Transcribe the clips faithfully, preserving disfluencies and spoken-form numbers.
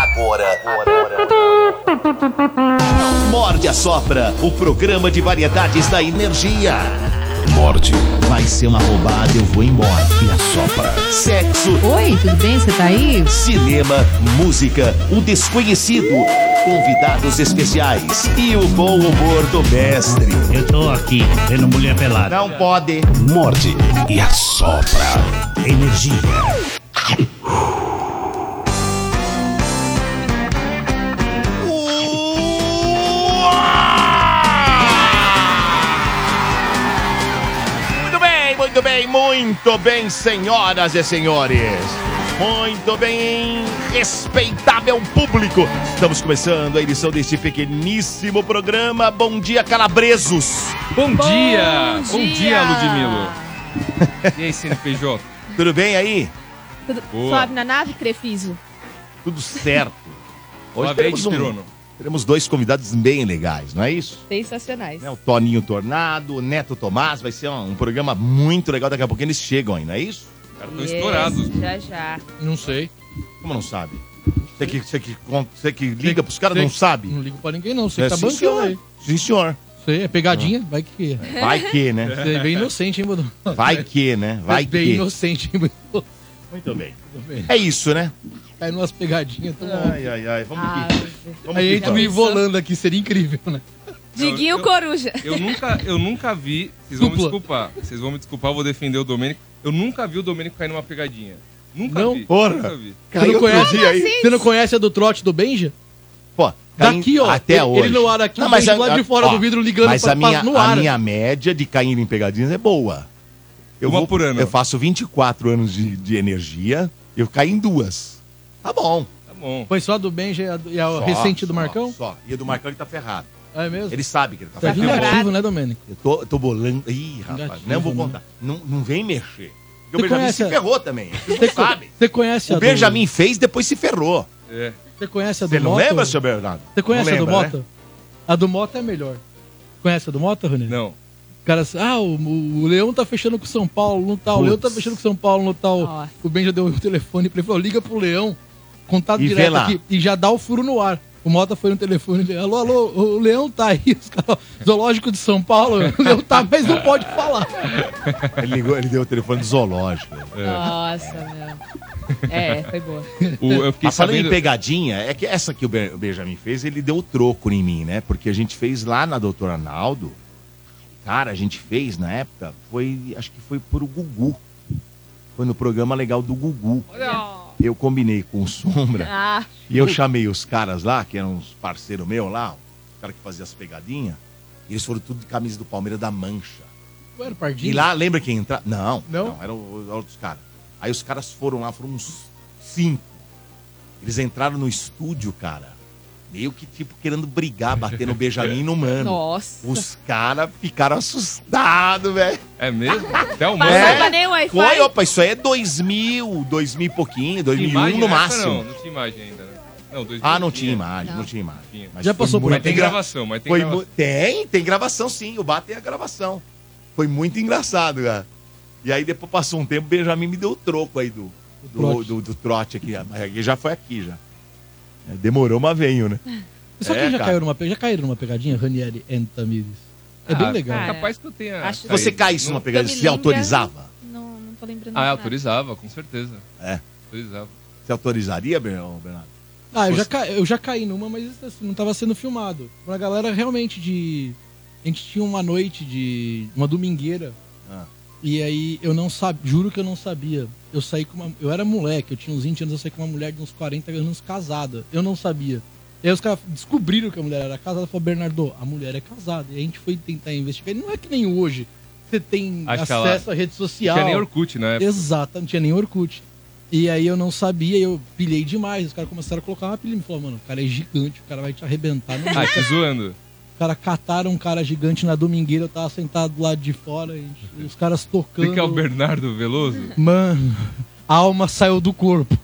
Agora, agora. Morde a Sopra, o programa de variedades da energia. Morde. Vai ser uma roubada, eu vou embora. E a Sopra. Sexo. Oi, tudo bem? Você tá aí? Cinema, música, o desconhecido, convidados especiais e o bom humor do mestre. Eu tô aqui, vendo mulher pelada. Não pode. Morde e assopra. Energia. Muito bem, muito bem, muito bem, senhoras e senhores. Muito bem, respeitável público. Estamos começando a edição deste pequeníssimo programa. Bom dia, calabresos. Bom, Bom dia. dia! Bom dia, Ludmilo. E aí, C N P J? Tudo bem aí? Tudo Boa. suave na nave, Crefiso? Tudo certo. Hoje Suave aí teremos, de um, pirono. teremos dois convidados bem legais, não é isso? Sensacionais. Né, o Toninho Tornado, o Neto Tomás. Vai ser um, um programa muito legal. Daqui a pouco eles chegam aí, não é isso? Os caras estão Yes, estourados. Já, já. Não sei. Como não sabe? Você que, você que, você que liga pros caras Sei. não sabe? Não ligo pra ninguém, não. Você É, que tá sim, bancando senhor. aí. Sim, senhor. Sei, é pegadinha, vai que é. Vai que, né? Você é bem inocente, hein, Budô? Vai que, né? Vai é bem que. inocente, hein, Budô? Muito bem. Tudo bem. É isso, né? Cai numas pegadinhas, tá bom. Ai, ai, ai. Vamos Ah, aqui. Vamos Aí aqui, entra o Toninho. Ivolando aqui, seria incrível, né? Diguinho eu- Coruja. Eu nunca, eu nunca vi. Vocês vão me Dupla. desculpar. Vocês vão me desculpar, eu vou defender o Domênico. Eu nunca vi o Domênico cair numa pegadinha. Nunca Não? vi. Porra. Nunca vi. Você não, Caiu conhece, outro dia aí. você não conhece a do trote do Benja? Pô, caindo Daqui, ó. Até ele, hoje. ele no ar aqui, Não, o mas Benja a- lá de a- fora ó, do vidro ligando mas pra, a minha, pra, no a ar. minha média de cair em pegadinhas é boa. Eu Uma vou, por ano. Eu faço vinte e quatro anos de, de energia, eu caí em duas. Tá bom. Tá bom. Foi só a do Benja e a, e a Só, recente do só, Marcão? Só. E a do Marcão ele tá ferrado. É mesmo? Ele sabe que ele tá Tá ferrado. vingativo, né, Domênico? Eu tô, eu tô bolando. Ih, rapaz, Vingativo, não vou né? contar. Não, não vem mexer. Porque Você o Benjamin conhece se a- ferrou também. Vocês Você não co- sabem. Você conhece a O do... Benjamin fez, depois se ferrou. É. Você conhece a do Você não Mota? lembra, seu Bernardo? Você conhece Não a do lembra, Mota? né? A do Mota é melhor. Conhece a do Mota, Rony? Não. O cara, ah, o, o Leão tá fechando com o São Paulo, não tá. O Leão tá Putz. fechando com o São Paulo, não tá. O, Nossa. o Ben já deu o telefone pra ele, falou, liga pro Leão, contato E vê direto lá. aqui, e já dá o furo no ar. O Mota foi no telefone, ele, alô, alô, o Leão tá aí, os caras, zoológico de São Paulo, o Leão tá, mas não pode falar. Ele, ligou, ele deu o telefone do zoológico. Nossa, meu. É, foi boa. O, eu fiquei Mas falando sabendo. em pegadinha, é que essa que o Ben- o Benjamin fez, ele deu o troco em mim, né? Porque a gente fez lá na Doutora Arnaldo. Cara, a gente fez na época, foi, acho que foi por o Gugu. Foi no programa legal do Gugu. Eu combinei com o Sombra Ah, e eu chamei os caras lá, que eram uns parceiros meus lá, os caras que faziam as pegadinhas. E eles foram tudo de camisa do Palmeiras da Mancha. Ué, era pardinho? E lá, lembra quem entrava? Não, Não? não, eram os outros caras. Aí os caras foram lá, foram uns cinco. Eles entraram no estúdio, cara, meio que tipo querendo brigar, bater no Benjamin e no Mano. nossa. Os caras ficaram assustados, velho. É mesmo? Até o Passou É. pra nem Wi-Fi. Foi, opa, isso aí é dois mil, dois mil e pouquinho, dois mil e um Imagem no nessa máximo. Não, não tinha imagem ainda, né? Não, dois Ah, mil não tinha imagem, não, Não. tinha imagem. Tinha. Mas Já foi passou por muito Mas tem engra- gravação, mas tem Foi gravação. mu- tem, tem gravação sim. O bar tem a gravação. Foi muito engraçado, cara. E aí depois passou um tempo, o Benjamin me deu o troco aí do, do, trote. do, do trote aqui. Mas aqui já foi aqui já. É, demorou, mas veio, né? Só É, quem já, cara. caiu numa, pe- já caíram numa pegadinha, Ranieri e Tamires? É bem Ah, legal. cara. Capaz que eu tenha. Acho- Você caído. caísse Não- numa pegada, eu me você lembro- autorizava? Não, não tô lembrando. Ah, nada. autorizava, com certeza. É. Autorizava. Você autorizaria, Bernardo? Ah, eu já, Você- ca... eu já caí numa, mas assim, não tava sendo filmado. Pra galera realmente de. A gente tinha uma noite de. Uma domingueira. Ah. E aí eu não sabia, juro que eu não sabia. Eu saí com uma. Eu era moleque, eu tinha uns vinte anos, eu saí com uma mulher de uns quarenta anos casada. Eu não sabia. E aí os caras descobriram que a mulher era casada e falaram, Bernardo, a mulher é casada. E a gente foi tentar investigar. E não é que nem hoje. Você tem Acho que acesso ela- à rede Não social. tinha nem Orkut, né? Exato, não tinha nem Orkut. E aí eu não sabia, eu pilhei demais. Os caras começaram a colocar uma pilha. Me falaram, mano, o cara é gigante, o cara vai te arrebentar. Não Ah, te zoando. Os caras cataram um cara gigante na domingueira, eu tava sentado do lado de fora, e os caras tocando. Você que é o Bernardo Veloso? Mano, a alma saiu do corpo.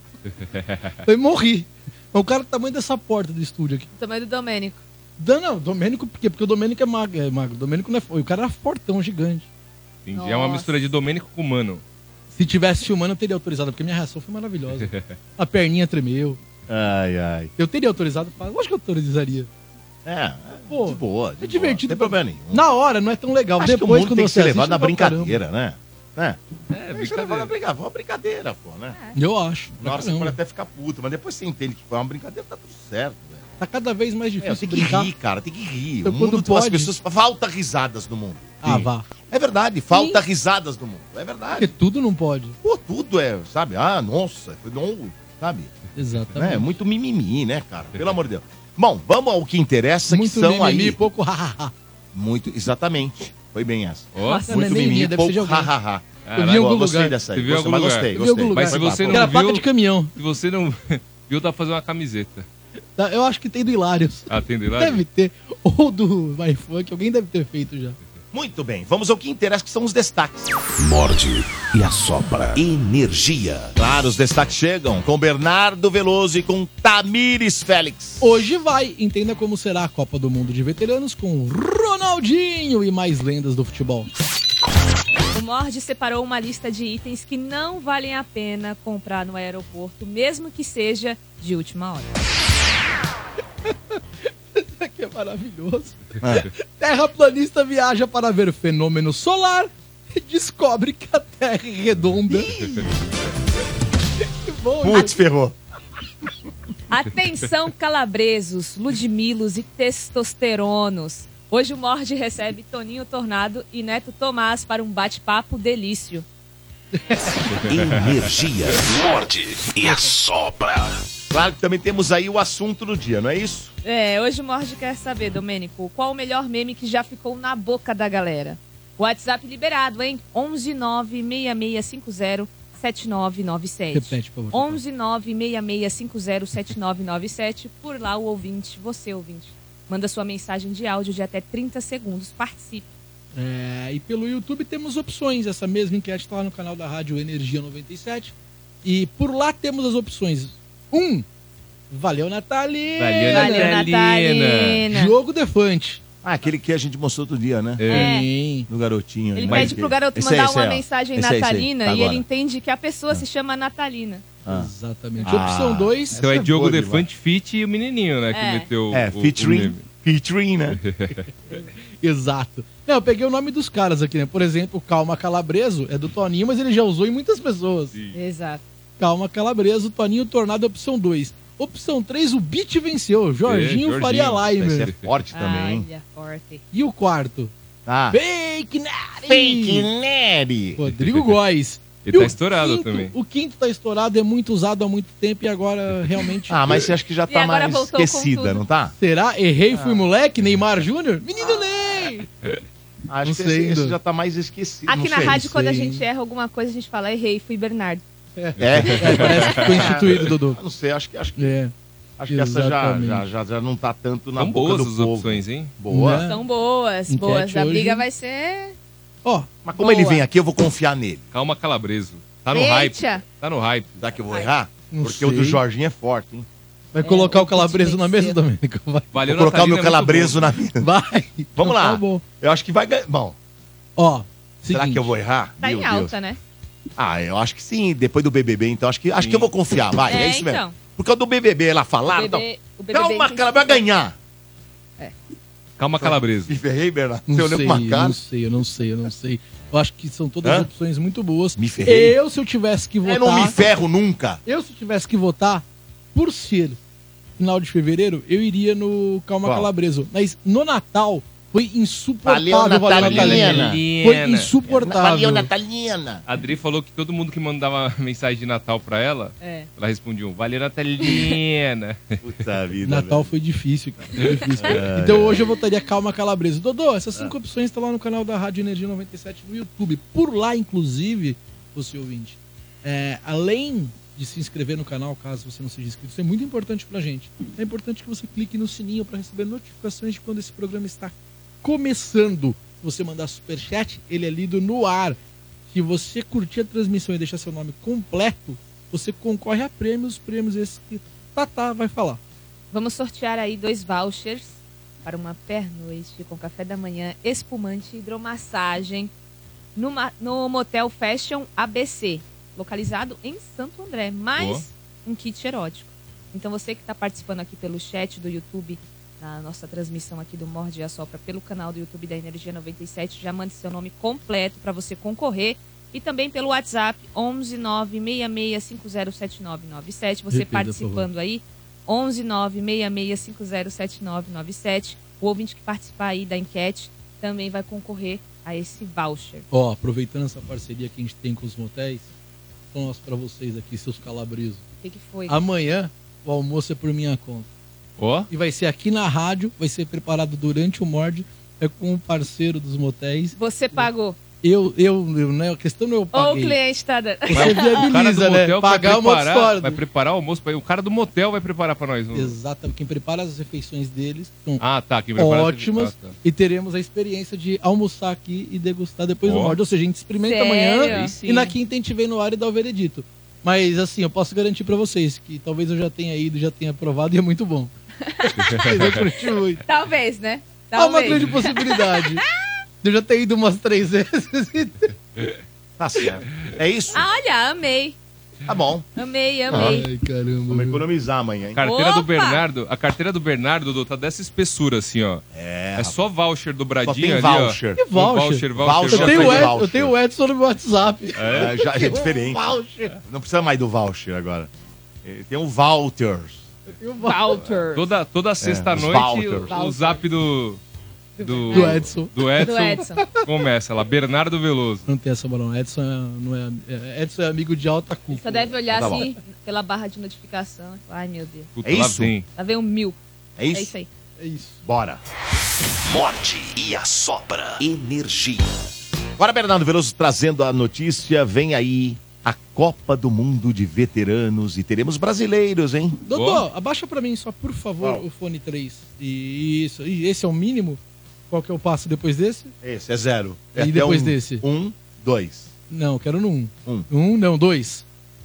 Eu morri. O cara é do tamanho dessa porta do estúdio aqui. Tamanho do Domênico. Não, não, Domênico, por quê? Porque o Domênico é magro. É magro. O Domênico não é. O cara era fortão, gigante. Entendi. É uma Nossa. mistura de Domênico com Mano. Se tivesse filmando, eu teria autorizado, porque minha reação foi maravilhosa. A perninha tremeu. Ai, ai. Eu teria autorizado pra... Lógico que eu autorizaria. É, Pô, de boa. De é divertido. Boa. Não tem problema nenhum. Na hora não é tão legal. Acho Depois, que o mundo quando tem que você ser levado assiste, na é pra brincadeira, né? né? É, Tem que ser brincadeira. levado na brincadeira. Foi uma brincadeira, pô, né? Eu acho. Na hora você Caramba. pode até ficar puto, mas depois você entende que foi uma brincadeira, tá tudo certo, velho. Tá cada vez mais É, difícil tem que brincar. rir, cara, tem que rir. Então, O mundo, quando as pode- pessoas... Falta risadas no mundo. Ah, Sim. vá. É verdade, falta risadas no mundo. É verdade. Porque tudo não pode. Pô, tudo é, sabe? Ah, nossa, foi não, sabe? Exatamente. É muito mimimi, né, cara? Pelo amor de Deus. Bom, vamos ao que interessa, Muito que são mimimi, aí... pouco hahaha. Muito, exatamente. Foi bem essa. Ó, Nossa, Muito não é nem mimimi, minha, deve ser de pouco alguém. hahaha. Eu vi em algum Gostei lugar. dessa aí. Você viu em Gostei, algum mas lugar? gostei, Eu vi em algum gostei. lugar. Mas se Vai, você vai, não Que era vai. placa viu- de caminhão. se você não viu, dá pra fazer uma camiseta. Tá, eu acho que tem do Hilários. Atende lá? Deve ter. Ou do MyFunk, alguém deve ter feito já. Muito bem, vamos ao que interessa, que são os destaques. Morde e assopra. Energia. Claro, os destaques chegam com Bernardo Veloso e com Tamires Félix. Hoje vai, entenda como será a Copa do Mundo de Veteranos com Ronaldinho e mais lendas do futebol. O Mord separou uma lista de itens que não valem a pena comprar no aeroporto, mesmo que seja de última hora. Isso aqui é maravilhoso. É. Terraplanista viaja para ver fenômeno solar e descobre que a Terra é redonda. Que bom, Putz, ferrou. Atenção, calabresos, ludmilos e testosteronos. Hoje o Mord recebe Toninho Tornado e Neto Tomás para um bate-papo delício. Energia. Morde e assopra. Claro que também temos aí o assunto do dia, não é isso? É, hoje o Mord quer saber, Domênico, qual o melhor meme que já ficou na boca da galera? WhatsApp liberado, hein? onze nove seis seis cinco zero sete nove nove sete. Repete, por favor. onze nove seis seis cinco zero sete nove nove sete. Por lá, o ouvinte, você ouvinte, manda sua mensagem de áudio de até trinta segundos. Participe. É, e pelo YouTube temos opções. Essa mesma enquete está lá no canal da Rádio Energia noventa e sete. E por lá temos as opções. Um, valeu Natalina. Valeu, Valeu, Natalina. Natalina. Jogo Defante. Ah, aquele que a gente mostrou outro dia, né? É. Sim. Do garotinho. Ele né? pede pro garoto Esse aí, mandar esse uma aí, ó. mensagem Esse aí, esse aí. natalina Tá e agora. ele entende que a pessoa se chama Natalina. Ah. Exatamente. Ah. Opção dois. Então é Essa é Diogo boa Defante Fit e o menininho, né? Que É. meteu É, o, o featuring, meme. featuring, né? Exato. Não, eu peguei o nome dos caras aqui, né? Por exemplo, Calma Calabreso é do Toninho, mas ele já usou em muitas pessoas. Sim. Exato. Calma Calabreso, Toninho Tornado, opção dois. Opção três, o Beat venceu. Jorginho, Jorginho. Faria Esse Limer. é forte também, hein? Olha, forte. E o quarto? Ah, Fake Nari! fake Nery. Rodrigo Góes. Ele E tá o estourado quinto- também. O quinto tá estourado, é muito usado há muito tempo e agora realmente... Ah, mas você acha que já E tá agora mais voltou com esquecida, tudo. não tá? Será? Errei, fui moleque? Neymar Júnior? Menino Ney! Acho Não que sei esse, esse ainda. já tá mais esquecido. Aqui não na sei. rádio, quando a sei. gente erra alguma coisa, a gente fala, errei, fui Bernardo. É? É, parece que foi instituído, Dudu. Eu não sei, acho que, acho que, É. acho que essa já, Exatamente. já, já, já não tá tanto na São boca boas do as povo. opções, hein? Boa. Né? São boas, Enquete boas. A hoje. briga vai ser... Ó, Mas como Boa. ele vem aqui, eu vou confiar nele. Calma, Calabreso. Tá no hype. Eita! Tá no hype. Será que eu vou errar? Não Porque o do sei. Jorginho é forte, hein? vai É, colocar o o calabreso Beat na mesa, venceu. Domênico? Vai. Valeu, Vou colocar o Natalina, meu é calabreso muito na mesa. Vai. Vamos Então lá. Tá bom. Eu acho que vai ganhar. Bom, Ó, será seguinte, que eu vou errar? Tá Meu em Deus. alta, né? Ah, eu acho que sim. Depois do B B B, então acho que, acho Sim. que eu vou confiar. Vai, é, É, isso então. mesmo. Porque o do B B B ela O falaram. bebê, o Então, bebê calma, tem que ela que- vai ganhar. bom. Calma, Calabreso. Me ferrei, Bernardo. Não Você olhou sei, com uma eu cara. não sei, eu não sei, eu não sei. Eu acho que são todas Hã? opções muito boas. Me ferrei. Eu, se eu tivesse que votar... Eu não me ferro nunca. Eu, se eu tivesse que votar, por ser final de fevereiro, eu iria no Calma Qual? Calabreso. Mas no Natal, foi insuportável. Valeu, Valeu, Natalina. Natalina. Foi insuportável. Valeu, Natalina. A Adri falou que todo mundo que mandava mensagem de Natal pra ela, É. ela respondia um, valeu, Natalina. Puta vida. Natal velho. foi difícil, cara. Foi difícil. então hoje eu votaria Calma Calabreso. Dodô, essas cinco opções estão lá no canal da Rádio Energia noventa e sete no YouTube. Por lá, inclusive, você ouvinte, é, além de se inscrever no canal, caso você não seja inscrito, isso é muito importante pra gente. É importante que você clique no sininho para receber notificações de quando esse programa está começando. Se você mandar superchat, ele é lido no ar. Se você curtir a transmissão e deixar seu nome completo, você concorre a prêmios, prêmios esses que Tatá vai falar. Vamos sortear aí dois vouchers para uma pernoite com café da manhã, espumante e hidromassagem no, ma- no Motel Fashion A B C, localizado em Santo André. Mais Boa. um kit erótico. Então você que está participando aqui pelo chat do YouTube, na nossa transmissão aqui do Morde e Assopra, pelo canal do YouTube da Energia noventa e sete, já mande seu nome completo para você concorrer. E também pelo WhatsApp, onze nove seis seis cinco zero sete nove nove sete. Você Repita, participando aí, onze nove seis seis cinco zero sete nove nove sete. O ouvinte que participar aí da enquete também vai concorrer a esse voucher. Ó, aproveitando essa parceria que a gente tem com os motéis, nós para vocês aqui, seus calabrizos. O que, que foi? Amanhã, o almoço é por minha conta. Ó, E vai ser aqui na rádio, vai ser preparado durante o Morde, é com o parceiro dos motéis. Você pagou. Eu, eu, eu né, a questão não é eu Ou o paguei. cliente tá dando. Você o cara do viabiliza, né? motel vai Pagar uma outra preparar, história. vai preparar o almoço. pra- O cara do motel vai preparar pra nós. não? Exatamente. Quem prepara as refeições deles são Ah, tá. Quem prepara ótimas. Ah, tá. E teremos a experiência de almoçar aqui e degustar depois do Ó. Morde. Ou seja, a gente experimenta Sério? amanhã Aí sim. e na quinta a gente vem no ar e dá o veredito. Mas assim, eu posso garantir pra vocês que talvez eu já tenha ido, já tenha provado e é muito bom. Mas eu curti muito. Talvez, né? Há uma Talvez. grande possibilidade. Eu já tenho ido umas três vezes. Tá certo. É isso? Ah, olha, amei. Tá bom. Amei, amei. Ai, caramba. Vamos economizar amanhã, hein? Carteira Opa! do Bernardo, a carteira do Bernardo, Dudu, tá dessa espessura assim, ó. É, É só voucher só dobradinho tem ali, voucher. Que ó. voucher? Voucher, Voucher. voucher, Eu tenho, o Voucher. Ed, voucher. eu tenho o Edson no meu WhatsApp. É, já é diferente. Voucher. Não precisa mais do voucher agora. Eh, Tem um vouchers. Eu tenho o voucher. Walter. Toda, toda sexta-noite vouchers. o, o zap do, do, Do Edson. do Edson Do Edson. começa lá, Bernardo Veloso. Não tem essa moral. Edson é, não é, é- Edson é amigo de alta cúpula. Só deve olhar Tá bom. assim, pela barra de notificação. Ai, meu Deus. Puta, É lá isso? vem. Lá vem um mil. É É isso? isso aí. É isso. Bora. Morde e assopra. Energia. Agora, Bernardo Veloso trazendo a notícia. Vem aí a Copa do Mundo de Veteranos e teremos brasileiros, hein? Doutor, abaixa pra mim só, por favor, Qual? o fone três. Isso. E esse é o mínimo? Qual que eu passo depois desse? Esse é zero. É E até depois um, desse? Um, dois. Não, eu quero no um. Um. Um, não, dois.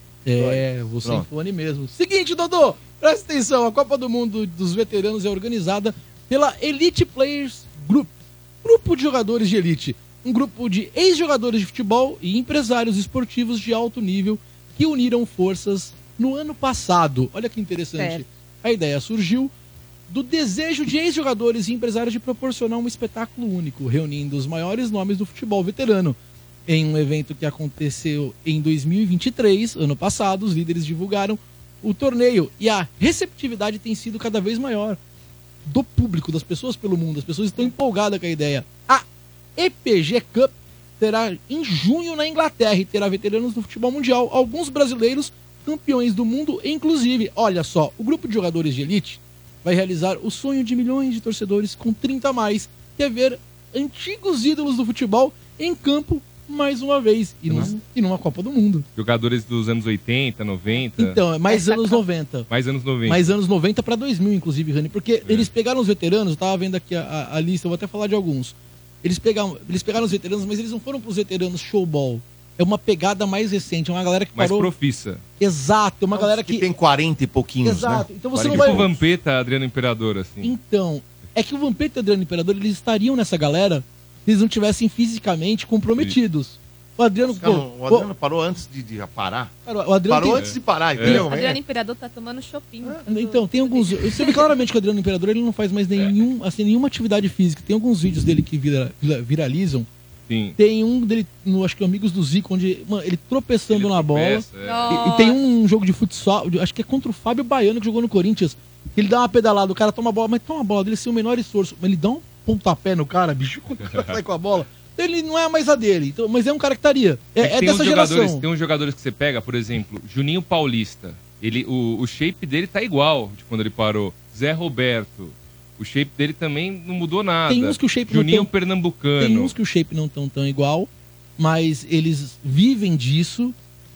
É, vou sem Pronto. fone mesmo. Seguinte, Dodô, presta atenção. A Copa do Mundo dos Veteranos é organizada pela Elite Players Group. Grupo de jogadores de elite. Um grupo de ex-jogadores de futebol e empresários esportivos de alto nível que uniram forças no ano passado. Olha que interessante. Certo. A ideia surgiu do desejo de ex-jogadores e empresários de proporcionar um espetáculo único, reunindo os maiores nomes do futebol veterano. Em um evento que aconteceu em dois mil e vinte e três, ano passado, os líderes divulgaram o torneio e a receptividade tem sido cada vez maior do público, das pessoas pelo mundo. As pessoas estão empolgadas com a ideia. A E P G Cup terá em junho na Inglaterra e terá veteranos do futebol mundial, alguns brasileiros campeões do mundo, inclusive. Olha só, o grupo de jogadores de elite vai realizar o sonho de milhões de torcedores com trinta a mais, que é ver antigos ídolos do futebol em campo mais uma vez, e, num- e numa Copa do Mundo. Jogadores dos anos oitenta, noventa, Então, é mais Essa anos Copa- noventa. mais anos noventa. Mais anos noventa para dois mil, inclusive, Rani, porque eles pegaram os veteranos, eu tava vendo aqui a, a- a lista, eu vou até falar de alguns. Eles pegaram, eles pegaram os veteranos, mas eles não foram pros veteranos showball. É uma pegada mais recente, é uma galera que Mais parou... profissa. Exato, é uma galera que que... tem quarenta e pouquinhos, Exato, né? então você não Tipo vai... o Vampeta, Adriano Imperador, assim. Então, é que o Vampeta e o Adriano Imperador, eles estariam nessa galera se eles não tivessem fisicamente comprometidos. O Adriano... Cara, pô, o Adriano parou antes de, de parar. pô, cara, o Adriano Parou tem- antes de parar, entendeu? Adriano É. Imperador tá tomando shopping. Então, tem alguns. Você vê claramente que o Adriano Imperador ele não faz mais nenhum, assim, nenhuma atividade física. Tem alguns vídeos dele que vira- vira- viralizam. Sim. Tem um dele, no, acho que é Amigos do Zico, onde mano, ele tropeçando Ele na bola. tropeça, é. E, e tem um jogo de futsal, de- acho que é contra o Fábio Baiano, que jogou no Corinthians. Que ele dá uma pedalada, o cara toma a bola, mas toma a bola dele sem o menor esforço. Mas ele dá um pontapé no cara, bicho, quando o cara sai com a bola. Ele não é mais a dele, então, mas é um cara que estaria. É, É que é tem, uns dessa jogadores, geração. tem uns jogadores que você pega, por exemplo, Juninho Paulista. Ele, o, o shape dele tá igual de quando ele parou. Zé Roberto. O shape dele também não mudou nada. Tem uns que o shape não Juninho tem- Pernambucano. Tem uns que o shape não estão tão igual, mas eles vivem disso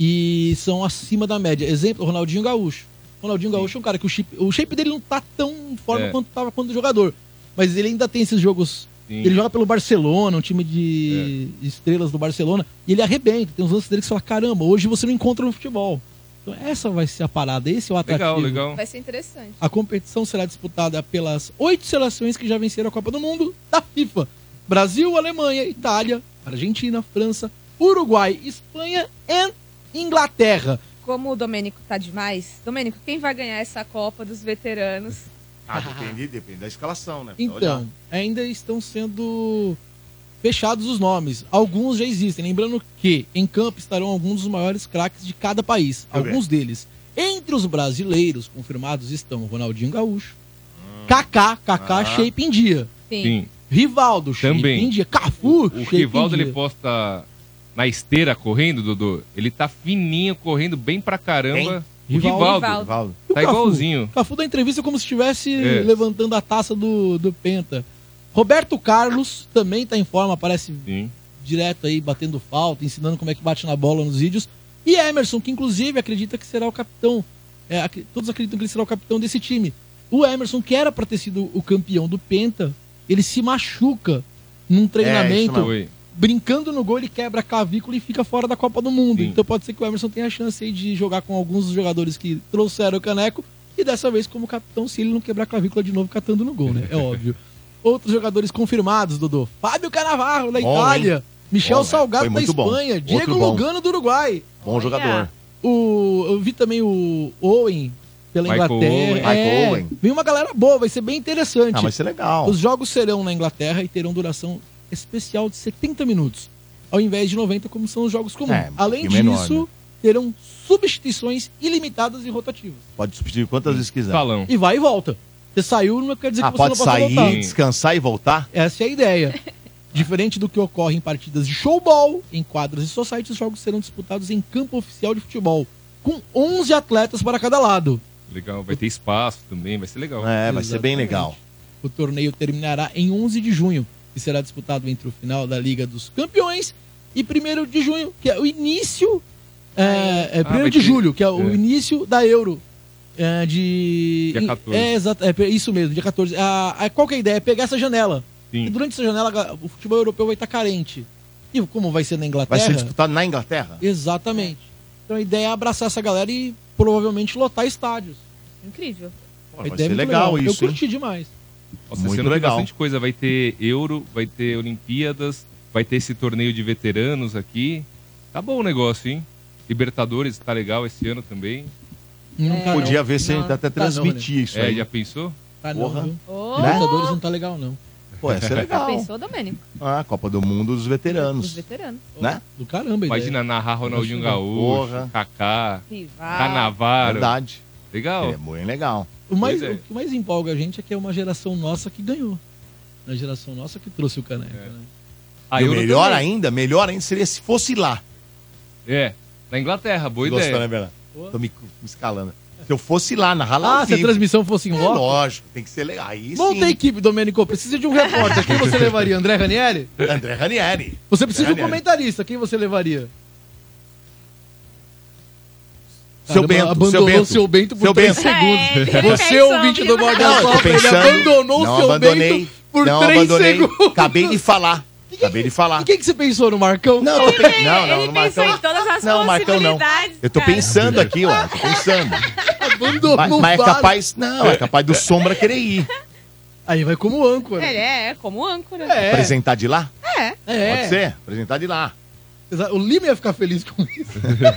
e são acima da média. Exemplo, o Ronaldinho Gaúcho. O Ronaldinho Gaúcho é um cara que o shape, o shape dele não tá tão em forma É. quanto tava quando jogador. Mas ele ainda tem esses jogos. Sim. Ele joga pelo Barcelona, um time de estrelas do Barcelona, e ele arrebenta. Tem uns lances dele que você fala, caramba, hoje você não encontra no futebol. Então essa vai ser a parada, esse é o atrativo. Legal, legal. Vai ser interessante. A competição será disputada pelas oito seleções que já venceram a Copa do Mundo da FIFA: Brasil, Alemanha, Itália, Argentina, França, Uruguai, Espanha e Inglaterra. como o Domênico tá demais, Domênico, quem vai ganhar essa Copa dos Veteranos? Ah, depende, depende da escalação, né? Precisa Então, olhar. ainda estão sendo fechados os nomes. Alguns já existem. Lembrando que em campo estarão alguns dos maiores craques de cada país. Deixa eu Alguns deles. Entre os brasileiros confirmados estão Ronaldinho Gaúcho, Kaká, Kaká, Ah. shape em dia. Sim. Sim. Rivaldo, shape Também. em dia. Cafu, O shape Rivaldo, em dia. ele posta na esteira correndo, Dodô. Ele tá fininho, correndo bem pra caramba. O Rivaldo. Rivaldo. Rivaldo. Rivaldo. E o Tá Cafu? igualzinho. Cafu dá entrevista como se estivesse É. levantando a taça do, do Penta. Roberto Carlos também tá em forma, aparece Sim. direto aí, batendo falta, ensinando como é que bate na bola nos vídeos. E Emerson, que inclusive acredita que será o capitão. É, ac- todos acreditam que ele será o capitão desse time. O Emerson, que era pra ter sido o campeão do Penta, ele se machuca num treinamento. mesmo. Foi. Brincando no gol, ele quebra a clavícula e fica fora da Copa do Mundo. Sim. Então pode ser que o Emerson tenha a chance aí de jogar com alguns dos jogadores que trouxeram o caneco. E dessa vez como capitão, se ele não quebrar a clavícula de novo catando no gol, né? É óbvio. Outros jogadores confirmados, Dodô. Fábio Cannavaro, da Bom, Itália. Michel Bom, velho. Salgado, Foi da muito bom. Espanha. Diego Outro bom. Lugano, do Uruguai. Bom Olha. jogador. O, eu vi também o Owen, pela Michael Inglaterra. Owen. Michael É, Owen. Vem uma galera boa, vai ser bem interessante. Ah, vai ser legal. Os jogos serão na Inglaterra e terão duração especial de setenta minutos, ao invés de noventa, como são os jogos comuns. É, um Além pouquinho menor, disso, né? terão substituições ilimitadas e rotativas. Pode substituir quantas vezes quiser. Salão. E vai e volta. Você saiu, não quer dizer Ah, que você pode não possa sair, voltar. descansar e voltar? Essa é a ideia. Diferente do que ocorre em partidas de showball, em quadras e society, os jogos serão disputados em campo oficial de futebol, com onze atletas para cada lado. Legal. Vai ter espaço também, vai ser legal. É, vai ser bem Exatamente. legal. O torneio terminará em onze de junho e será disputado entre o final da Liga dos Campeões e primeiro de junho, que é o início. É, é Ah, primeiro vai de ter- julho, que é o é. início da Euro. É, de. Dia quatorze. É, exato, é isso mesmo, dia quatorze. A, a, qual que é a ideia? É pegar essa janela. Sim. E durante essa janela, o futebol europeu vai estar carente. E como vai ser na Vai Inglaterra? ser disputado na Inglaterra? Exatamente. Então a ideia é abraçar essa galera e provavelmente lotar estádios. Incrível. Pô, A vai ideia é ser muito legal isso, Eu hein? curti demais. Nossa, Muito esse ano tem legal. bastante coisa. Vai ter Euro, vai ter Olimpíadas, vai ter esse torneio de veteranos aqui. Tá bom o negócio, hein? Libertadores tá legal esse ano também. Não É. tá não. Podia ver se a gente Não. até Tá não, transmitir isso É, aí. já pensou? Tá não, Porra. viu? Ô, Libertadores não tá legal, não. Pô, ia ser Já legal. pensou, Domênico? Ah, Copa do Mundo dos Os veteranos. veteranos. Né? Do caramba, a Imagina narrar Ronaldinho Porra. Gaúcho, Kaká, Rival. Canavaro. Verdade. Legal. É bem legal. O, mais, Pois é. o que mais empolga a gente é que é uma geração nossa que ganhou. Uma geração nossa que trouxe o caneco, É. né? A e o Euro melhor também. ainda, melhor ainda seria se fosse lá. É, na Inglaterra, boa Gostou, né, ideia. Bernardo? Boa. Tô me, me escalando. Se eu fosse lá, narrar lá Ah, ao se a vivo. transmissão fosse em É loco? lógico, tem que ser legal. Aí Monta a sim. equipe, Domênico. Precisa de um repórter. Quem você levaria? André Ranieri? André Ranieri. Você precisa de um Ranieri. comentarista. Quem você levaria? Seu Caramba, Bento, abandonou seu Bento. o seu Bento por Seu três Bento. segundos. É, ele Você, pensou ouvinte que do não. Borda Não, eu tô Sopra, ele pensando- abandonou não o seu abandonei, Bento por não três abandonei. segundos. Acabei de falar. Acabei de falar. E quem que você pensou no Marcão? Não, eu tô pe- não, não, Ele no pensou Marcão. em todas as Não, Marcão não. possibilidades, Eu tô cara. pensando aqui, ó. Tô pensando. Abandonou Mas, mas é vários. capaz. Não, é capaz do Sombra querer ir. Aí vai como âncora. Ele é, como âncora. É. Apresentar de lá? É. É. Pode ser. Apresentar de lá. Exa- O Lima ia ficar feliz com isso.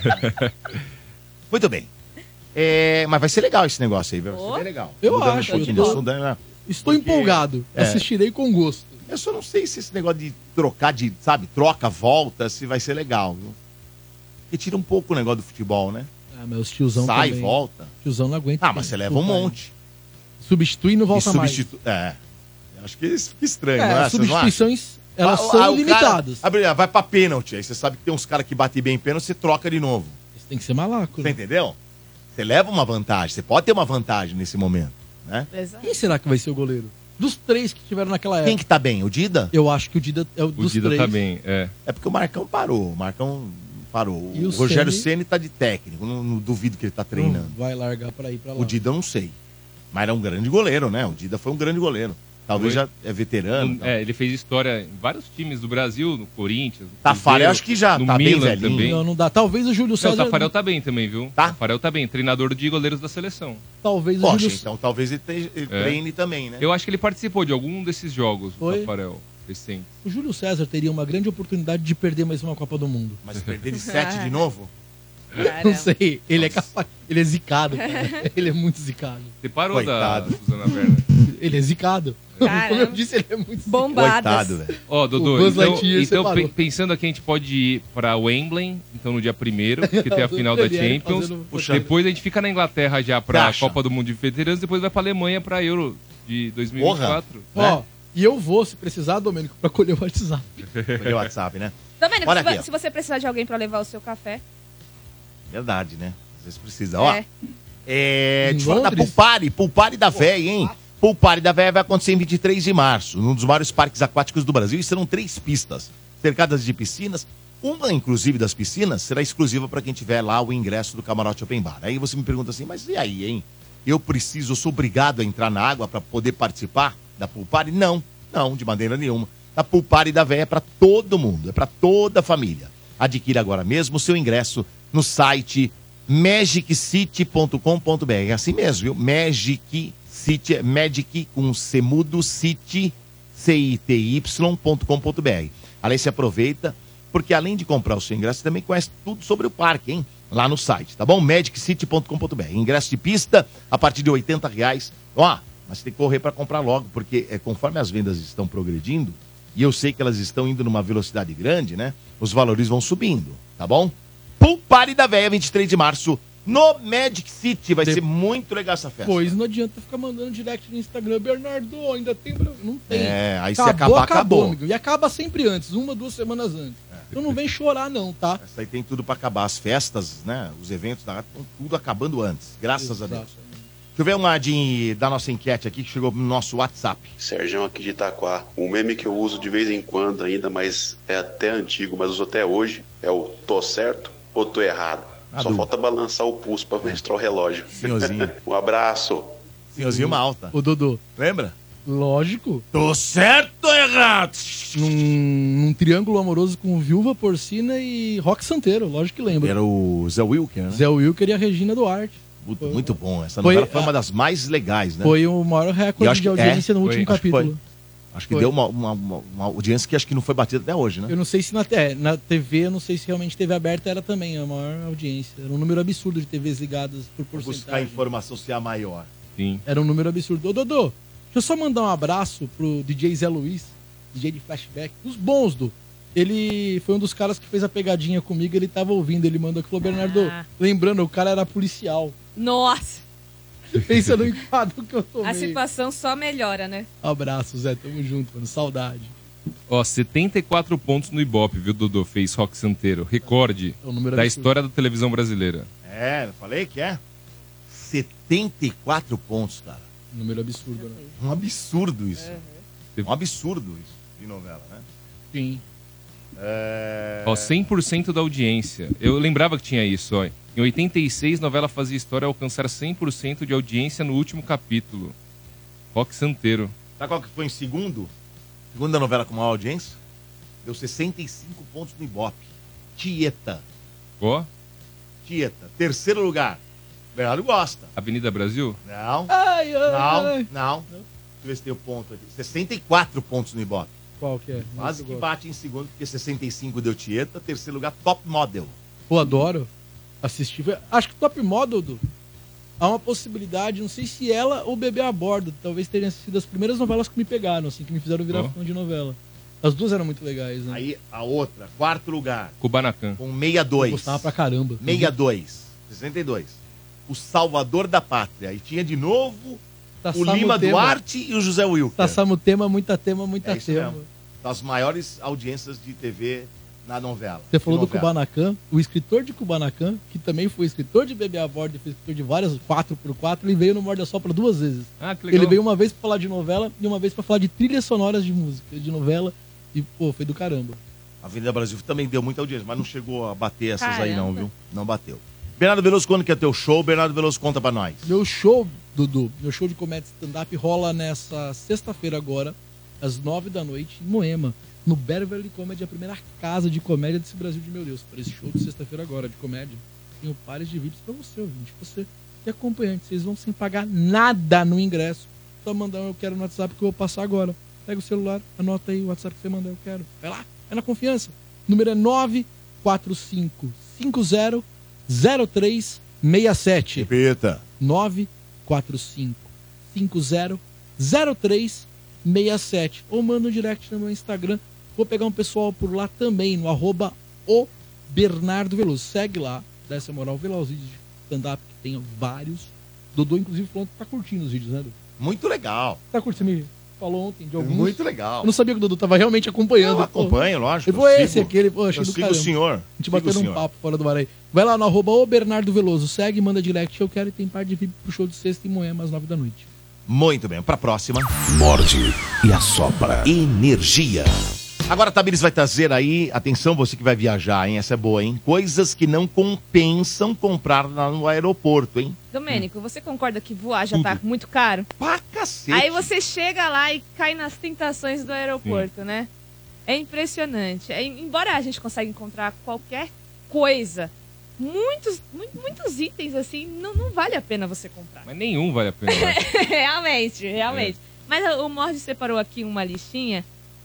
Muito bem. É, mas vai ser legal esse negócio aí, vai ser Oh. bem legal. Eu Mudando acho, Um pouquinho eu de tô- assunto, né? Estou Porque- empolgado. É. Assistirei com gosto. Eu só não sei se esse negócio de trocar de, sabe, troca, volta, se vai ser legal, viu? Porque tira um pouco o negócio do futebol, né? Ah, mas os tiozão Sai, também. volta. Tiozão não aguenta. Ah, mas você leva um monte. Substitui e não volta e mais. substitu... É. Acho que isso fica estranho, não É, é? as Vocês não acham? substituições, elas Ah, são ah, o limitadas. Cara, abre- vai pra pênalti, aí você sabe que tem uns caras que batem bem pênalti, você troca de novo. Você tem que ser malaco. Você Né? entendeu? Você leva uma vantagem, você pode ter uma vantagem nesse momento, né? Exato. Quem será que vai ser o goleiro? Dos três que tiveram naquela época. Quem que tá bem? O Dida? Eu acho que o Dida é o O dos Dida três. tá bem, é. É porque o Marcão parou, o Marcão parou. E O, o Rogério Ceni? Ceni tá de técnico, não, não duvido que ele tá Não treinando. vai largar pra ir pra lá. O Dida eu não sei. Mas era um grande goleiro, né? O Dida foi um grande goleiro. Talvez Foi. já é veterano. tal. É, ele fez história em vários times do Brasil, no Corinthians, no Tafarel Cruzeiro, acho que já no tá bem Milan velhinho. também. Não, não dá. Talvez o Júlio Não, César. o Tafarel tá bem também, viu? Tá? O Tafarel tá bem, treinador de goleiros da seleção. Talvez o Poxa, Júlio então talvez ele, te- ele É. treine também, né? Eu acho que ele participou de algum desses jogos, Foi? o Tafarel, recente. O Júlio César teria uma grande oportunidade de perder mais uma Copa do Mundo. Mas perder de sete de novo? Não sei, ele é capaz. Ele é zicado, cara. Ele é muito zicado. Você parou Coitado. da Suzana Werner. Ele é zicado. Caramba. Como eu disse, ele é muito zicado. Bombadas. Coitado, velho. Ó, Dodô, O Buzz então, Lightyear então separou. pe- pensando aqui, a gente pode ir pra Wembley, então no dia primeiro, que tem a final da Ele é Champions. fazendo- Puxa, Depois a gente fica na Inglaterra já pra Acha? Copa do Mundo de Veteranos, depois vai pra Alemanha pra Euro de dois mil e vinte e quatro. Ó, e eu vou, se precisar, Domênico, pra colher o WhatsApp. Foi o WhatsApp, né? Domênico, Olha se, vo- aqui, ó. se você precisar de alguém pra levar o seu café. Verdade, né? Às vezes precisa. Ó, É. é, Em deixa eu falar da Londres? Pulpari, Pulpari da Véia, hein? Pulpari da Véia vai acontecer em vinte e três de março, num dos maiores parques aquáticos do Brasil, e serão três pistas, cercadas de piscinas. Uma, inclusive, das piscinas será exclusiva para quem tiver lá o ingresso do Camarote Open Bar. Aí você me pergunta assim, mas e aí, hein? Eu preciso, eu sou obrigado a entrar na água para poder participar da Pulpari? Não, não, de maneira nenhuma. A Pulpari da Véia é para todo mundo, é para toda a família. Adquira agora mesmo o seu ingresso no site magic city ponto com ponto b r. É assim mesmo, viu? Magic City, é Magic com C mudo, City, C I T Y ponto com ponto b r. Além se aproveita, porque além de comprar o seu ingresso, você também conhece tudo sobre o parque, hein? Lá no site, tá bom? magic city ponto com ponto b r. Ingresso de pista a partir de oitenta reais. Ó, mas tem que correr para comprar logo, porque é, conforme as vendas estão progredindo, e eu sei que elas estão indo numa velocidade grande, né? Os valores vão subindo, tá bom? Pulpari da Véia, vinte e três de março, no Magic City. Vai De- ser muito legal essa festa. Pois não adianta ficar mandando direct no Instagram. Bernardo, ainda tem... pra- Não tem. É, aí se acabar, acabou. amigo. E acaba sempre antes, uma, duas semanas antes. Então não vem chorar não, tá? Essa aí tem tudo pra acabar. As festas, né? Os eventos da estão tudo acabando antes. Graças a Deus. Exatamente. Deixa eu ver uma de, da nossa enquete aqui que chegou no nosso WhatsApp. Sergião aqui de Itaquá. Um meme que eu uso de vez em quando ainda, mas é até antigo, mas uso até hoje, é o tô certo ou tô errado. Ah, Só Du. falta balançar o pulso pra mostrar o relógio. Senhorzinho. Um abraço. Senhorzinho Malta. Ô, Dodô, Lembra? lógico, Tô certo ou errado? num, num triângulo amoroso com Viúva Porcina e Rock Santeiro, lógico que lembra. Era o Zé Wilker, né? Zé Wilker e a Regina Duarte. Muito, muito bom. Essa Foi- novela foi uma das mais legais, né? Foi o maior Eu recorde acho de que- audiência é, no foi, último acho que capítulo. Acho que Foi. deu uma, uma, uma- uma audiência que acho que não foi batida até hoje, né? Eu não sei se na, é, na T V, eu não sei se realmente T V aberta era também a maior audiência. Era um número absurdo de T Vs ligadas por Vou buscar porcentagem. informação se é a maior. Sim. Era um número absurdo. Ô, Dodô, deixa eu só mandar um abraço pro D J Zé Luiz, D J de Flashback, os bons, do. Ele foi um dos caras que fez a pegadinha comigo, ele tava ouvindo, ele mandou aqui, falou, Bernardo, Ah. lembrando, o cara era policial. Nossa, Pensa no enfado que eu tomei. a situação só melhora, né? Abraço, Zé, tamo junto, mano, saudade. Ó, setenta e quatro pontos no Ibope, viu, Dodô? Fez Rock Santeiro. Recorde É um número da absurdo. história da televisão brasileira. É, eu falei que é. setenta e quatro pontos, cara. Um número absurdo, né? Um absurdo isso. Uhum. Um absurdo isso de novela, né? Sim. É... Ó, cem por cento da audiência. Eu lembrava que tinha isso, ó. Em oitenta e seis, novela fazia história ao alcançar cem por cento de audiência no último capítulo. Rock Santeiro. Sabe qual que foi em segundo? Segunda novela com maior audiência? Deu sessenta e cinco pontos no Ibope. Tieta. Ó, Tieta. Terceiro lugar. Bernardo gosta. Avenida Brasil? Não. Ai, ai, Não. ai. Não. Deixa eu ver se tem o ponto aqui. sessenta e quatro pontos no Ibope. Qual que é? Quase Muito que gosto. bate em segundo, porque sessenta e cinco deu Tieta. Terceiro lugar, Top Model. Pô, adoro assistir. Acho que Top Model, Du, há uma possibilidade, não sei se ela ou Bebê a Bordo, talvez tenham sido as primeiras novelas que me pegaram, assim, que me fizeram virar Ó. fã de novela. As duas eram muito legais, né? Aí a outra, quarto lugar, Kubanacan. com sessenta e Eu dois. gostava pra caramba. sessenta e dois. sessenta e dois. O Salvador da Pátria. E tinha de novo o Lima Duarte e o José Wilker. Tassamo tema, muita tema, muita É isso tema. mesmo. Das maiores audiências de T V na novela. Você falou Que do novela? Kubanacan, o escritor de Kubanacan, que também foi escritor de Bebê a Bordo, foi escritor de várias quatro por quatro, ele veio no Morde a Sopra duas vezes. Ah, que legal. Ele veio uma vez pra falar de novela e uma vez pra falar de trilhas sonoras de música, de novela. E, pô, foi do caramba. A Avenida Brasil também deu muita audiência, mas não chegou a bater essas aí não, Caramba. viu? Não bateu. Bernardo Veloso, quando que é teu show? Bernardo Veloso, conta pra nós. Meu show, Dudu, meu show de comédia stand-up rola nessa sexta-feira agora, às nove da noite, em Moema, no Beverly Comedy, a primeira casa de comédia desse Brasil de meu Deus. Para esse show de sexta-feira agora, de comédia, tenho pares de V I Ps pra você, ouvinte. Você e acompanhante, vocês vão sem pagar nada no ingresso. Só mandar um eu quero no WhatsApp que eu vou passar agora. Pega o celular, anota aí o WhatsApp que você mandar eu quero. Vai lá, é na confiança. O número é nove quatro cinco cinco zero zero três seis sete. Repita. nove quatro cinco cinco zero zero três seis sete. Ou manda um direct no meu Instagram. Vou pegar um pessoal por lá também, no arroba o Bernardo Veloso. Segue lá, dá essa moral, vê lá os vídeos de stand-up, que tem vários. Dodô, inclusive, falou que tá curtindo os vídeos, né, Dodô? Muito legal. Tá curtindo, você me falou ontem de alguns. Muito legal. Eu não sabia que o Dodô tava realmente acompanhando. Eu acompanho, pô. lógico. Ele falou, eu esse sigo- aquele, pô, achei eu do sigo o caramba. senhor. A gente Sigo batendo o um senhor. papo fora do bar aí. Vai lá no arroba o Bernardo Veloso, segue, manda direct, eu quero e tem par de V I P pro show de sexta em Moema às nove da noite. Muito bem, pra próxima. Morde e assopra. Energia. Agora, Tamires vai trazer aí, atenção, você que vai viajar, hein? Essa é boa, hein? Coisas que não compensam comprar lá no aeroporto, hein? Domênico, você concorda que voar já tá muito caro? Pra cacete. Aí você chega lá e cai nas tentações do aeroporto, né? É impressionante. É, embora a gente consiga encontrar qualquer coisa, muitos, mu- muitos itens assim, não, não vale a pena você comprar. Mas nenhum vale a pena. eu acho. realmente, realmente. Mas o Morde separou aqui uma listinha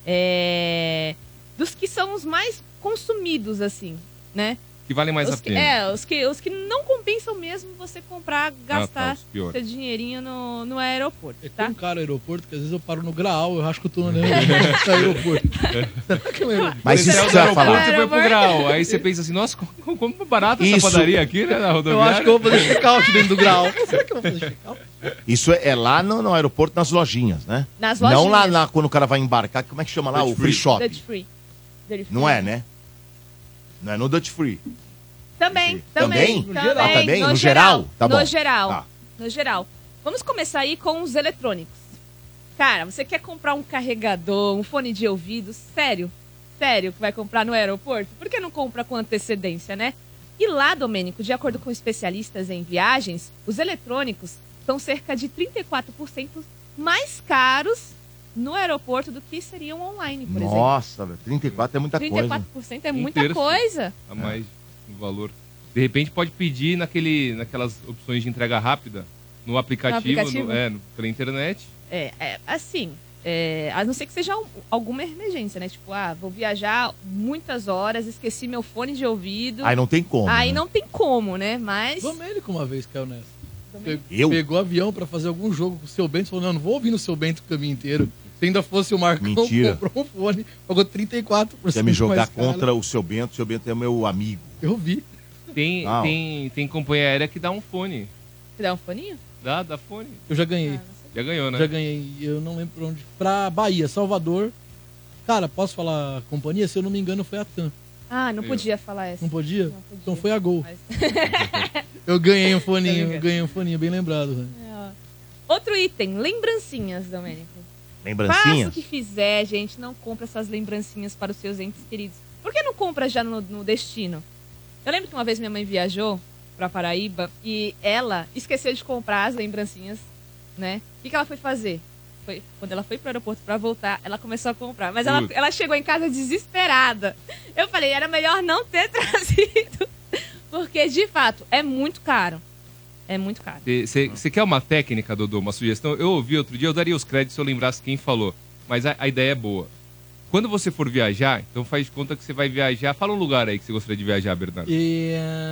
é, dos que são os mais consumidos, assim, né? Que vale mais os a que, pena. é, os que, os que não compensam mesmo você comprar, gastar tá, os piores. seu dinheirinho no, no aeroporto, É tá? tão caro o aeroporto que às vezes eu paro no Graal, eu acho que eu tô né, no aeroporto. Será que é um aeroporto? Mas Você isso saiu que do você vai falar. aeroporto e foi pro grau. Aí você pensa assim, nossa, como, como barato essa Isso. padaria aqui, né, na Eu rodoviária. acho que eu vou fazer check-out dentro do Graal. Será que eu vou fazer check-out? Isso é, é lá no, no aeroporto, nas lojinhas, né? Nas Não lojinhas. lá, lá quando o cara vai embarcar, como é que chama lá? Duty o free free. shop. Dutch free. Duty free. Não é, né? Não é no Dutch Free. Também, Também? também. No geral? Ah, também? No geral? Tá bom. No geral. Tá. No geral. Vamos começar aí com os eletrônicos. Cara, você quer comprar um carregador, um fone de ouvido? Sério? Sério que vai comprar no aeroporto? Por que não compra com antecedência, né? E lá, Domênico, de acordo com especialistas em viagens, os eletrônicos são cerca de trinta e quatro por cento mais caros no aeroporto do que seriam online, por exemplo. Nossa, velho, trinta e quatro é muita trinta e quatro coisa. por cento é Um muita terço. coisa. A mais no valor. De repente pode pedir naquele, naquelas opções de entrega rápida, no aplicativo, No aplicativo? no- é, no- pela internet. É, é, assim, é, a não ser que seja um- alguma emergência, né? Tipo, ah, vou viajar muitas horas, esqueci meu fone de ouvido. Aí não tem como. Aí né? não tem como, né? Mas. Domênico uma vez caiu nessa. Pe- Eu? Pegou avião pra fazer algum jogo com o seu Bento e falou: não, não vou ouvir no seu Bento o caminho inteiro. Se ainda fosse o Marcão, Mentira. comprou um fone, pagou trinta e quatro por cento. Quer me jogar mais caro. contra o seu Bento, o seu Bento é meu amigo. Eu vi. Tem, Ah, ó. tem, tem companhia aérea que dá um fone. Você dá um foninho? Dá, dá fone. Eu já ganhei. Já ganhou, né? Já ganhei. Eu não lembro pra onde. Pra Bahia, Salvador. Cara, posso falar a companhia? Se eu não me engano, foi a TAM. Ah, não Eu. podia falar essa. Não podia? Não podia. Então foi a Gol. Mas- Eu ganhei um Tá foninho, ligado. eu ganhei um foninho, bem lembrado. Né? É, ó. Outro item, lembrancinhas, Domênico. Faça o Lembrancinhas? que fizer, gente, não compra essas lembrancinhas para os seus entes queridos. Por que não compra já no, no destino? Eu lembro que uma vez minha mãe viajou pra Paraíba e ela esqueceu de comprar as lembrancinhas, né? O que, que ela foi fazer? Foi, quando ela foi pro aeroporto pra voltar, ela começou a comprar. Mas ela, Putz. ela chegou em casa desesperada. Eu falei, era melhor não ter trazido. Porque, de fato, é muito caro. É muito caro. Você quer uma técnica, Dodô, uma sugestão? Eu ouvi outro dia, eu daria os créditos se eu lembrasse quem falou. Mas a, a ideia é boa. Quando você for viajar, então faz de conta que você vai viajar. Fala um lugar aí que você gostaria de viajar, Bernardo. E.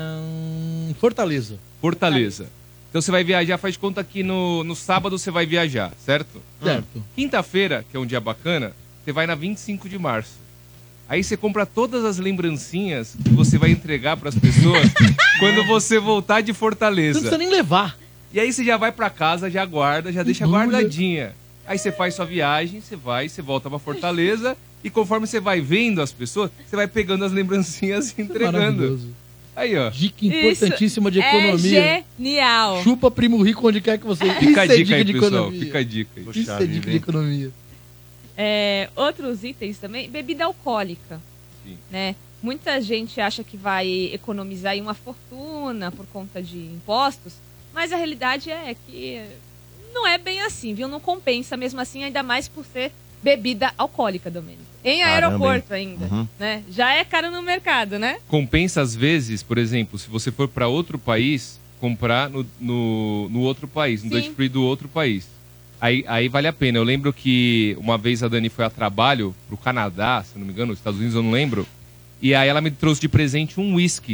hum, Fortaleza. Fortaleza. Então você vai viajar, faz de conta que no, no sábado você vai viajar, certo? Certo. Quinta-feira, que é um dia bacana, você vai na vinte e cinco de março. Aí você compra todas as lembrancinhas que você vai entregar para as pessoas quando você voltar de Você não Fortaleza. precisa nem levar. E aí você já vai pra casa, já guarda, já deixa Embrulha. guardadinha. Aí você faz sua viagem, você vai, você volta pra Fortaleza e conforme você vai vendo as pessoas, você vai pegando as lembrancinhas e entregando. Maravilhoso. Aí, ó. Dica importantíssima de É economia. genial. Chupa primo rico onde quer que você. Fica a Isso é dica aí, de pessoal. economia. Fica a dica aí. Isso é dica de economia. É, outros itens também, bebida alcoólica. Sim. Né? Muita gente acha que vai economizar aí uma fortuna por conta de impostos, mas a realidade é que não é bem assim, viu? Não compensa mesmo assim, ainda mais por ser bebida alcoólica, Domênico. Em Caramba, aeroporto hein? ainda, Uhum. né? Já é caro no mercado, né? Compensa às vezes, por exemplo, se você for pra outro país, comprar no, no, no outro país, no Sim. Duty Free do outro país. Aí, aí vale a pena. Eu lembro que uma vez a Dani foi a trabalho pro Canadá, se não me engano, nos Estados Unidos, eu não lembro. E aí ela me trouxe de presente um whisky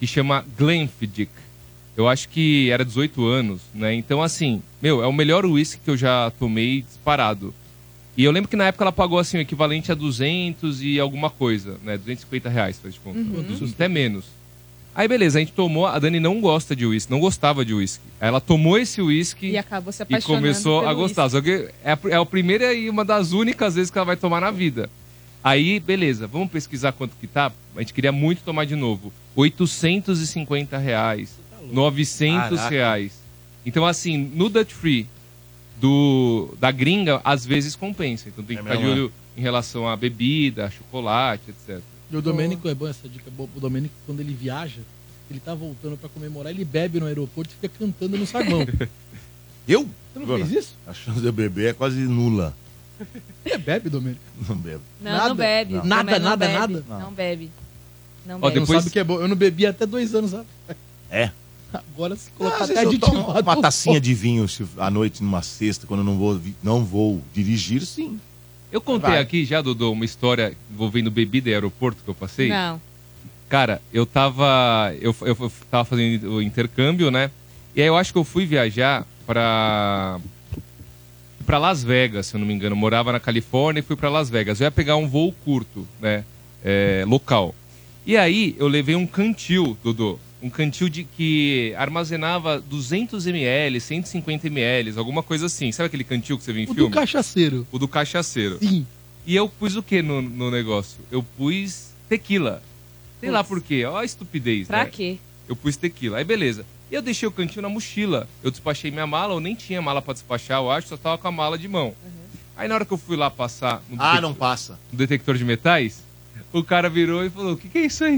que chama Glenfiddich. Eu acho que era dezoito anos, né? Então, assim, meu, é o melhor uísque que eu já tomei disparado. E eu lembro que na época ela pagou, assim, o equivalente a duzentos e alguma coisa, né? duzentos e cinquenta reais, faz de conta. Uhum. Até menos. Aí, beleza, a gente tomou... A Dani não gosta de uísque, não gostava de uísque. Aí ela tomou esse uísque E acabou se e apaixonando começou a pelo gostar. Só que é a, é a primeira e uma das únicas vezes que ela vai tomar na vida. Aí, beleza, vamos pesquisar quanto que tá? A gente queria muito tomar de novo. oitocentos e cinquenta reais. novecentos reais. Então, assim, no Dutch Free do, da gringa, às vezes compensa. Então tem que É ficar de mesmo, olho em relação a bebida, chocolate, etcétera. E o Domênico, é bom essa dica, é boa pro Domênico, quando ele viaja, ele tá voltando pra comemorar, ele bebe no aeroporto e fica cantando no saguão. Eu? Você não Agora, fez isso? A chance de eu beber é quase nula. Você bebe, Domênico? Não bebo. Não, Nada? não bebe. Não. Também Nada, não nada, bebe. nada? Não, Não. bebe. Não Ó, bebe. Não depois- sabe o que é bom. Eu não bebi até dois anos atrás. É? Agora se Ah, colocar às até vezes eu tomo aditivado. uma tacinha de vinho se- à noite numa sexta, quando eu não vou, vi- não vou dirigir, sim. Eu contei Vai. aqui já, Dodô, uma história envolvendo bebida e aeroporto que eu passei. Não. Cara, eu tava. Eu, eu, eu tava fazendo o intercâmbio, né? E aí eu acho que eu fui viajar pra. pra Las Vegas, se eu não me engano. Eu morava na Califórnia e fui pra Las Vegas. Eu ia pegar um voo curto, né? É, local. E aí eu levei um cantil, Dodô. Um cantil de que armazenava duzentos mililitros, cento e cinquenta mililitros, alguma coisa assim. Sabe aquele cantil que você vê em O do filme? cachaceiro. O do cachaceiro. Sim. E eu pus o que no, no negócio? Eu pus tequila. Sei lá Putz. por quê. Ó a estupidez, Pra né? quê? Eu pus tequila. Aí beleza. E eu deixei o cantil na mochila. Eu despachei minha mala, eu nem tinha mala pra despachar, eu acho, só tava com a mala de mão. Aí na hora que eu fui lá passar no, Ah, detec- não passa. no detector de metais, o cara virou e falou, o que, que é isso aí?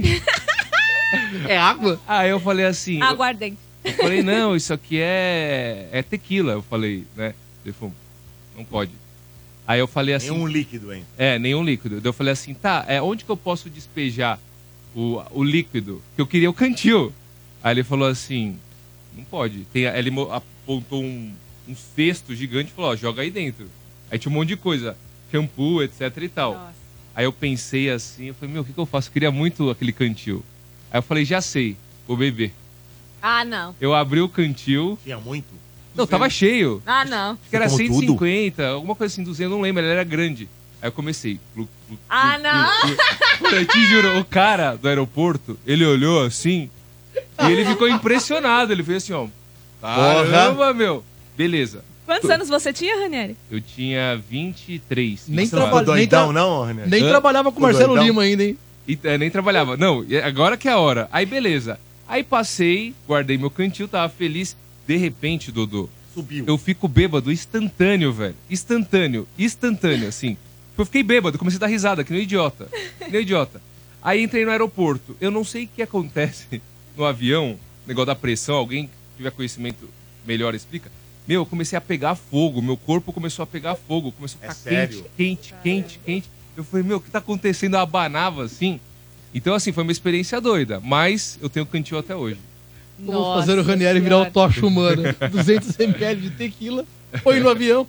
É água? Aí eu falei assim... eu- Aguardem. Eu falei, não, isso aqui é, é tequila. Eu falei, né? Ele falou, não pode. Aí eu falei assim... Nenhum líquido, hein? É, nenhum líquido. Daí eu falei assim, tá, é, onde que eu posso despejar o, o líquido? Que eu queria o cantil. Aí ele falou assim, não pode. Tem, ele mo- apontou um, um cesto gigante e falou, ó, joga aí dentro. Aí tinha um monte de coisa, shampoo, etc e tal. Nossa. Aí eu pensei assim, eu falei, meu, o que, que eu faço? Eu queria muito aquele cantil. Aí eu falei, já sei, vou beber. Ah, não. Eu abri o cantil, Tinha muito. não, tava cheio. Ah, não. Acho que era Como cento e cinquenta, alguma coisa assim, duzentos, eu não lembro, ele era grande. Aí eu comecei. Glu, glu, Ah, glu, não. glu, glu. Eu te juro, o cara do aeroporto, ele olhou assim e ele ficou impressionado. Ele fez assim, ó. Caramba, meu. Beleza. Quantos anos você tinha, Ranieri? Eu tinha vinte e três. Nem vinte e quatro. trabalha- nem Doidão, tra- não, René? Nem Hã? trabalhava com o Ô, Marcelo doidão. Lima ainda, hein? E, é, nem trabalhava. Não, e agora que é a hora. Aí beleza. Aí passei, guardei meu cantil, tava feliz. De repente, Dodô, Subiu. eu fico bêbado instantâneo, velho. Instantâneo, instantâneo, assim. Eu fiquei bêbado, comecei a dar risada, que nem um idiota. Que nem um idiota. Aí entrei no aeroporto. Eu não sei o que acontece no avião, negócio da pressão, alguém que tiver conhecimento melhor explica. Meu, eu comecei a pegar fogo, meu corpo começou a pegar fogo, começou a É ficar sério? quente, quente, quente, quente. Eu falei, meu, o que tá acontecendo? Eu abanava assim. Então, assim, foi uma experiência doida, mas eu tenho cantil até hoje. Vamos fazer o Ranieri virar o Tocha Humana. duzentos mililitros de tequila, põe no avião.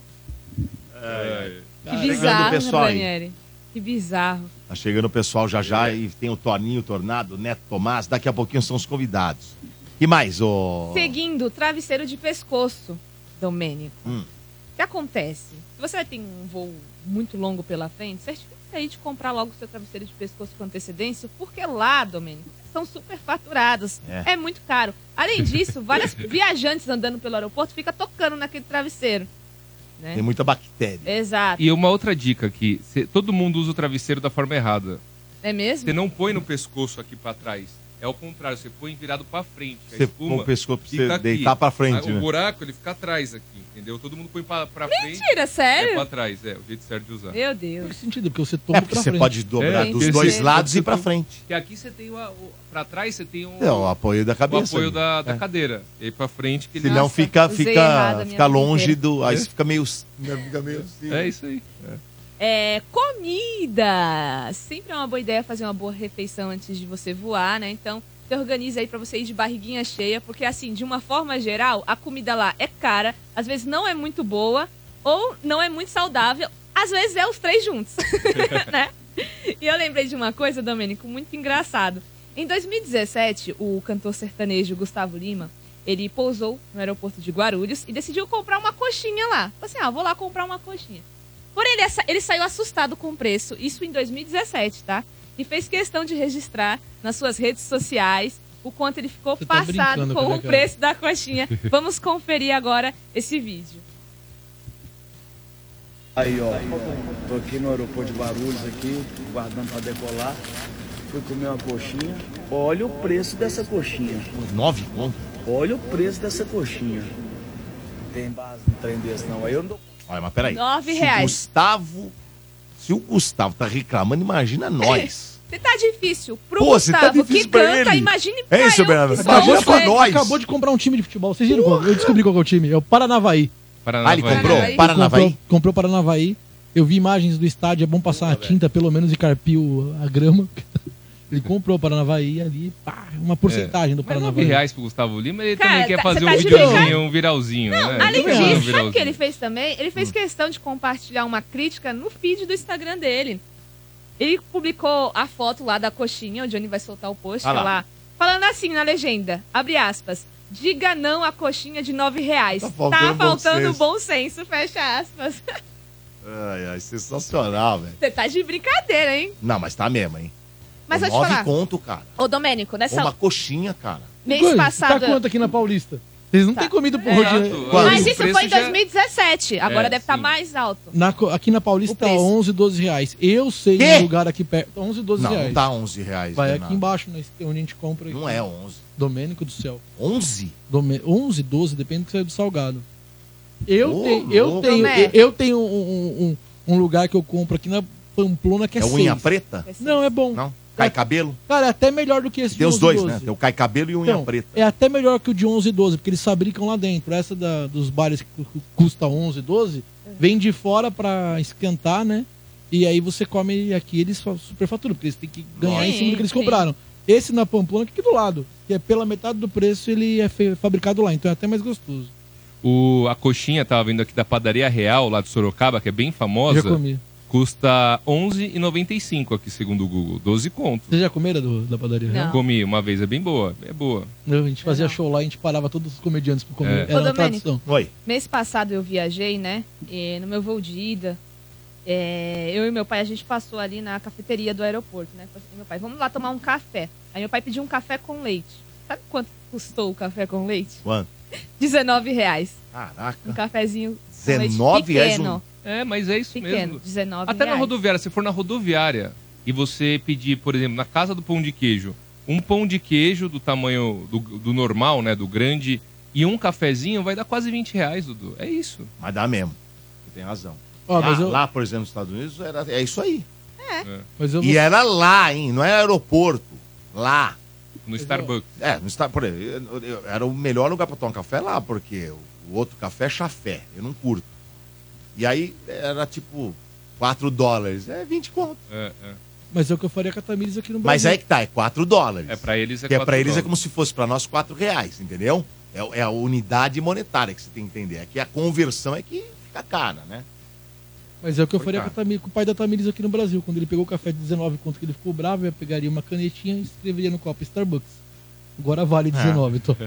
Que Chegando bizarro, o pessoal aí. Ranieri. Que bizarro. Tá chegando o pessoal já já e tem o Toninho, o Tornado, o Neto Tomás. Daqui a pouquinho são os convidados. E mais, ô... Seguindo, travesseiro de pescoço, Domênico. Hum. O que acontece? Se você vai ter um voo muito longo pela frente, certifica aí de comprar logo o seu travesseiro de pescoço com antecedência, porque lá, Domênico, são super faturados. É. É, muito caro. Além disso, várias viajantes andando pelo aeroporto ficam tocando naquele travesseiro. Né? Tem muita bactéria. Exato. E uma outra dica aqui, cê- todo mundo usa o travesseiro da forma errada. É mesmo? Você não põe no pescoço aqui pra trás. É o contrário, você põe virado pra frente. A Você espuma põe o pescoço pra fica você aqui. deitar pra frente, Ah, né? O buraco, ele fica atrás aqui, entendeu? Todo mundo põe pra, pra frente. Mentira, É sério? pra trás, é. O jeito certo de usar. Meu Deus. Faz sentido, porque você toma É, porque pra você frente. pode dobrar É, dos tem dois que ser. lados e ir pra frente. Porque aqui você tem o... o pra trás você tem um... É, o apoio da o cabeça. apoio ali. da, da É. cadeira. E aí pra frente que ele... Senão Nossa, fica, usei fica, errado a minha fica vida longe inteira. do... Aí você fica meio... Fica meio assim. É isso aí. É, comida! Sempre é uma boa ideia fazer uma boa refeição antes de você voar, né? Então, se organiza aí pra você ir de barriguinha cheia, porque assim, de uma forma geral, a comida lá é cara, às vezes não é muito boa, ou não é muito saudável, às vezes é os três juntos, né? E eu lembrei de uma coisa, Domênico, muito engraçado. Em dois mil e dezessete, o cantor sertanejo Gustavo Lima, ele pousou no aeroporto de Guarulhos e decidiu comprar uma coxinha lá. Falei assim, ah, vou lá comprar uma coxinha. Porém, ele, ele saiu assustado com o preço, isso em dois mil e dezessete, tá? E fez questão de registrar nas suas redes sociais o quanto ele ficou Você tá passado brincando, com cara, o cara. preço da coxinha. Vamos conferir agora esse vídeo. Aí, ó, tô aqui no aeroporto de Guarulhos, aqui, guardando pra decolar. Fui comer uma coxinha. Olha o preço dessa coxinha. Nove conto. Olha o preço dessa coxinha. Não tem base no trem desse, não. Aí eu não dou. Olha, mas peraí. Nove Se reais. o Gustavo... Se o Gustavo tá reclamando, imagina nós. Se tá difícil pro Pô, se tá Gustavo, difícil que pra canta, ele. imagine É pra isso, eu, Bernardo. que sou Imagina você. pra nós. Acabou de comprar um time de futebol. Vocês viram qual? Eu descobri qual que é o time. É o Paranavaí. Paranavaí. Ah, ele comprou? Paranavaí. Paranavaí? Comprou, comprou Paranavaí. Eu vi imagens do estádio. É bom passar uma tinta, pelo menos, e carpir o- a grama. Ele comprou o Paranavaí ali. Pá, uma porcentagem do Mas nove Paranavaí. reais pro Gustavo Lima, ele Cara, também quer tá- fazer você um tá de videozinho, brincadeira? um viralzinho, Não, né? além Ele quer fazer um disso, sabe o que viralzinho. ele fez também? Ele fez questão de compartilhar uma crítica no feed do Instagram dele. Ele publicou a foto lá da coxinha, o Johnny vai soltar o post Ah lá. lá, falando assim na legenda, abre aspas, diga não à coxinha de nove reais. Tá Tá faltando faltando, bom bom, senso. fecha aspas. Ai, ai, sensacional, velho. Você tá de brincadeira, hein? Não, mas tá mesmo, hein? Mas Pô, vou te nove falar. conto, cara. Ô, Domênico, nessa Uma coxinha, cara. mês Coisa, passado... Tá quanto aqui na Paulista? Vocês não Tá. têm comido por É, hoje. exato. né? Quanto? Mas O isso preço foi em já- dois mil e dezessete, agora É, deve estar sim. mais alto. Na co- aqui na Paulista O tá preço. onze, doze reais. Eu sei Quê? um lugar aqui perto. onze, doze Não, reais. não tá onze reais. Vai Bernardo. aqui embaixo, né, onde a gente compra. Não é onze. Domênico do céu. onze? Dome... onze, doze, depende do que sai do salgado. Eu Ô, tenho, eu louco. tenho, Domé. eu, eu tenho um, um, um- um lugar que eu compro aqui na Pamplona que é, É unha seis. preta? Não, é bom. Não? Cai É- cabelo? Cara, é até melhor do que esse Tem de os dois, onze, né? doze. Tem o cai cabelo e unha Então, preta. é até melhor que o de onze e doze, porque eles fabricam lá dentro. Essa da, dos bares que cu- custa onze, doze, vem de fora pra esquentar, né? E aí você come aqui, eles fa- superfaturam, porque eles têm que ganhar em Sim, cima do que eles sim. compraram. Esse na Pamplona, que aqui do lado, que é pela metade do preço, ele é fe- fabricado lá, então é até mais gostoso. O, a coxinha, tava vindo aqui da Padaria Real, lá de Sorocaba, que é bem famosa. Já comi. Custa onze reais e noventa e cinco aqui, segundo o Google. doze conto. Vocês já comeram do- da padaria? Não. Comi uma vez, é bem boa. É boa. Não, a gente fazia não. show lá, a gente parava todos os comediantes pra comer. É. Era Ô, uma Domênico. tradição. Oi. Mês passado eu viajei, né? E no meu voo de ida, é, eu e meu pai, a gente passou ali na cafeteria do aeroporto, né? Falei assim, meu pai, vamos lá tomar um café. Aí meu pai pediu um café com leite. Sabe quanto custou o café com leite? Quanto? dezenove reais. Caraca. Um cafezinho com leite dezenove reais pequeno. um- É, mas é isso Pequeno, mesmo. dezenove Até na reais. rodoviária, se for na rodoviária e você pedir, por exemplo, na casa do pão de queijo, um pão de queijo do tamanho do, do normal, né, do grande, e um cafezinho, vai dar quase vinte reais, Dudu. É isso. Mas dá mesmo. Você tem razão. Ó, lá, mas eu- lá, por exemplo, nos Estados Unidos, era, é isso aí. Mas eu E vou- era lá, hein? Não é aeroporto. Lá. No Starbucks. É, no Star, por exemplo, eu- eu- era o melhor lugar pra tomar café lá, porque o, o outro café é chafé. Eu não curto. E aí era tipo quatro dólares. É vinte conto. É, é. Mas é o que eu faria com a Tamires aqui no Brasil. Mas aí que tá, é quatro dólares. É, pra eles é Que é quatro pra eles é dólares. como se fosse pra nós quatro reais, entendeu? É, é a unidade monetária que você tem que entender. É que a conversão é que fica cara, né? Mas é o que eu faria com, Coitado. a Tamires, com o pai da Tamires aqui no Brasil. Quando ele pegou o café de dezenove conto que ele ficou bravo, eu pegaria uma canetinha e escreveria no copo Starbucks. Agora vale dezenove, tô.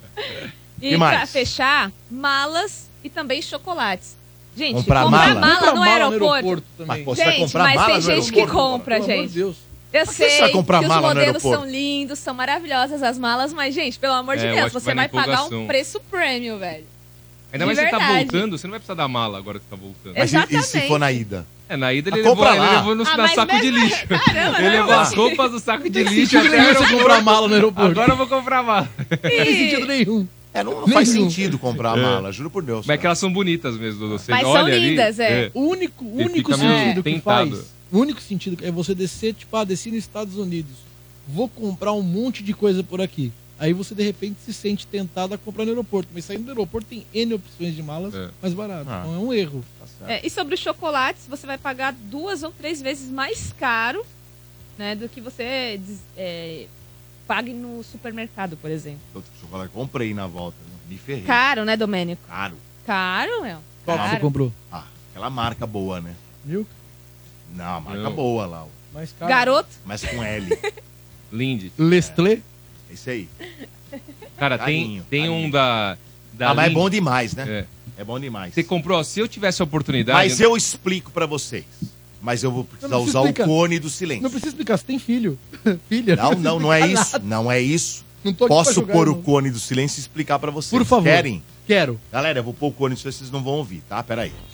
E Que pra mais? fechar, malas e também chocolates. Gente, Comprar comprar mala? mala, Compra no mala aeroporto. Mas, também. pô, você vai Gente, comprar mas mala tem no gente que aeroporto? compra, Pelo amor gente. de Deus. Eu que sei você vai comprar que mala os no modelos aeroporto? são lindos, são maravilhosas as malas, mas, gente, pelo amor de É, eu Deus, acho que você vai na vai pagar empolgação. um preço premium, velho. Ainda De mais você tá verdade. voltando, você não vai precisar da mala agora que tá voltando. Mas e- e, se Exatamente. for na ida? É, na ida ele Ah, levou, compra ele lá. levou no Ah, na mas saco de mesmo- lixo. Caramba, ele não, levou as gente. roupas do saco de lixo Sentido até o nenhum você aeroporto. comprar mala no aeroporto. Agora eu vou comprar mala. Não tem sentido nenhum. É, não, não faz Nenhum. sentido comprar a mala, juro por Deus. Mas é que cara. elas são bonitas mesmo, Dudu. Você Mas são olha ali, lindas, é. O único, o Ele único fica meio sentido que tentado. faz, o único sentido é você descer, tipo, ah, desci nos Estados Unidos. Vou comprar um monte de coisa por aqui. Aí você, de repente, se sente tentado a comprar no aeroporto. Mas saindo do aeroporto tem N opções de malas É. mais barato. Ah. Então é um erro. Tá certo. É, e sobre os chocolates, você vai pagar duas ou três vezes mais caro, né, do que você des- é, pague no supermercado, por exemplo. Outro chocolate que eu comprei na volta, né? Me ferrei. Caro, né, Domênico? Caro. Caro, meu. Qual que você Caro. comprou? Ah, aquela marca boa, né? Viu? Não, a marca Não. boa lá. ó. Mais caro. Garoto? Mas com L. Lindt. Lestlé? É isso aí. Cara, tem, Carinho, tem carinho. um da... da Ah, mas é Lindt. bom demais, né? É. É bom demais. Você comprou, se eu tivesse a oportunidade... Mas eu explico pra vocês. Mas eu vou precisar Não precisa usar explicar. o cone do silêncio. Não precisa explicar, você tem filho. Filha. Não, precisa não, não é explicar isso. nada. Não é isso. Não tô aqui pra Posso julgar, pôr não. o cone do silêncio e explicar pra vocês. Por favor. Querem? Quero. Galera, eu vou pôr o cone do silêncio, vocês não vão ouvir, tá? Pera aí.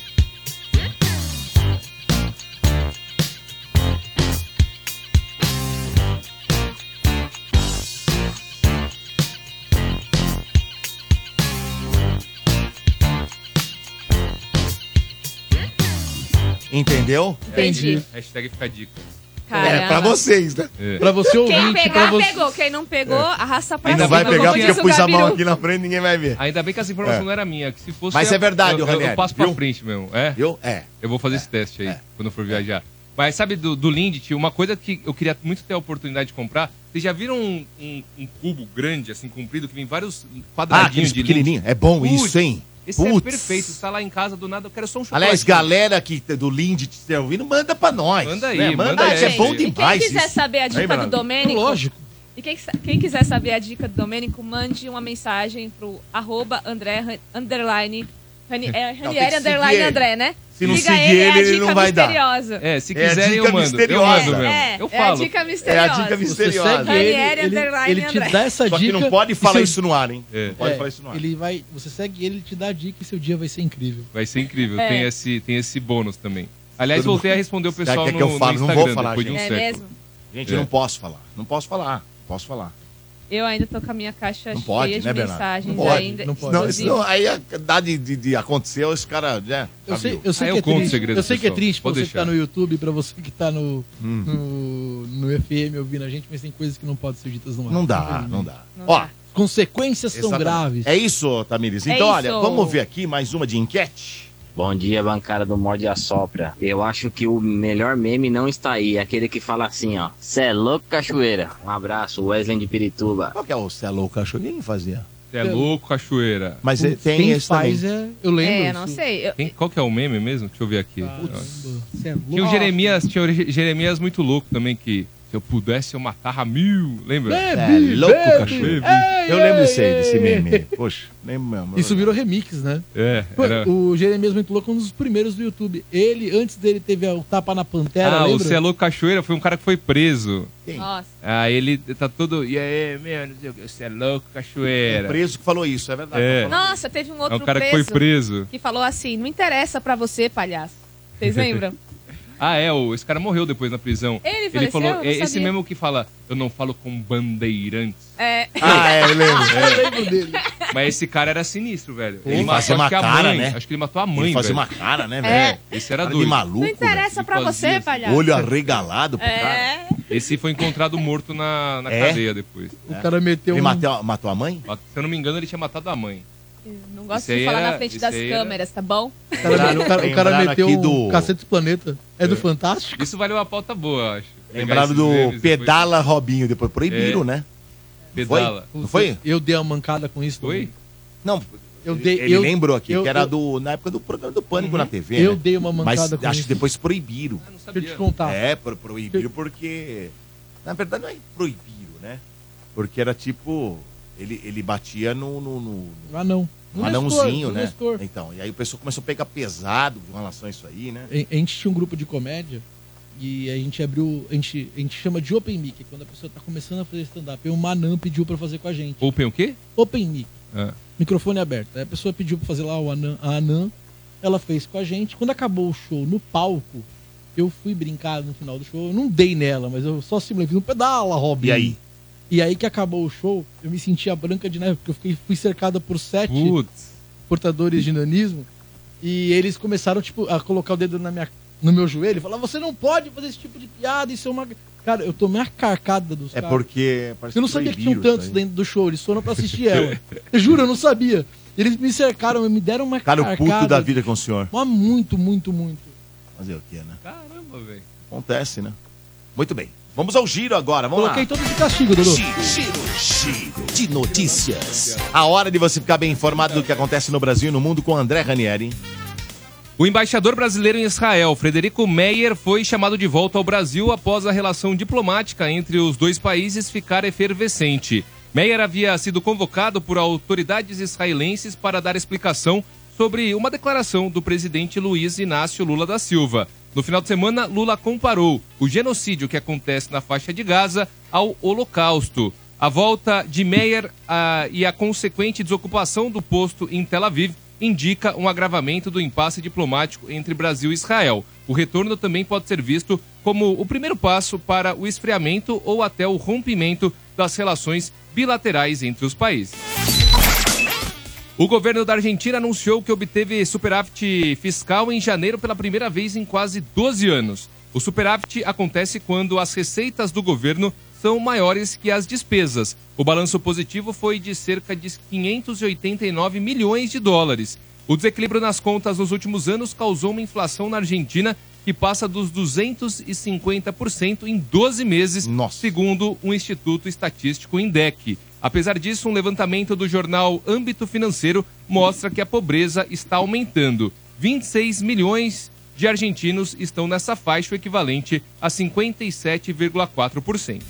Entendeu? Entendi. Hashtag fica a dica. Caramba. É pra vocês, né? É. Pra você Quem ouvinte, pra pegar, você... pegou. Quem não pegou, arrasta pra Ainda cima. vai pegar como porque diz eu o pus a mão Gabiru. aqui na frente e ninguém vai ver. Ainda bem que essa informação É. não era minha. Que se fosse, Mas é verdade, eu, eu, Ranieri, eu passo pra viu? frente mesmo. É? Viu? É. Eu vou fazer esse teste aí, quando eu for viajar. Mas sabe, do, do Lindt, uma coisa que eu queria muito ter a oportunidade de comprar, vocês já viram um, um, um cubo grande, assim, comprido, que vem vários Ah, quadradinhos aqueles de Lindt? pequenininhos. É bom Putz, isso, hein? Esse é Putz. perfeito. Você tá lá em casa, do nada, eu quero só um chocolate. Aliás, galera que do Lindt que estiver ouvindo, manda pra nós. Manda aí, né? manda aí, aí. que é bom E quem demais quiser isso. saber a Aí, dica do Bernardo? Domênico... Lógico. E quem, quem quiser saber a dica do Domênico, mande uma mensagem pro arroba André, underline, Rani, é, tem Ranieri, que underline seguir ele. André, né? Se não Siga seguir ele, é a ele, ele dica não vai dar. misteriosa. É, se É a quiserem dica eu mando. misteriosa. Eu mando mesmo. É, eu é falo. a dica É a misteriosa. dica Você misteriosa. segue ele, Ranieri, ele, underline, ele te André. dá essa Só dica... que não pode e falar seu- isso no ar, hein? É. Não pode É, falar isso no ar. ele vai, você segue ele, ele te dá a dica e seu dia vai ser incrível. Vai ser incrível. É. Tem, esse, tem esse bônus também. Aliás, Todo voltei mundo- a responder o Será pessoal que é no, que eu no falo? Não vou Instagram, falar, depois de um É gente. século. mesmo? Gente, É. eu não posso falar. Não posso falar. Posso falar. Eu ainda tô com a minha caixa Não cheia pode, de né, Bernardo? mensagens Não pode, ainda. não pode. Não, Inclusive, senão aí a dá de, de, de acontecer, os caras, né? Eu já sei, viu. eu sei Ah, que eu é conto o triste. segredo, Eu sei que é pessoal. triste pra Pode você que tá deixar. no YouTube, pra você que tá no, Hum. no, no F M ouvindo a gente, mas tem coisas que não podem ser ditas no ar. Não dá, infelizmente. não dá. Não Ó, dá. Consequências são exatamente. graves. É isso, Tamires. É Então, olha, isso. vamos ver aqui mais uma de enquete. Bom dia, bancada do Morde e Assopra. Eu acho que o melhor meme não está aí. É aquele que fala assim, ó. Cê é louco, cachoeira. Um abraço, Wesley de Pirituba. Qual que é o Cê é louco, cachorro? Quem fazia? Você é louco, cachoeira. Mas é- tem Quem esse faz também. é... Eu lembro. É, não isso. sei. Eu- Quem- qual que é o meme mesmo? Deixa eu ver aqui. Caramba, cê é louco. Tinha o Jeremias, tinha o Re- Jeremias muito louco também, que se eu pudesse eu matava mil, lembra? É Bebe, louco, bebe. cachorro. Ei, Eu lembro desse aí, ei, desse ei. meme. Poxa, lembro mesmo. Isso virou remix, né? É, Pô, era... O Jeremias Muito Louco é um dos primeiros do YouTube. Ele, antes dele, teve o Tapa na Pantera, Ah, o lembra? Cê é louco, cachoeira foi um cara que foi preso. Quem? Nossa. Aí ele tá todo... E aí, meu, não sei o que, você é louco, O cachoeira. preso que falou isso, é verdade. É. Tá falando. Nossa, teve um É outro um cara que preso foi preso. que falou assim, não interessa pra você, palhaço. Vocês lembram? Ah, é, o, esse cara morreu depois na prisão. Ele faleceu? falou, Eu não é, esse sabia. mesmo que fala, eu não falo com bandeirantes. É. Ah, é, eu lembro. Eu lembro dele. Mas esse cara era sinistro, velho. Ele matou, fazia acho uma que a cara, mãe, né? Acho que ele matou a mãe, Ele fazia velho. uma cara, né, É. velho? Esse era Cara doido. de maluco, Não interessa Ele pra fazia você, assim, palhaço. Olho arregalado pro cara. É. Esse foi encontrado morto na, na É? cadeia depois. O cara meteu Ele um... matou, matou a mãe? Se eu não me engano, ele tinha matado a mãe. Não gosto Esse aí de falar era- na frente esse das aí era- câmeras, tá bom? O cara, o cara- o cara Lembraram meteu aqui um do- Cacete do Planeta. É do Fantástico? Isso valeu a pauta boa, eu acho. Pegar Lembraram esses do memes depois- Pedala Robinho, depois proibiram, É. né? Pedala. Não foi? Eu dei uma mancada com isso. Foi? Não, Eu ele- dei- ele eu- lembrou aqui, eu- que era eu- do, na época do programa do Pânico na T V, Eu né? dei uma Mas mancada com acho isso. que depois proibiram. Ah, não Deixa eu sabia. te contar. É, pro, proibiram porque... Na verdade não é proibiram, né? Porque era tipo... Ele, ele batia no... no, no Ah, não. no No anãozinho, Nestor, no né? Nestor. Então, e aí o pessoal começou a pegar pesado com relação a isso aí, né? A a gente tinha um grupo de comédia e a gente abriu... A gente, a gente chama de Open Mic, quando a pessoa tá começando a fazer stand-up. E o Manan pediu pra fazer com a gente. Open o quê? Open Mic. Ah. Microfone aberto. Aí a pessoa pediu pra fazer lá o Anã, a Anã, ela fez com a gente. Quando acabou o show no palco, eu fui brincar no final do show. Eu não dei nela, mas eu só simplesmente fiz um pedala, Robin. E aí? E aí que acabou o show, eu me senti a Branca de Neve, porque eu fiquei, fui cercada por sete Putz. portadores de nanismo. E eles começaram, tipo, a colocar o dedo na minha, no meu joelho e falar, você não pode fazer esse tipo de piada, isso é uma... Cara, eu tomei a carcada dos É caras. porque... parece Eu não que sabia que tinham proibiram tantos isso aí. dentro do show, eles foram pra assistir ela. Eu juro, eu não sabia. Eles me cercaram, me deram uma Cara, o carcada. puto da vida com o senhor. Mas muito, muito, muito. Fazer o quê, né? Caramba, velho. Acontece, né? Muito bem. Vamos ao giro agora, vamos Coloquei lá. todo de castigo, Dodô. Giro, giro, giro de notícias. A hora de você ficar bem informado do que acontece no Brasil e no mundo com André Ranieri. O embaixador brasileiro em Israel, Frederico Meyer, foi chamado de volta ao Brasil após a relação diplomática entre os dois países ficar efervescente. Meyer havia sido convocado por autoridades israelenses para dar explicação sobre uma declaração do presidente Luiz Inácio Lula da Silva. No final de semana, Lula comparou o genocídio que acontece na faixa de Gaza ao Holocausto. A volta de Meyer a, e a consequente desocupação do posto em Tel Aviv indica um agravamento do impasse diplomático entre Brasil e Israel. O retorno também pode ser visto como o primeiro passo para o esfriamento ou até o rompimento das relações bilaterais entre os países. O governo da Argentina anunciou que obteve superávit fiscal em janeiro pela primeira vez em quase doze anos. O superávit acontece quando as receitas do governo são maiores que as despesas. O balanço positivo foi de cerca de quinhentos e oitenta e nove milhões de dólares. O desequilíbrio nas contas nos últimos anos causou uma inflação na Argentina que passa dos duzentos e cinquenta por cento em doze meses, Nossa. segundo o Instituto Estatístico INDEC. Apesar disso, um levantamento do jornal Âmbito Financeiro mostra que a pobreza está aumentando. vinte e seis milhões de argentinos estão nessa faixa, o equivalente a cinquenta e sete vírgula quatro por cento.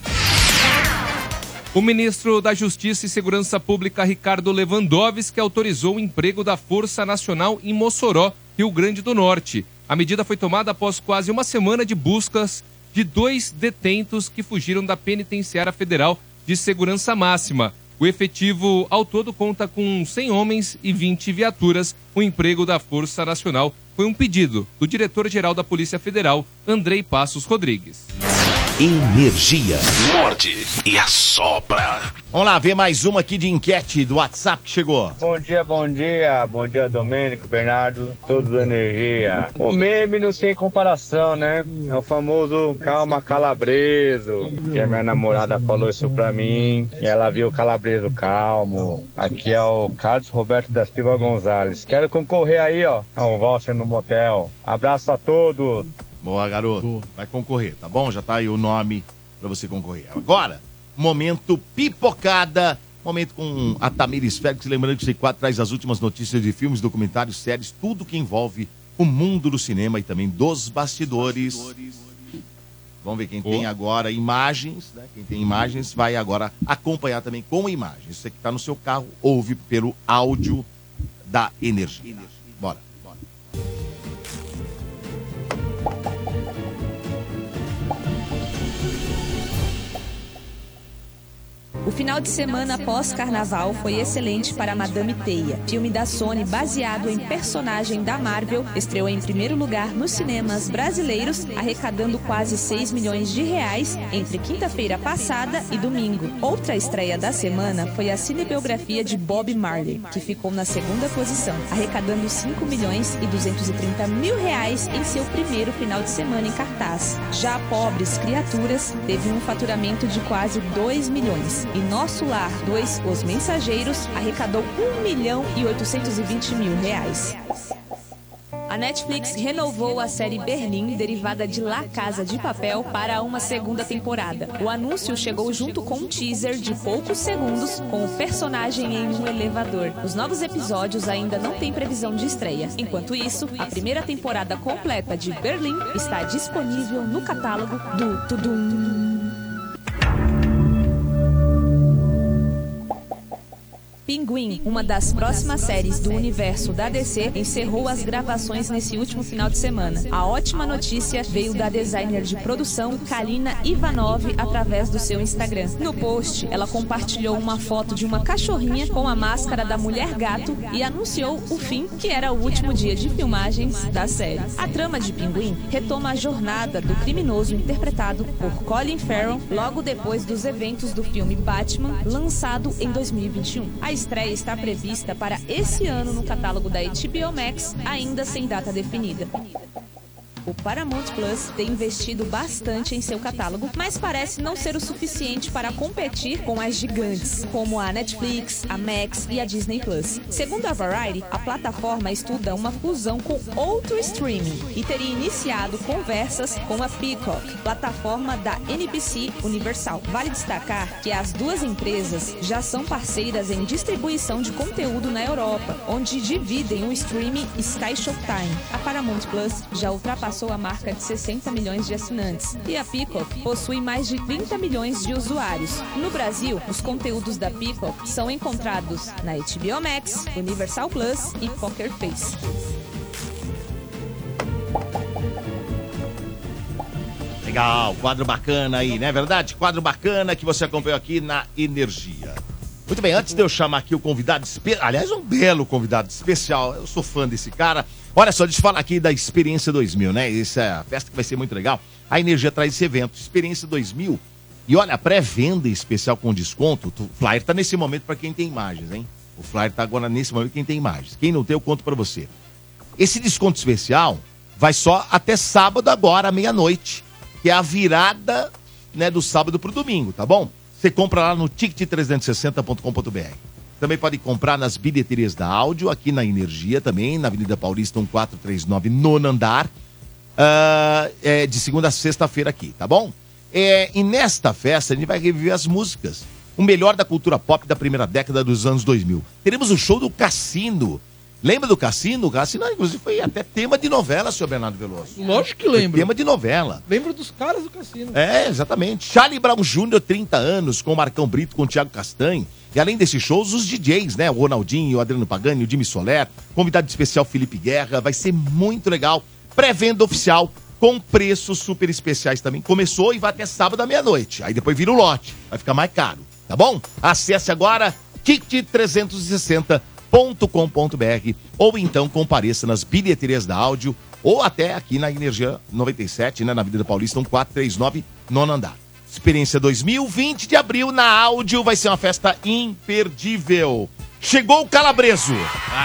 O ministro da Justiça e Segurança Pública, Ricardo Lewandowski, autorizou o emprego da Força Nacional em Mossoró, Rio Grande do Norte. A medida foi tomada após quase uma semana de buscas de dois detentos que fugiram da Penitenciária Federal de Segurança Máxima. O efetivo ao todo conta com cem homens e vinte viaturas. O emprego da Força Nacional foi um pedido do diretor-geral da Polícia Federal, Andrei Passos Rodrigues. Energia. Morde e assopra. Vamos lá, ver mais uma aqui de enquete do WhatsApp que chegou. Bom dia, bom dia. Bom dia, Domênico, Bernardo, todos da Energia. O meme não tem comparação, né? É o famoso calma calabreso, que a minha namorada falou isso pra mim, e ela viu o calabreso calmo. Aqui é o Carlos Roberto da Silva Gonzalez. Quero concorrer aí, ó, a um voucher no motel. Abraço a todos. Boa, garoto. Boa. Vai concorrer, tá bom? Já tá aí o nome pra você concorrer. Agora, momento pipocada. Momento com a Tamires Félix. Lembrando que o C quatro traz as últimas notícias de filmes, documentários, séries, tudo que envolve o mundo do cinema e também dos bastidores. Vamos ver quem oh. tem agora imagens, né? Quem tem imagens vai agora acompanhar também com imagens. Você que tá no seu carro, ouve pelo áudio da Energia. Bora. O final de semana pós-carnaval foi excelente para Madame Teia. Filme da Sony baseado em personagem da Marvel, estreou em primeiro lugar nos cinemas brasileiros, arrecadando quase seis milhões de reais entre quinta-feira passada e domingo. Outra estreia da semana foi a cinebiografia de Bob Marley, que ficou na segunda posição, arrecadando cinco milhões e duzentos e trinta mil reais em seu primeiro final de semana em cartaz. Já Pobres Criaturas teve um faturamento de quase dois milhões. E Nosso Lar dois, Os Mensageiros, arrecadou um milhão e oitocentos e vinte mil reais. A Netflix renovou a série Berlim, derivada de La Casa de Papel, para uma segunda temporada. O anúncio chegou junto com um teaser de poucos segundos com o personagem em um elevador. Os novos episódios ainda não têm previsão de estreia. Enquanto isso, a primeira temporada completa de Berlim está disponível no catálogo do Tudum. Pinguim, uma das próximas séries do universo da D C, encerrou as gravações nesse último final de semana. A ótima notícia veio da designer de produção Kalina Ivanov através do seu Instagram. No post, ela compartilhou uma foto de uma cachorrinha com a máscara da Mulher Gato e anunciou o fim, que era o último dia de filmagens da série. A trama de Pinguim retoma a jornada do criminoso interpretado por Colin Farrell logo depois dos eventos do filme Batman, lançado em dois mil e vinte e um. A estreia está prevista para esse ano no catálogo da H B O Max, ainda sem data definida. o Paramount Plus tem investido bastante em seu catálogo, mas parece não ser o suficiente para competir com as gigantes, como a Netflix, a Max e a Disney Plus. Segundo a Variety, a plataforma estuda uma fusão com outro streaming e teria iniciado conversas com a Peacock, plataforma da N B C Universal. Vale destacar que as duas empresas já são parceiras em distribuição de conteúdo na Europa, onde dividem o streaming Sky Showtime. A Paramount Plus já ultrapassou a marca de sessenta milhões de assinantes e a Peacock possui mais de trinta milhões de usuários. No Brasil, os conteúdos da Peacock são encontrados na H B O Max, Universal Plus e Poker Face. Legal, quadro bacana aí, não é verdade? Quadro bacana que você acompanhou aqui na Energia. Muito bem, antes de eu chamar aqui o convidado especial, aliás, um belo convidado especial, eu sou fã desse cara. Olha só, deixa eu falar aqui da Experiência dois mil, né? Essa é a festa que vai ser muito legal. A Energia traz esse evento, Experiência dois mil. E olha, a pré-venda especial com desconto, o flyer tá nesse momento para quem tem imagens, hein? O flyer tá agora nesse momento quem tem imagens. Quem não tem, eu conto para você. Esse desconto especial vai só até sábado agora, à meia-noite, que é a virada, né, do sábado pro domingo, tá bom? Você compra lá no ticket trezentos e sessenta ponto com ponto b r. Também pode comprar nas bilheterias da Áudio, aqui na Energia também, na Avenida Paulista mil quatrocentos e trinta e nove, nono andar, uh, é, de segunda a sexta-feira aqui, tá bom? É, e nesta festa a gente vai reviver as músicas, o melhor da cultura pop da primeira década dos anos dois mil. Teremos o show do Cassino. Lembra do Cassino? O Cassino, inclusive, foi até tema de novela, senhor Bernardo Veloso. Lógico que lembro. Foi tema de novela. Lembro dos caras do Cassino. É, exatamente. Charlie Brown Júnior, trinta anos, com o Marcão Brito, com o Thiago Castanho. E além desses shows, os D Js, né? O Ronaldinho, o Adriano Pagani, o Jimmy Soler. Convidado especial, Felipe Guerra. Vai ser muito legal. Pré-venda oficial, com preços super especiais também. Começou e vai até sábado à meia-noite. Aí depois vira o lote. Vai ficar mais caro, tá bom? Acesse agora ticket trezentos e sessenta ponto com ponto b r ou então compareça nas bilheterias da Áudio ou até aqui na Energia noventa e sete, né, na Avenida Paulista mil quatrocentos e trinta e nove, nono andar. Experiência dois mil, vinte de abril na Áudio, vai ser uma festa imperdível. Chegou o Calabreso.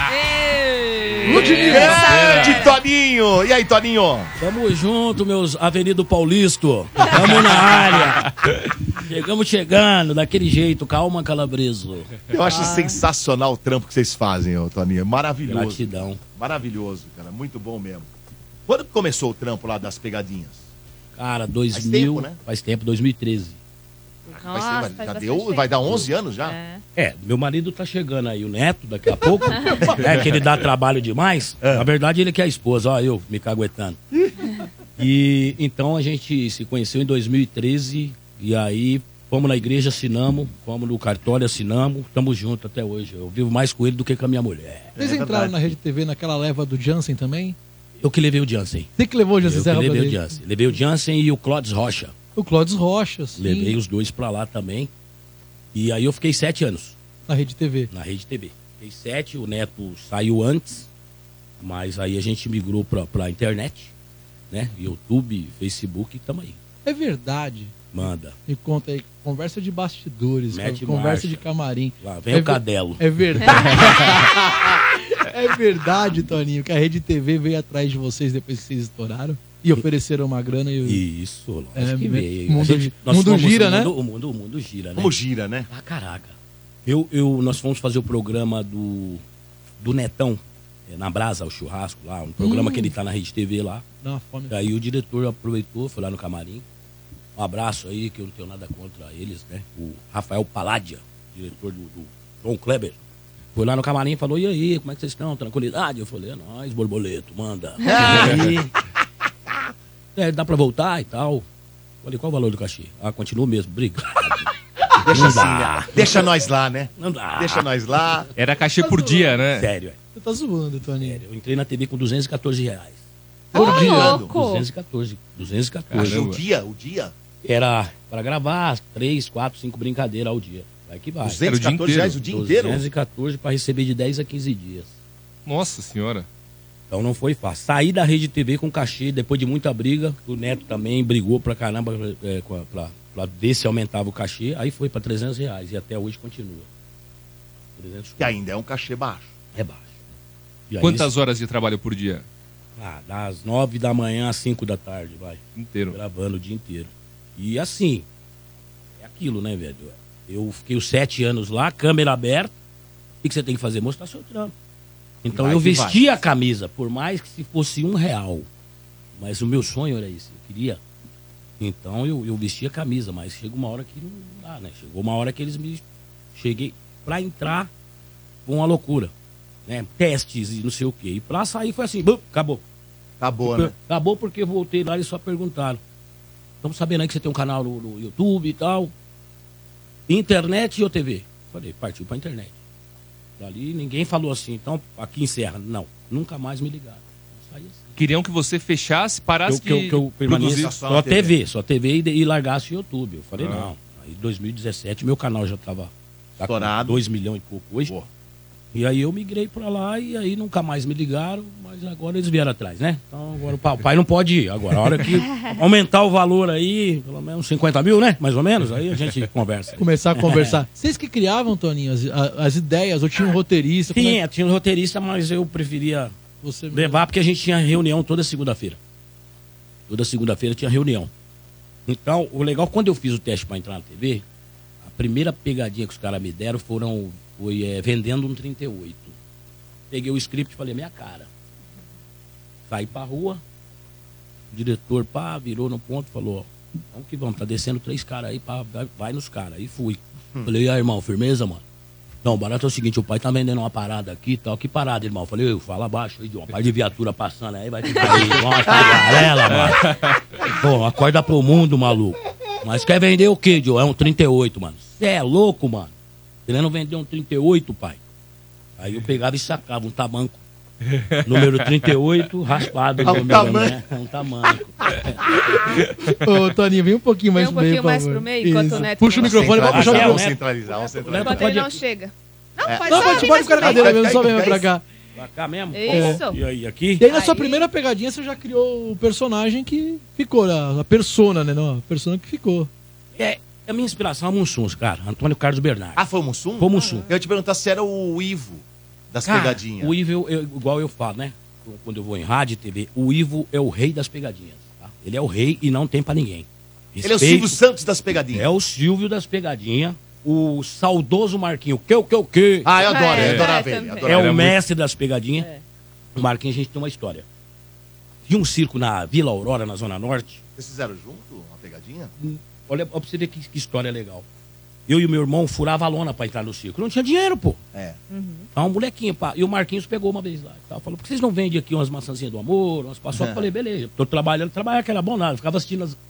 Grande Toninho. E aí, Toninho? Tamo junto, meus Avenida Paulista. Tamo na área. Chegamos chegando, daquele jeito. Calma, Calabreso. Eu acho ah. sensacional o trampo que vocês fazem, ô, Toninho. É maravilhoso. Gratidão. Maravilhoso, cara. Muito bom mesmo. Quando que começou o trampo lá das pegadinhas? Cara, dois mil... Faz tempo, né? Faz tempo, dois mil e treze. Nossa, vai, ser, já deu, vai dar onze anos já? É. é, meu marido tá chegando aí, o neto, daqui a pouco. É que ele dá trabalho demais. É. Na verdade, ele que é a esposa, ó, eu me caguetando. E então a gente se conheceu em dois mil e treze, e aí fomos na igreja, assinamos, fomos no cartório, assinamos, estamos juntos até hoje. Eu vivo mais com ele do que com a minha mulher. Vocês é entraram na Rede T V naquela leva do Jansen também? Eu que levei o Jansen. Você que levou o Jansen? Eu que levei o Jansen. Levei o Jansen e o Clóvis Rocha. O Clóvis Rocha, sim. Levei os dois pra lá também. E aí eu fiquei sete anos. Na Rede T V? Na Rede T V. Fiquei sete, o Neto saiu antes, mas aí a gente migrou pra, pra internet, né? YouTube, Facebook, tamo aí. É verdade. Manda. Me conta aí, conversa de bastidores, Mete conversa marcha. de camarim. Lá vem é o Cadelo. É verdade. É verdade, Toninho, que a Rede T V veio atrás de vocês depois que vocês estouraram e ofereceram uma grana. E... Isso, lógico é, que veio. Mundo, gente, mundo gira, o né? Mundo, o, mundo, o mundo gira, né? Como gira, né? Ah, caraca. Eu, eu, nós fomos fazer o programa do, do Netão, é, na Brasa, o churrasco lá, um programa hum. que ele tá na Rede T V lá. Dá uma fome. Aí o diretor aproveitou, foi lá no camarim. Um abraço aí, que eu não tenho nada contra eles, né? O Rafael Paládia, diretor do, do Tom Kleber. Foi lá no camarim e falou, e aí, como é que vocês estão? Tranquilidade? Eu falei, é nóis, borboleto, manda. E aí, é, dá pra voltar e tal. Falei, qual o valor do cachê? Ah, continua mesmo, obrigado. Deixa assim, né? Deixa nós lá, né? Não dá. Deixa nós lá. Era cachê por dia, né? Sério, é. Você tá zoando, Toninho. Sério, eu entrei na T V com duzentos e quatorze reais. Por oh, dia? Louco. duzentos e quatorze. duzentos e quatorze. O dia, o dia? Era pra gravar três, quatro, cinco brincadeiras ao dia. Vai que vai. duzentos e quatorze reais o dia inteiro? duzentos e quatorze pra receber de dez a quinze dias. Nossa senhora. Então não foi fácil. Saí da Rede T V com cachê, depois de muita briga. O Neto também brigou pra caramba é, pra, pra, pra ver se aumentava o cachê. Aí foi pra trezentos reais e até hoje continua. trezentos Que ainda é um cachê baixo. É baixo. E aí, Quantas horas de trabalho por dia? Ah, das nove da manhã às cinco da tarde, vai. Inteiro. Gravando o dia inteiro. E assim, é aquilo, né, velho? Eu fiquei os sete anos lá, câmera aberta. O que você tem que fazer? Mostrar seu trampo. Então Vai eu que vesti vai. a camisa, por mais que se fosse um real. Mas o meu sonho era esse, eu queria. Então eu, eu vesti a camisa, mas chega uma hora que não dá, né? Chegou uma hora que eles me... Cheguei pra entrar, foi uma loucura. Né? Testes e não sei o quê. E pra sair foi assim, bum, acabou. Acabou, né? Acabou porque eu voltei lá e só perguntaram. Estamos sabendo aí que você tem um canal no, no YouTube e tal. Internet ou T V? Falei, partiu pra internet. Dali ninguém falou assim, então aqui encerra. Não, nunca mais me ligaram. Saí assim. Queriam que você fechasse, parasse que eu, que eu, que eu permaneça produzir. só T V, só T V e, e largasse o YouTube. Eu falei, Ah. não. Aí em dois mil e dezessete meu canal já tava tá Estourado. com dois milhões e pouco hoje. Pô. E aí eu migrei pra lá e aí nunca mais me ligaram, mas agora eles vieram atrás, né? Então agora o pai, o pai não pode ir. Agora, a hora que aumentar o valor aí, pelo menos cinquenta mil, né? Mais ou menos, aí a gente conversa. Começar a conversar. Vocês que criavam, Toninho, as, a- as ideias, ou tinha um roteirista? como é- Tinha, tinha um roteirista, mas eu preferia Você levar porque a gente tinha reunião toda segunda-feira. Toda segunda-feira tinha reunião. Então, o legal, quando eu fiz o teste para entrar na T V, a primeira pegadinha que os caras me deram foram, foi é, vendendo um trinta e oito. Peguei o script e falei, minha cara. Saí pra rua, o diretor, pá, virou no ponto e falou, ó, vamos que vamos, tá descendo três caras aí, pá, vai, vai nos caras. Aí fui. Falei, e aí, irmão, firmeza, mano? Não, o barato é o seguinte, o pai tá vendendo uma parada aqui e tal. Que parada, irmão? Falei, eu, fala baixo aí, de uma par de viatura passando aí, vai ficar aí, uma tagarela, mano. Pô, acorda pro mundo, maluco. Mas quer vender o quê, Joe? É um trinta e oito, mano. Você é louco, mano? Querendo vender um trinta e oito, pai. Aí eu pegava e sacava um tamanco. Número trinta e oito, raspado. Ah, um número, tamanco. né? Um tamanco. Ô, Toninho, vem um pouquinho mais Vem um pro meio, pouquinho por mais favor. pro meio, enquanto Isso. o Neto Puxa o não microfone, vai puxar o Vamos microfone. centralizar, vamos centralizar. Enquanto ele não chega. Não, É. pode Não, só pode, vir pode mais ficar na pro cadeira meio. mesmo, só vem pra cá. Pra cá mesmo? Isso. E aí, aqui? E aí na sua Aí. primeira pegadinha você já criou o personagem que ficou, a, a persona, né? Não, a persona que ficou. É, a minha inspiração é o Munsuns, cara. Antônio Carlos Bernardo. Ah, foi o Mussum? Foi o Mussum. Eu ia te perguntar se era o Ivo das Cara, pegadinhas. O Ivo, eu- eu- igual eu falo, né? Quando eu vou em rádio e T V, o Ivo é o rei das pegadinhas. Tá? Ele é o rei e não tem pra ninguém. Ele é o Respeito- Silvio Santos das pegadinhas. É o Silvio das pegadinhas. O saudoso Marquinho. Que o que o que? Ah, eu adoro, É, eu adorava é, ele. também. adorava É ele. o muito- mestre das pegadinhas. É. O Marquinhos, a gente tem uma história. Tinha um circo na Vila Aurora, na Zona Norte. Vocês fizeram junto uma pegadinha? Olha, olha pra você ver que, que história legal. Eu e o meu irmão furava a lona pra entrar no circo. Não tinha dinheiro, pô. É. Então, um molequinho, pá. E o Marquinhos pegou uma vez lá. e tal. Falou, por que vocês não vendem aqui umas maçãzinhas do amor, umas paçocas? Eu falei, beleza. Tô trabalhando, trabalhar que era bom nada. Ficava assistindo as...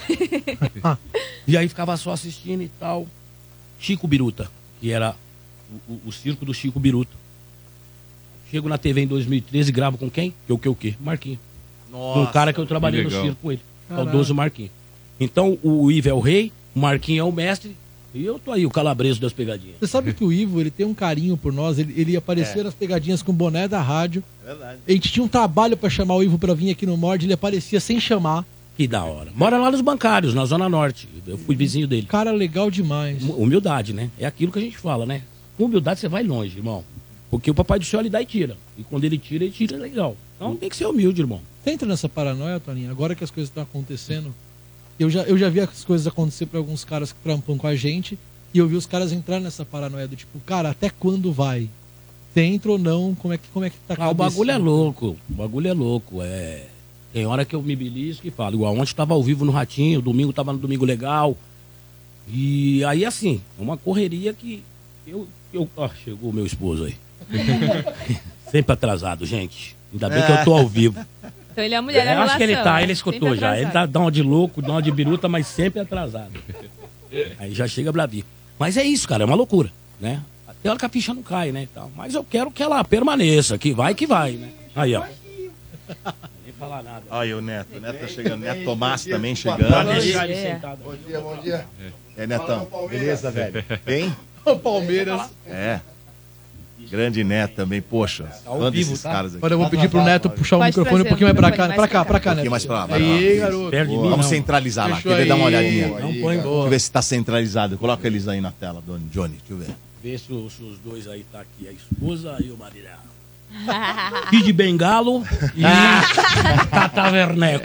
E aí ficava só assistindo e tal. Chico Biruta, que era o, o- o circo do Chico Biruta. Chego na T V em dois mil e treze e gravo com quem? Que o que o que? Marquinhos. Nossa. Um cara que eu trabalhei que no legal. circo com ele. Caraca. Saudoso Marquinhos. Então, o Ivo é o rei, o Marquinhos é o mestre. E eu tô aí, o calabreso das pegadinhas. Você sabe que o Ivo, ele tem um carinho por nós, ele, ele aparecia É. nas pegadinhas com o boné da rádio. Verdade. A gente tinha um trabalho pra chamar o Ivo pra vir aqui no Mord, ele aparecia sem chamar. Que da hora. Mora lá nos bancários, na Zona Norte. Eu fui vizinho dele. Cara legal demais. Hum- Humildade, né? É aquilo que a gente fala, né? Com humildade você vai longe, irmão. Porque o papai do céu ele dá e tira. E quando ele tira, ele tira legal. Então tem que ser humilde, irmão. Você entra nessa paranoia, Toninho? Agora que as coisas estão acontecendo, eu já, eu já vi as coisas acontecer pra alguns caras que trampam com a gente, e eu vi os caras entrar nessa paranoia do tipo, cara, até quando vai? Você entra ou não? Como é que, como é que tá a Ah, o cabeça? bagulho é louco. O bagulho é louco. É... Tem hora que eu me belisco e falo. Igual ontem tava ao vivo no Ratinho, domingo tava no Domingo Legal. E aí, assim, é uma correria que eu... eu... Ah, chegou o meu esposo aí. Sempre atrasado, gente. Ainda bem que eu tô ao vivo. Então ele é a mulher da Eu acho que ele relação, tá, né? ele escutou Sempre já. Ele atrasado. dá, dá uma de louco, dá uma de biruta, mas sempre atrasado. Aí já chega bravinho. Mas é isso, cara, é uma loucura, né? Até hora que a ficha não cai, né? e tal. Mas eu quero que ela permaneça, que vai que vai, né? Aí, ó. Nem falar nada. Olha o Neto. O Neto tá chegando. Neto Tomás também Pra chegando. deixar ele dia. sentado. Bom dia, bom dia. É, Netão. Beleza, velho? Bem? O Palmeiras. É. Grande Neto também, poxa. ao Fã vivo, desses tá? caras aqui. Agora eu vou pedir pro Neto puxar o Pode microfone um trazer pouquinho o mais pra cá. microfone Pra mais cá, pra pra cá. cá, Um Neto. pouquinho mais pra lá. vai lá. Aí, Isso. garoto. Perde de mim, Vamos não. centralizar lá. Fechou Quer ver? Dá uma aí. olhadinha. Não Deixa põe, eu ver se tá centralizado. Coloca eles aí na tela, Doni. Johnny. Deixa eu ver. Vê se os, se os dois aí tá aqui, a esposa e o marido. Kid Bengalo e Tata Werneck.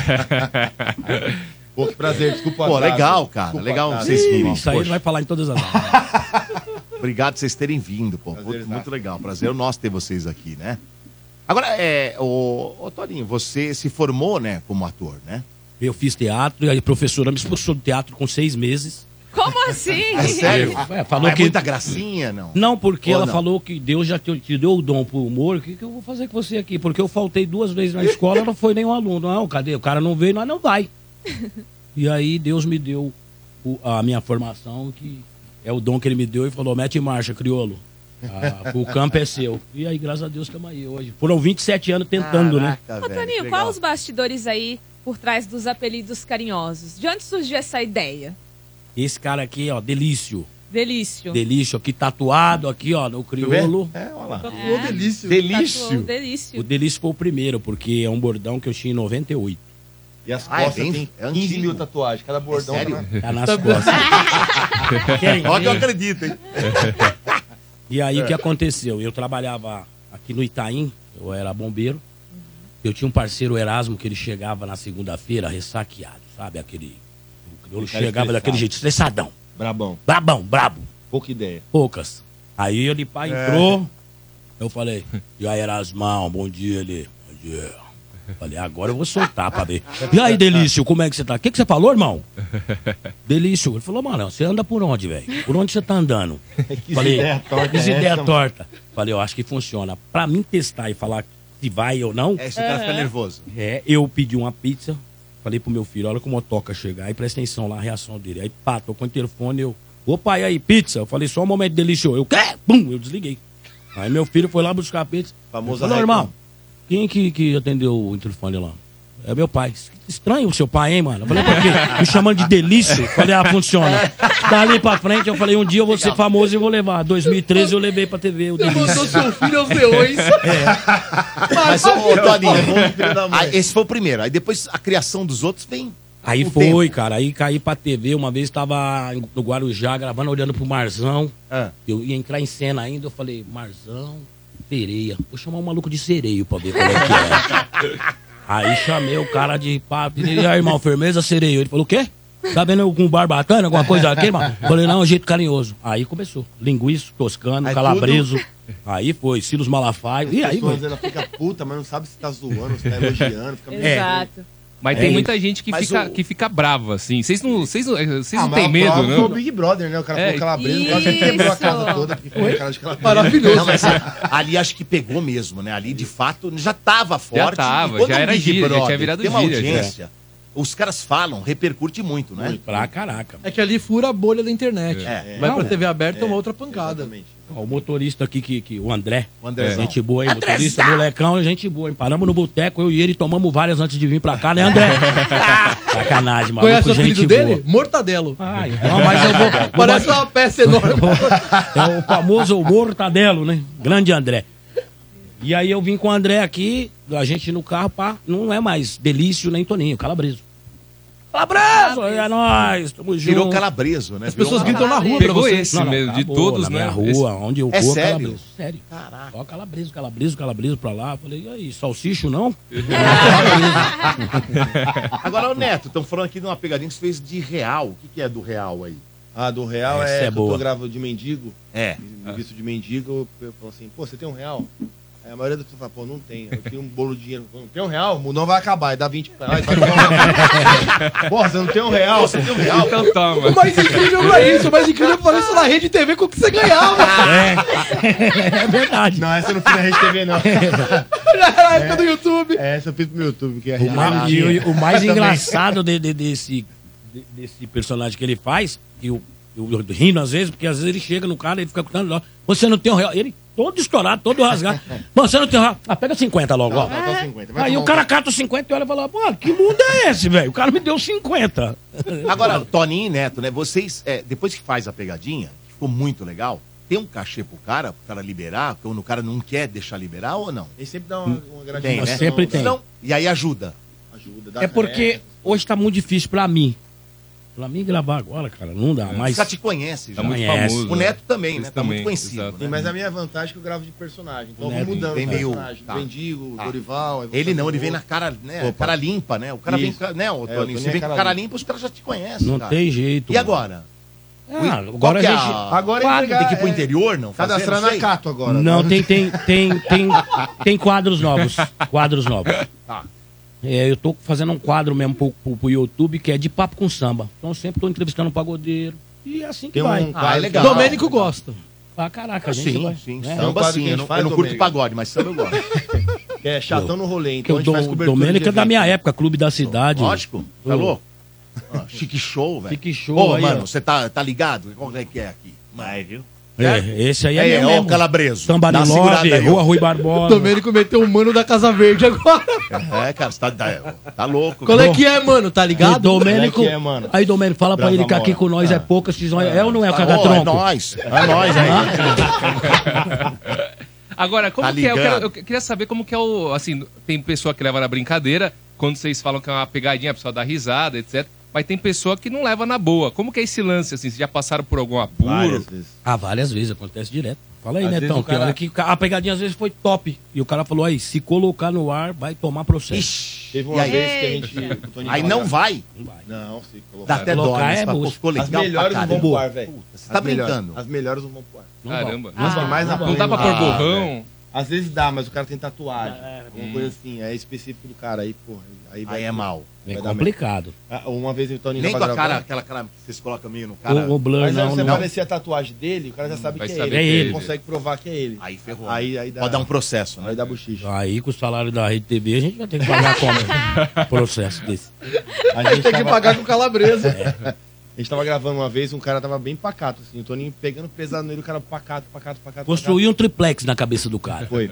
Pô, que prazer, desculpa. Pô, atraso. legal, cara. Desculpa legal atraso. vocês virem. Isso aí Poxa. vai falar em todas as áreas. Obrigado por vocês terem vindo, pô. Prazer, Muito, exato. muito legal. Prazer é nosso ter vocês aqui, né? Agora, é, o, o Toninho, você se formou, né, como ator, né? Eu fiz teatro e a professora me expulsou do teatro com seis meses. Como assim? É sério? É, falou Ah, é que... muita gracinha, não? Não, porque Ou ela não? falou que Deus já te, te deu o dom pro humor. O que, que eu vou fazer com você aqui? Porque eu faltei duas vezes na escola, não foi nenhum aluno. Não, cadê? O cara não veio, nós não vai. E aí Deus me deu o- a minha formação, que é o dom que ele me deu, e falou, mete em marcha, crioulo. Ah, o campo é seu. E aí, graças a Deus, estamos aí hoje. Foram vinte e sete anos tentando, né? Caraca, Ô, velho, Toninho, que qual legal. os bastidores aí por trás dos apelidos carinhosos? De onde surgiu essa ideia? Esse cara aqui, ó, Delício. Delício. Delício aqui, tatuado aqui, ó, no crioulo. É, olha lá. Tatuou delício. Delício. Tatuou Delício. O Delício foi o primeiro, porque é um bordão que eu tinha em noventa e oito. E as Ah, é costas bem- tem é quinze antigo. mil tatuagens. Cada bordão É sério? tá na- Tá nas costas. Quem? Ó que eu acredito, hein? E aí o que aconteceu? Eu trabalhava aqui no Itaim, eu era bombeiro. Eu tinha um parceiro Erasmo que ele chegava na segunda-feira ressaqueado, sabe? Aquele. Ele cara chegava daquele estressado. jeito, estressadão. Brabão. Brabão, brabo. Pouca ideia. Poucas. Aí ele pá, entrou. Eu falei, e aí, Erasmão, bom dia, ele. Bom dia. Falei, agora eu vou soltar pra ver. E aí, Delício, como é que você tá? O que, que você falou, irmão? Delício. Ele falou, mano, você anda por onde, velho? Por onde você tá andando? Que Falei, ideia torta que é ideia essa, torta. Falei, eu acho que funciona. Pra mim testar e falar se vai ou não, É, se o cara fica nervoso. é, eu pedi uma pizza. Falei pro meu filho, olha como toca chegar. Aí presta atenção lá, a reação dele. Aí pá, tocou o interfone, eu... Opa, e aí, pizza? Eu falei, só um momento, Delício. Eu, quê? Pum, eu desliguei. Aí meu filho foi lá buscar a pizza. Famoso Falou, arregão. irmão, quem que, que atendeu o interfone lá? É meu pai. Estranho o seu pai, hein, mano? Eu falei, por quê? Me chamando de Delício? Falei, ah, funciona. Dali pra frente, eu falei, um dia eu vou ser famoso e vou levar. dois mil e treze eu levei pra T V o Delício. Mandou seu filho aos leões. Mas, ô, Toninho, filho da mãe. aí, esse foi o primeiro. Aí depois a criação dos outros vem. Aí o foi, tempo. cara. Aí caí pra T V. Uma vez tava no Guarujá gravando, olhando pro Marzão. Ah. Eu ia entrar em cena ainda. Eu falei, Marzão, sereia. Vou chamar um maluco de sereio pra ver qual é que é. Aí chamei o cara de papo. E aí, irmão, firmeza, sereio. Ele falou, o quê? Tá vendo com bar bacana, alguma coisa aqui, irmão? Falei, não, é um jeito carinhoso. Aí começou. Linguiça, toscano, Aí calabreso. Aí foi, Silos Malafaia. E As aí, pessoas foi. ela fica puta, mas não sabe se tá zoando, se tá elogiando. Fica meio- Exato. Mas É tem isso. muita gente que Mas fica, o- que fica brava, assim. Vocês não, vocês não, vocês Ah, não mas têm a medo, prova foi o não? Big Brother, né? O cara É, falou calabresa, quase isso. quebrou a casa toda. Porque foi cara de calabresa. Maravilhoso. Não, mas a- ali acho que pegou mesmo, né? Ali, de fato, já tava forte. tava, E quando já um era Big gíria, já Brother tinha virado tem uma gíria, já. audiência, os caras falam, repercute muito, né? Pra caraca. É que ali fura a bolha da internet. É. Vai Não, pra T V aberta, é uma outra pancada. Exatamente. Ó, o motorista aqui, que, que, o André. O Andrezão. Gente boa, hein? Motorista, molecão, gente boa, hein? Paramos no boteco, eu e ele tomamos várias antes de vir pra cá, né, André? Sacanagem, maluco, Conhece o apelido gente dele? boa. Mortadelo. Ai, não, mas eu vou... vou Parece uma peça enorme. É o famoso Mortadelo, né? Grande André. E aí eu vim com o André aqui, a gente no carro, pá, não é mais Delício nem Toninho, Calabreso. Calabreso, é nóis, tamo junto. Virou calabreso, né? As pessoas Virou gritam na rua pra Pegou você. esse Não, não, mesmo, de acabou, todos, na minha né? rua, Esse- onde eu É vou, sério? Calabreso. Sério. Caraca. Ó, calabreso, calabreso, calabreso pra lá. Falei, e aí, salsicho não? Agora, o Neto, estamos falando aqui de uma pegadinha que você fez de real. O que, que é do real aí? Ah, do real Essa é, é que eu boa. tô grávida de mendigo. É. Me visto de mendigo, eu, eu falo assim, pô, você tem um real? Aí a maioria das pessoas fala, pô, não tem. Eu tenho um bolo de dinheiro. Não tem um real? O mundão vai acabar, aí dá vinte reais. Porra, você não tem um real, você tem um real. Então toma. O mais incrível não é isso. O mais incrível é fazer isso na rede T V com o que você ganhava. É verdade. Não, essa eu não fiz na Rede T V, não. Já era a época do YouTube. É, essa eu fiz pro meu YouTube, que é a O Rede mais, T V. e o, o mais Também. engraçado de- de- desse, de- desse personagem que ele faz, que eu, eu, eu rindo às vezes, porque às vezes ele chega no cara e fica contando, ó, você não tem um real. Ele todo estourado, todo rasgado. Mano, você não tem um real. Ah, pega cinquenta logo, ó. Não, não, tá cinquenta. Vai Aí tomar o um cara cata os cinquenta e olha e fala, mano, que mundo é esse, velho? O cara me deu cinquenta. Agora, Toninho e Neto, né? Vocês, é, depois que faz a pegadinha, que ficou muito legal, tem um cachê pro cara, pro cara liberar, quando o cara não quer deixar liberar ou não? Ele sempre dá uma, uma Tem, gratificação. né? Sempre tem. Não, e aí ajuda. Ajuda, dá É porque crédito. hoje tá muito difícil pra mim. Pra mim gravar agora, cara, não dá. Os Mas caras te conhecem já. Tá muito famoso, O Neto né? também, Eles né? Tá também, muito conhecido. exato. Né? Mas a minha vantagem é que eu gravo de personagem. Então O eu vou Neto mudando vem de meio- personagem. tá. Bendigo, Tá. Dorival. aí vou Ele não, fazendo ele vem na outro. cara, né? Opa. Cara limpa, né? O cara vem, Isso. com- né, o É, o Toninho? Toninho Você é vem com cara cara limpa. limpa, os caras já te conhecem. Não cara. tem jeito, E mano. agora? Ah, O- agora qual a que é gente- Agora é Quadro, entregar, tem que ir pro é, interior, não? Fazer, Cadastrar não na sei. Cato agora. Não, Agora- tem, tem, tem, tem, tem quadros novos. Quadros novos. Tá. É, eu tô fazendo um quadro mesmo pro, pro, pro YouTube que é de papo com samba. Então eu sempre tô entrevistando um pagodeiro. E é assim que Tem um vai. quadro Ah, é legal. Domênico gosta. Ah, caraca, a Ah, gente sim, vai. sim. né? É um Samba quadro sim. que a Eu gente não, faz, eu não curto Domênico. pagode, mas samba eu gosto. Que é chatão no rolê. Que Então o a gente faz Dom- cobertura Domênico de é da evento. minha época, Clube da Cidade. Lógico. Tá Ô. louco? Ah, chique show, velho. Chique show Ô, aí, mano, ó. você tá, tá ligado? Como é que é aqui? Mas, viu? É, esse aí é, É, meu ó, mesmo. o Calabreso. Samba Dá de uma segurada Love, aí, Rua ó. Rui O Barbosa. Domênico meteu o mano da Casa Verde agora. É, cara, você tá, tá, tá louco. Qual é que é, mano? Tá E ligado? Domênico, Como é que é, mano? aí Domênico, fala pra Brava ele que aqui Mora. com nós é pouco, esses nós- é ou não é o Tá, cagatronco? ó, é nóis. É nóis aí. Agora, como Tá que é? Eu, quero- ligado. eu queria saber como que é o. Assim, tem pessoa que leva na brincadeira, quando vocês falam que é uma pegadinha, a pessoa dá risada, etcétera. Mas tem pessoa que não leva na boa. Como que é esse lance, assim? Vocês já passaram por algum apuro? Várias vezes. Ah, várias vezes, acontece direto. Fala aí, Às vezes Netão, o que cara- olha que a pegadinha às vezes foi top. E o cara falou aí, se colocar no ar, vai tomar processo. Ixi, Teve e uma aí? vez que a gente... o Toninho Aí tava não gra- vai. Não, se Dá colocar. até dó, colocar né? é Você fala, pô, bucho. ficou As legal pra melhores não vão caramba. pro ar, velho. Você tá As melhores- brincando. As melhores não vão pro ar. Não vão. Caramba. As que Ah, mais não apanham. Não dá pra pôr Ah, borrão? velho. Às vezes dá, mas o cara tem tatuagem. Alguma coisa assim, é específico do cara. Aí, porra, aí, vai- Aí é mal. É vai dar complicado. merda. Ah, Uma vez o Toninho Nem tava com a cara, gravando. aquela cara que vocês colocam meio no cara. O, o blur Mas aí não, você não. aparecer a tatuagem dele, o cara já sabe Vai que é saber ele. que é Ele ele. consegue provar que é ele. Aí ferrou. Aí, aí dá, Pode dar um processo, né? Aí dá bochicha. Aí com o salário da Rede T V a gente vai ter que pagar como processo desse. A gente Tem que tava- pagar com calabresa. A gente tava gravando uma vez, um cara tava bem pacato, assim. O Toninho pegando pesado nele, o cara pacato, pacato, pacato. Construir um triplex na cabeça do cara. Foi.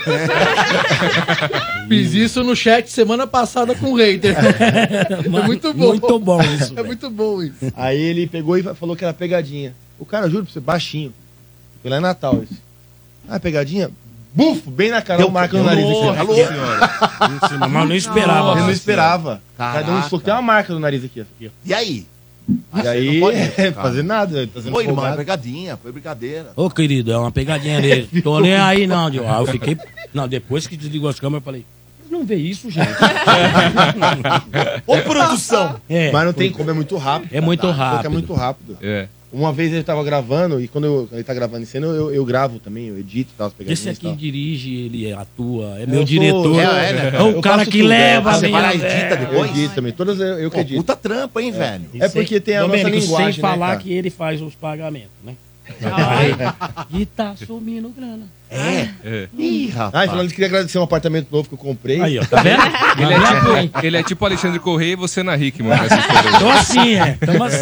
Fiz isso no chat semana passada com o hater. É muito bom. Muito bom isso. É velho. muito bom isso. Aí ele pegou e falou que era pegadinha. O cara, juro pra você, baixinho. Foi lá em Natal isso. Ah, pegadinha? Bufo! Bem na cara, o marca no nariz. Nossa, Aqui, ó. senhora. Mas não esperava. Ele não esperava. O cara deu um Caraca. soco, tem uma marca no nariz aqui. ó. E aí? E aí, não pode, é, cara. fazer nada. Tá sendo Foi, irmão, é folgado. pegadinha, foi brincadeira. Ô, querido, é uma pegadinha dele. Tô nem aí, não. Diogo. Aí eu fiquei. Não, depois que desligou as câmeras, eu falei. "Vocês não vê isso, gente?" Ô, produção! É, Mas não tem como, é muito rápido. É muito Só que rápido. É muito rápido. É. Uma vez ele tava gravando, e quando eu- ele tá gravando em cena, eu, eu gravo também, eu edito e tal, as pegadinhas Esse e aqui tal. dirige, ele atua, é Eu meu sou- diretor. é, é, né? É o Eu cara faço que tudo, leva eu- a você minha vai lá e ideia. edita Eu depois? edito também, todas eu, eu que Pô, edito. puta trampa, hein, velho? É porque tem a nossa Domênico, linguagem, sem né, falar cara? que ele faz os pagamentos, né? Aí, e tá sumindo grana. É? É. Ih, Ah, e rapaz. falando que queria agradecer um apartamento novo que eu comprei. Aí, ó, tá vendo? Ele é, tipo, ele é tipo Alexandre Correia e você na Hickman. Nessa história aí. Tô assim, é. Tamo assim.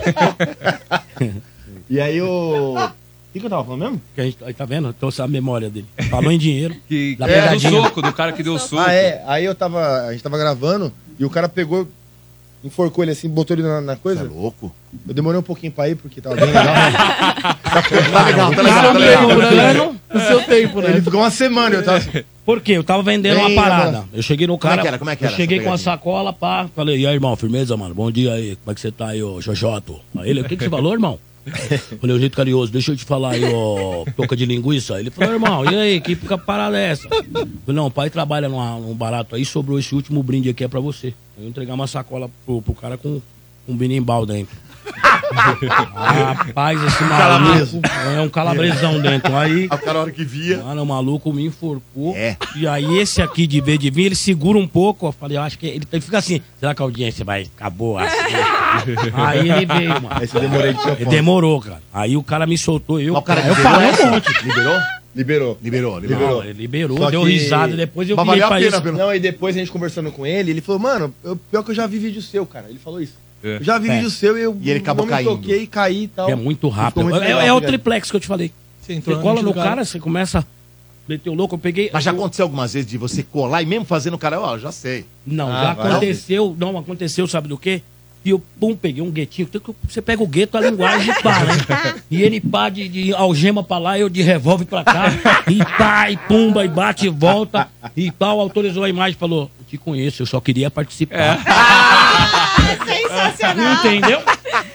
E aí o... O que, que eu tava falando mesmo? Que a gente, aí, tá vendo? Trouxe a memória dele. Falou em dinheiro. Que, Da que é, do pegadinha. soco, do cara que deu o soco. Ah, é. Aí eu tava... A gente tava gravando e o cara pegou... Enforcou ele assim, botou ele na, na Você coisa. é louco. Eu demorei um pouquinho pra ir, porque tava bem legal. Tá legal, tá legal, tá Tá legal. lembrando No seu tempo, né? Ele ficou uma semana, eu tava assim... Por quê? Eu tava vendendo Bem, uma parada. mano. Eu cheguei no Como é cara. que era? Como é que eu era cheguei essa com a pegadinha? sacola, pá. Falei, e aí, irmão, firmeza, mano? Bom dia aí. Como é que você tá aí, ô Xoxoto? Aí ele, o que, que você falou, irmão? Falei, um jeito carinhoso, deixa eu te falar aí, ó, toca de linguiça. Ele falou, irmão, e aí, que fica parada é essa? Falei, não, o pai trabalha numa, num barato aí, sobrou esse último brinde aqui, é pra você. Eu vou entregar uma sacola pro, pro cara com um binimbal dentro. Rapaz, esse maluco é um calabresão dentro. Aí, O cara, a hora que via. mano, o maluco me enforcou. É. E aí, esse aqui, de vez de vir, ele segura um pouco. Eu falei, eu acho que ele, ele fica assim. Será que a audiência vai ficar boa assim? Aí ele veio, mano. Aí você demorei de Ele demorou, cara. Aí o cara me soltou. Eu, Mas o cara eu liberou falei essa? um monte. Liberou? Liberou. Liberou, liberou. Liberou. Não, ele liberou, Só deu que- risada. Depois eu Mas virei valeu a pra pena, isso. pelo- Não, e depois a gente conversando com ele, ele falou, mano, eu, pior que eu já vi vídeo seu, cara. Ele falou isso. É. Eu já vi É. vídeo seu e eu E ele acabou não me caindo. toquei, caí e tal. É muito rápido. Ficou muito é, legal, é o obrigado. triplex que eu te falei. Você Você entrou cola mente no do cara, você começa a meter o louco. Eu peguei. Mas já eu- aconteceu algumas vezes de você colar e mesmo fazendo o cara, ó, já sei. Não, Ah, já vai. aconteceu. Não, aconteceu, sabe do quê? E eu, pum, peguei um guetinho. Você pega o gueto, a linguagem pá, né? E ele pá de, de algema pra lá, eu de revólver pra cá. E pá, e pumba, e bate e volta. E tal, autorizou a imagem, falou, eu te conheço, eu só queria participar. Sensacional. Entendeu?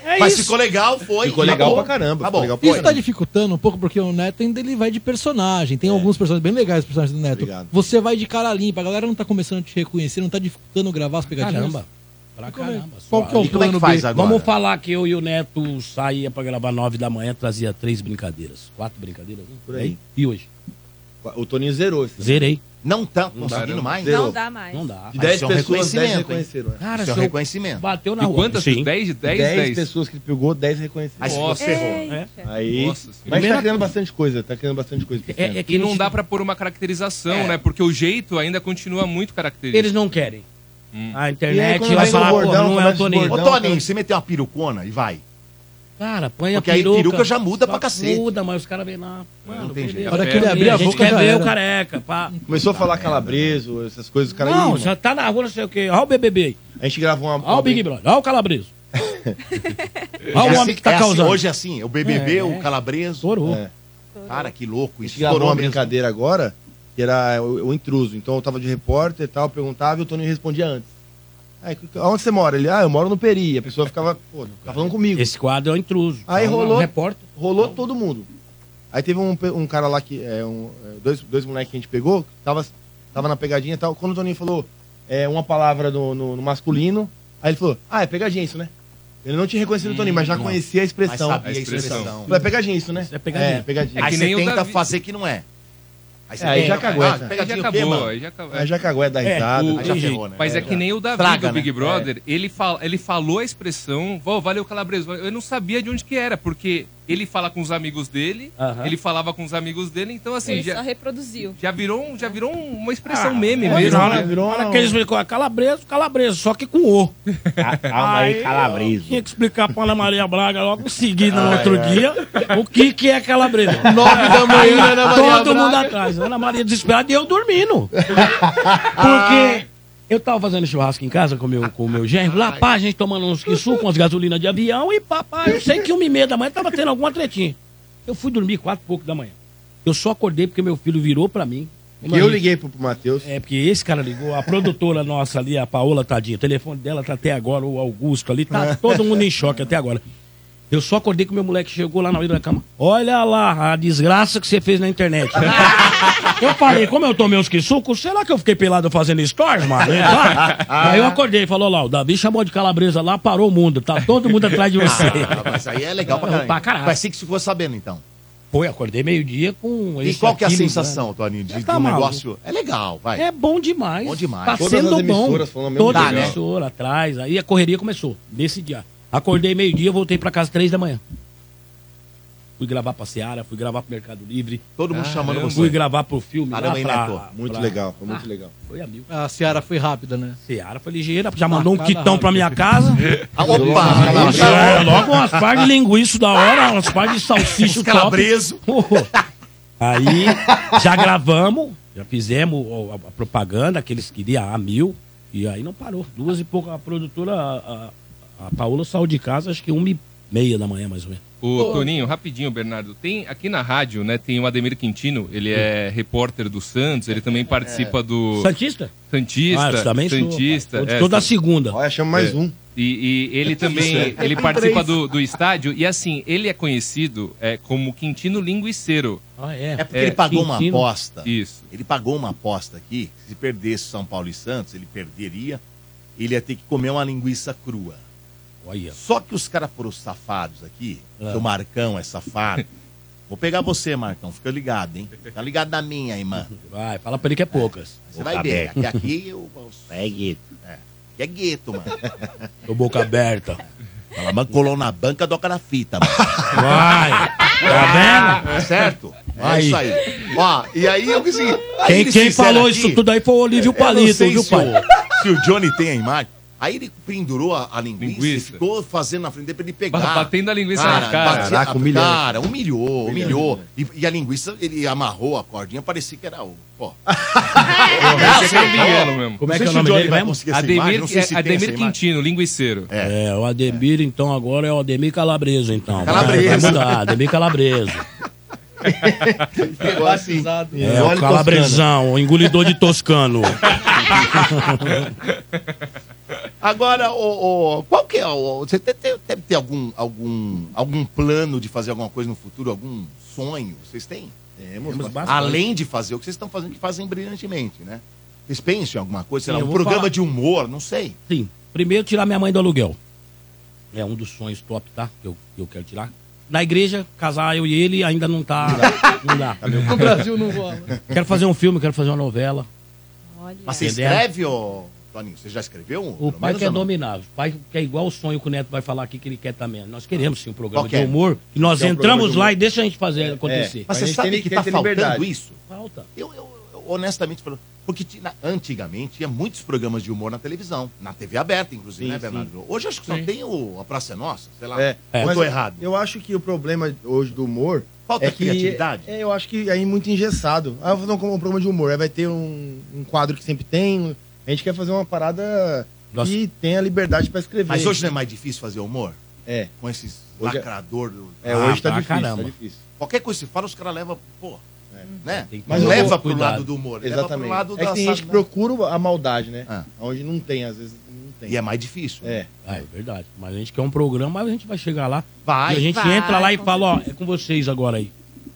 É Mas isso. ficou legal, foi. Ficou legal Acabou. pra caramba. Tá bom. Ficou legal pra Isso tá caramba. dificultando um pouco, porque o Neto ainda ele vai de personagem. Tem alguns personagens bem legais, os personagens do Neto. Obrigado. Você vai de cara limpa, a galera não tá começando a te reconhecer, não tá dificultando gravar as pegadinhas. Caramba. Pra Como é- caramba. Qual que é o E plano B? Vamos falar que eu e o Neto saía pra gravar nove da manhã, trazia três brincadeiras. Quatro brincadeiras? né? Por aí. E hoje? O Toninho zerou. esse. Zerei. Não tá Não dá, conseguindo não. mais? Zerou. Não dá mais. Não dá. De dez Isso é um pessoas, dez reconhecimento, hein? reconheceram. Cara, Isso é um se eu- reconhecimento. Bateu na E rua. quantas? Sim. dez, dez, dez dez. pessoas que ele pegou, dez reconheceram. Aí se Nossa. você errou. É. Aí. Nossa Mas Primeira- tá criando bastante coisa, tá criando bastante coisa. É, é que E não eles- dá pra pôr uma caracterização, É. né? Porque o jeito ainda continua muito característico. Eles não querem. Hum. A E aí, internet quando vai vem o falar, bordão, porra, não é começa o os Toninho. Ô, bordão. Toninho, então- você meteu uma perucona e vai. Cara, põe a Porque aí peruca. peruca já muda Só pra cacete. Muda, mas os caras vêm lá. Mano, Não tem beleza. jeito. A hora que ele A abrir a gente boca quer já ver era. o careca, pá. Começou a falar calabreso, essas coisas, os caras. Não, Ih, já mano, tá na rua, não sei o quê. Olha o B B B aí. a gente gravou uma. Olha o Big Brother. Olha o Calabreso. É Olha o assim- homem que tá é assim, causando. hoje é assim, o B B B, É, o é. Calabreso. Estourou. É. Cara, que louco. A Isso gente gravou estourou uma mesmo. brincadeira agora, que era o, o intruso. Então eu tava de repórter e tal, perguntava e o Toninho respondia antes. Aí, aonde você mora? Ele, ah, eu moro no Peri. A pessoa ficava, pô, tá falando comigo. Esse quadro é o intruso. Aí Então, rolou- um repórter. Rolou todo mundo. Aí teve um, pe- um cara lá que. É, um, é, dois, dois moleques que a gente pegou, que tava, tava na pegadinha e tal. Quando o Toninho falou é, uma palavra no, no- no masculino, aí ele falou: ah, é pegadinha isso, né? Ele não tinha reconhecido o Toninho, mas já não. conhecia a expressão. Mas sabia a expressão. Falou, é pegadinha isso, né? Isso é pegadinha. É, pegadinha. É Aí que você nem o tenta Davi- fazer que não é. Aí você É, aí tenta- já cagueta. Ah, Aí já pegadinha o quê, acabou, mano? aí já acabou. Aí já cagou, é da É, risada. o- Aí já tem ferrou, jeito. né? Mas é, que nem o Davi Estraga, do Big né? Brother, ele, fala, ele falou a expressão, "Vô, valeu Calabreso. Eu não sabia de onde que era, porque ele fala com os amigos dele, Aham. ele falava com os amigos dele, então assim, Ele só já, reproduziu. já, virou, um- já virou um- uma expressão Ah, meme é, mesmo. na né? hora- virou na hora uma- que ele explicou, é calabreso, calabreso, só que com O. Calma aí, calabreso. Tinha que explicar pra Ana Maria Braga logo em seguida, no outro dia, o que que é calabreso. Nove da manhã, Ana Maria Todo mundo Braga. atrás. Ana Maria desesperada e eu dormindo. Porque eu tava fazendo churrasco em casa com meu, com o meu genro, lá, pá, a gente tomando uns quiçu com as gasolinas de avião e pá, eu sei que uma e meia da manhã tava tendo alguma tretinha. Eu fui dormir quatro e pouco da manhã. Eu só acordei porque meu filho virou pra mim. Que eu liguei pro, pro Matheus. É, porque esse cara ligou, a produtora nossa ali, a Paola, tadinha, o telefone dela tá até agora, o Augusto ali, tá todo mundo em choque até agora. Eu só acordei que meu moleque chegou lá na hora da cama. Olha lá, a desgraça que você fez na internet. Eu falei, como eu tomei uns quisucos, será que eu fiquei pelado fazendo stories, mano? Tá? Aí eu acordei, falou lá, o Davi chamou de calabresa lá, parou o mundo, tá todo mundo atrás de você. Ah, mas aí é legal pra caralho. Pra caralho. Foi assim que você ficou sabendo, então. Foi, acordei meio-dia com E esse qual que é a aquilo, sensação, né? Toninho, de, Tá de um maluco. negócio... É legal, vai. É bom demais. Bom demais. Tá Todas sendo as bom. emissoras falam ao mesmo Toda tempo, né? emissora atrás. Aí a correria começou, nesse dia. Acordei meio-dia, voltei pra casa três da manhã. Fui gravar pra Seara, fui gravar pro Mercado Livre. Todo mundo chamando você. Fui gravar pro filme Caramba, lá hein, pra, Neto? Muito pra- legal, foi muito Ah, legal. Foi amigo. A Seara foi rápida, né? Seara foi ligeira, já mandou um Marcada quitão pra minha casa. Ah, Logo opa! uma É, logo umas partes de linguiça da hora, umas partes de salsicha top. Calabreso. Aí já gravamos, já fizemos a, a propaganda que eles queriam a mil, e aí não parou. Duas e pouco, a produtora, a, a, a Paola saiu de casa, acho que uma e meia da manhã, mais ou menos. Ô, Toninho, rapidinho, Bernardo. Tem aqui na rádio, né? Tem o Ademir Quintino, ele é repórter do Santos, ele também participa do. Santista? Santista. Ah, eu também sou, Santista. rapaz. é, Toda San- segunda. Olha, chama mais É. um. E, e ele também, ele participa do, do estádio, e assim, ele é conhecido é, como Quintino Linguiceiro. Ah, é? É porque É, ele pagou uma Quintino. aposta. Isso. Ele pagou uma aposta aqui. Se perdesse São Paulo e Santos, ele perderia. Ele ia ter que comer uma linguiça crua. Olha. Só que os caras foram safados aqui. Ah. O Marcão é safado. Vou pegar você, Marcão. Fica ligado, hein? Fica ligado na minha, hein, mano. Vai, fala pra ele que é poucas. Você vai ver. Aqui, aqui eu... É gueto. É. Aqui é gueto, mano. Tô boca aberta. Fala, mano, colou na banca, doca na fita, mano. Vai. Tá vendo? É certo? É Aí. isso aí. Ó, e aí eu assim, aí Quem, eles quem fizeram falou aqui, isso tudo aí foi o Olívio eu não Palito, sei viu, se pai? o, se o Johnny tem a imagem. Aí ele pendurou a, a linguiça, Linguiça. e ficou fazendo na frente dele pra ele pegar. Ba- batendo a linguiça na cara. batia- Caraca, humilhou. Cara, humilhou, humilhou. E, e a linguiça, ele amarrou a cordinha, parecia que era o... Pô. Esse é o Miguelo mesmo. Como é Não que é sei o se nome Johnny dele vai mesmo? conseguir essa imagem, Ademir, não sei se tem Ademir essa imagem. Quintino, linguiceiro. É, o Ademir, então, agora é o Ademir Calabreso, então. Calabreso. Vai mudar, Ademir Calabreso. Pegou assim. É, Olha o Calabresão, o engolidor de toscano. Agora, o, o- qual que é o... Você te- te- deve ter algum, algum, algum plano de fazer alguma coisa no futuro? Algum sonho? Vocês têm? Temos bastante. Além de fazer o que vocês estão fazendo, que fazem brilhantemente, né? Vocês pensam em alguma coisa? Sei Sim, lá, eu um vou programa falar. de humor, não sei. Sim. Primeiro, tirar minha mãe do aluguel. É um dos sonhos top, tá? Que eu, que eu quero tirar. Na igreja, casar eu e ele ainda não tá. Não dá. No Brasil não rola. Quero fazer um filme, quero fazer uma novela. Mas você Entendeu? escreve, ô... Toninho, você já escreveu? um, O pelo pai menos, quer ou não? dominar. O pai quer igual o sonho que o Neto vai falar aqui que ele quer também. Nós queremos sim um programa Qual de que é? humor. E nós Quer um entramos programa de lá humor? e deixa a gente fazer acontecer. Mas A você gente sabe tem- que tem tá que ter faltando liberdade. isso? Falta. Eu, eu- eu honestamente falando, porque tinha- antigamente tinha muitos programas de humor na televisão, na T V aberta, inclusive, Sim, né, sim. Bernardo? Hoje acho que só Sim. tem o A Praça é Nossa, sei lá. É, Ou mas tô errado? Eu acho que o problema hoje do humor Falta é que criatividade? É, eu acho que aí é muito engessado. Ah, eu vou fazer um, um programa de humor, aí vai ter um, um quadro que sempre tem. A gente quer fazer uma parada Nossa. que tenha liberdade pra escrever. Mas hoje não é mais difícil fazer humor? É. Com esses Hoje é- lacrador do... É, Ah, hoje tá pra difícil, caramba. tá difícil. Qualquer coisa que se fala, os caras levam, pô, né? Tem que Mas tomar leva pro cuidado. lado do humor, leva Exatamente. pro lado É da... que tem gente que procura a maldade, né? Ah. Onde não tem, às vezes não tem. E é mais difícil. É. Ah, é verdade. Mas a gente quer um programa, mas a gente vai chegar lá. Vai. E a gente Vai, entra lá e com fala, ó, é com vocês agora aí.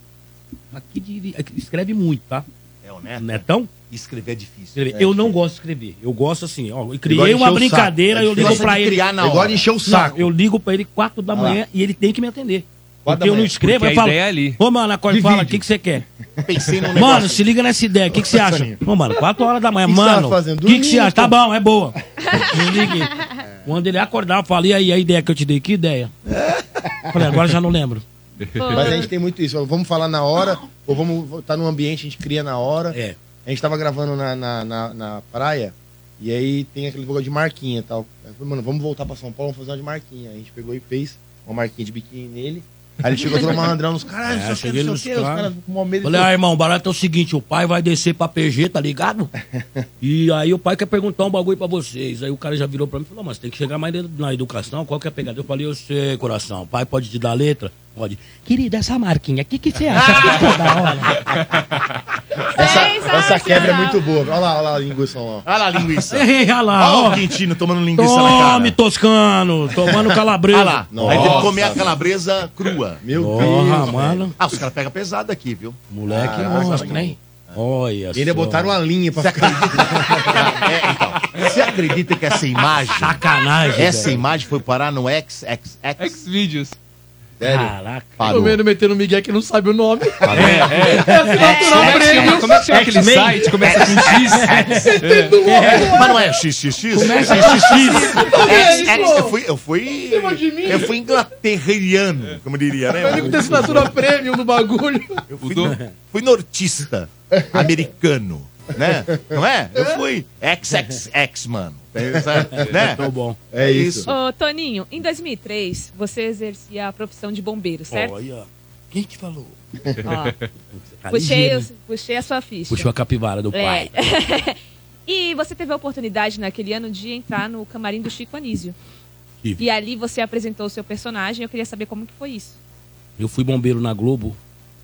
Aqui de- aqui escreve muito, tá? É honesto. Netão? Escrever é difícil. Escrever. É eu não difícil. gosto de escrever. Eu gosto assim, ó. Eu gosta criei de uma encher o brincadeira, saco. eu É ligo Gosta pra de ele. criar na Eu hora. gosto de encher o Não, saco. eu ligo pra ele quatro da Ah lá. manhã e ele tem que me atender. Quatro Porque da eu não manhã. escrevo, Porque eu a falo, ideia é ali. ô mano, acorda, De fala, o vídeo. que que você quer? Pensei num negócio. Mano, se liga nessa ideia, o que que você acha? Ô mano, quatro horas da manhã, O que que você mano, tava fazendo? o que que você Dormindo, acha? Tá pô. bom, é boa. Desliguei. Quando ele acordar, eu falo, e aí, a ideia que eu te dei, que ideia? Falei, agora já não lembro. Mas a gente tem muito isso. Vamos falar na hora, ou vamos estar num ambiente, a gente cria na hora. É. A gente tava gravando na, na, na, na praia, e aí tem aquele negócio de marquinha e tal. Aí eu falei, mano, vamos voltar pra São Paulo, vamos fazer uma de marquinha. Aí a gente pegou e fez uma marquinha de biquíni nele. Aí ele chegou todo malandrão nos caralho, É, não sei o que, cheguei não nos sei o que, os caras. caras com maior medo. Falei, ah, irmão, o barato é o seguinte, o pai vai descer pra P G, tá ligado? E aí o pai quer perguntar um bagulho pra vocês. Aí o cara já virou pra mim e falou, mas tem que chegar mais na educação, qual que é a pegada? Eu falei, eu sei, coração, o pai pode te dar letra? Pode. Querida, essa marquinha, o que, que você acha? Que ficou da hora? Essa, Sensacional. essa quebra é muito boa. Olha lá, olha lá a linguiça lá. Olha lá a linguiça. Ei, olha lá, Olha ó. o Quintino tomando linguiça na cara. Tome, Toscano, tomando calabresa. Olha lá. Nossa. Aí tem que comer a calabresa crua. Meu Porra, Deus, mano. velho. Ah, os caras pegam pesado aqui, viu? Moleque Ah, monstro, cara. hein? Olha E ainda só. botaram uma linha pra Você ficar. acredita? É, então, você acredita que essa imagem, Sacanagem, essa velho. imagem foi parar no X, X, X? Xvideos. Caraca. Parou. Comendo, metendo o Miguel que não sabe o nome. Parou. É, é. Assinatura Como é que chama, prêmio. como é que chama aquele X-Men? site? Começa com X. Mas não é X X X? Começa X X com X. É X, X, isso. eu fui, eu fui, Cima de mim. eu fui inglaterriano, como diria, né? Ele tem assinatura premium do bagulho. Eu fui, fui nortista, americano, né? Não é? Eu fui X X X, mano. Né? Tô bom. É isso. Ô, Toninho, em dois mil e três, você exercia a profissão de bombeiro, certo? Olha. Quem te falou? Ó, Tá puxei, ligeiro, os- puxei a sua ficha. Puxou a capivara do pai. É. E você teve a oportunidade naquele ano de entrar no camarim do Chico Anísio. Tive. E ali você apresentou o seu personagem. Eu queria saber como que foi isso. Eu fui bombeiro na Globo.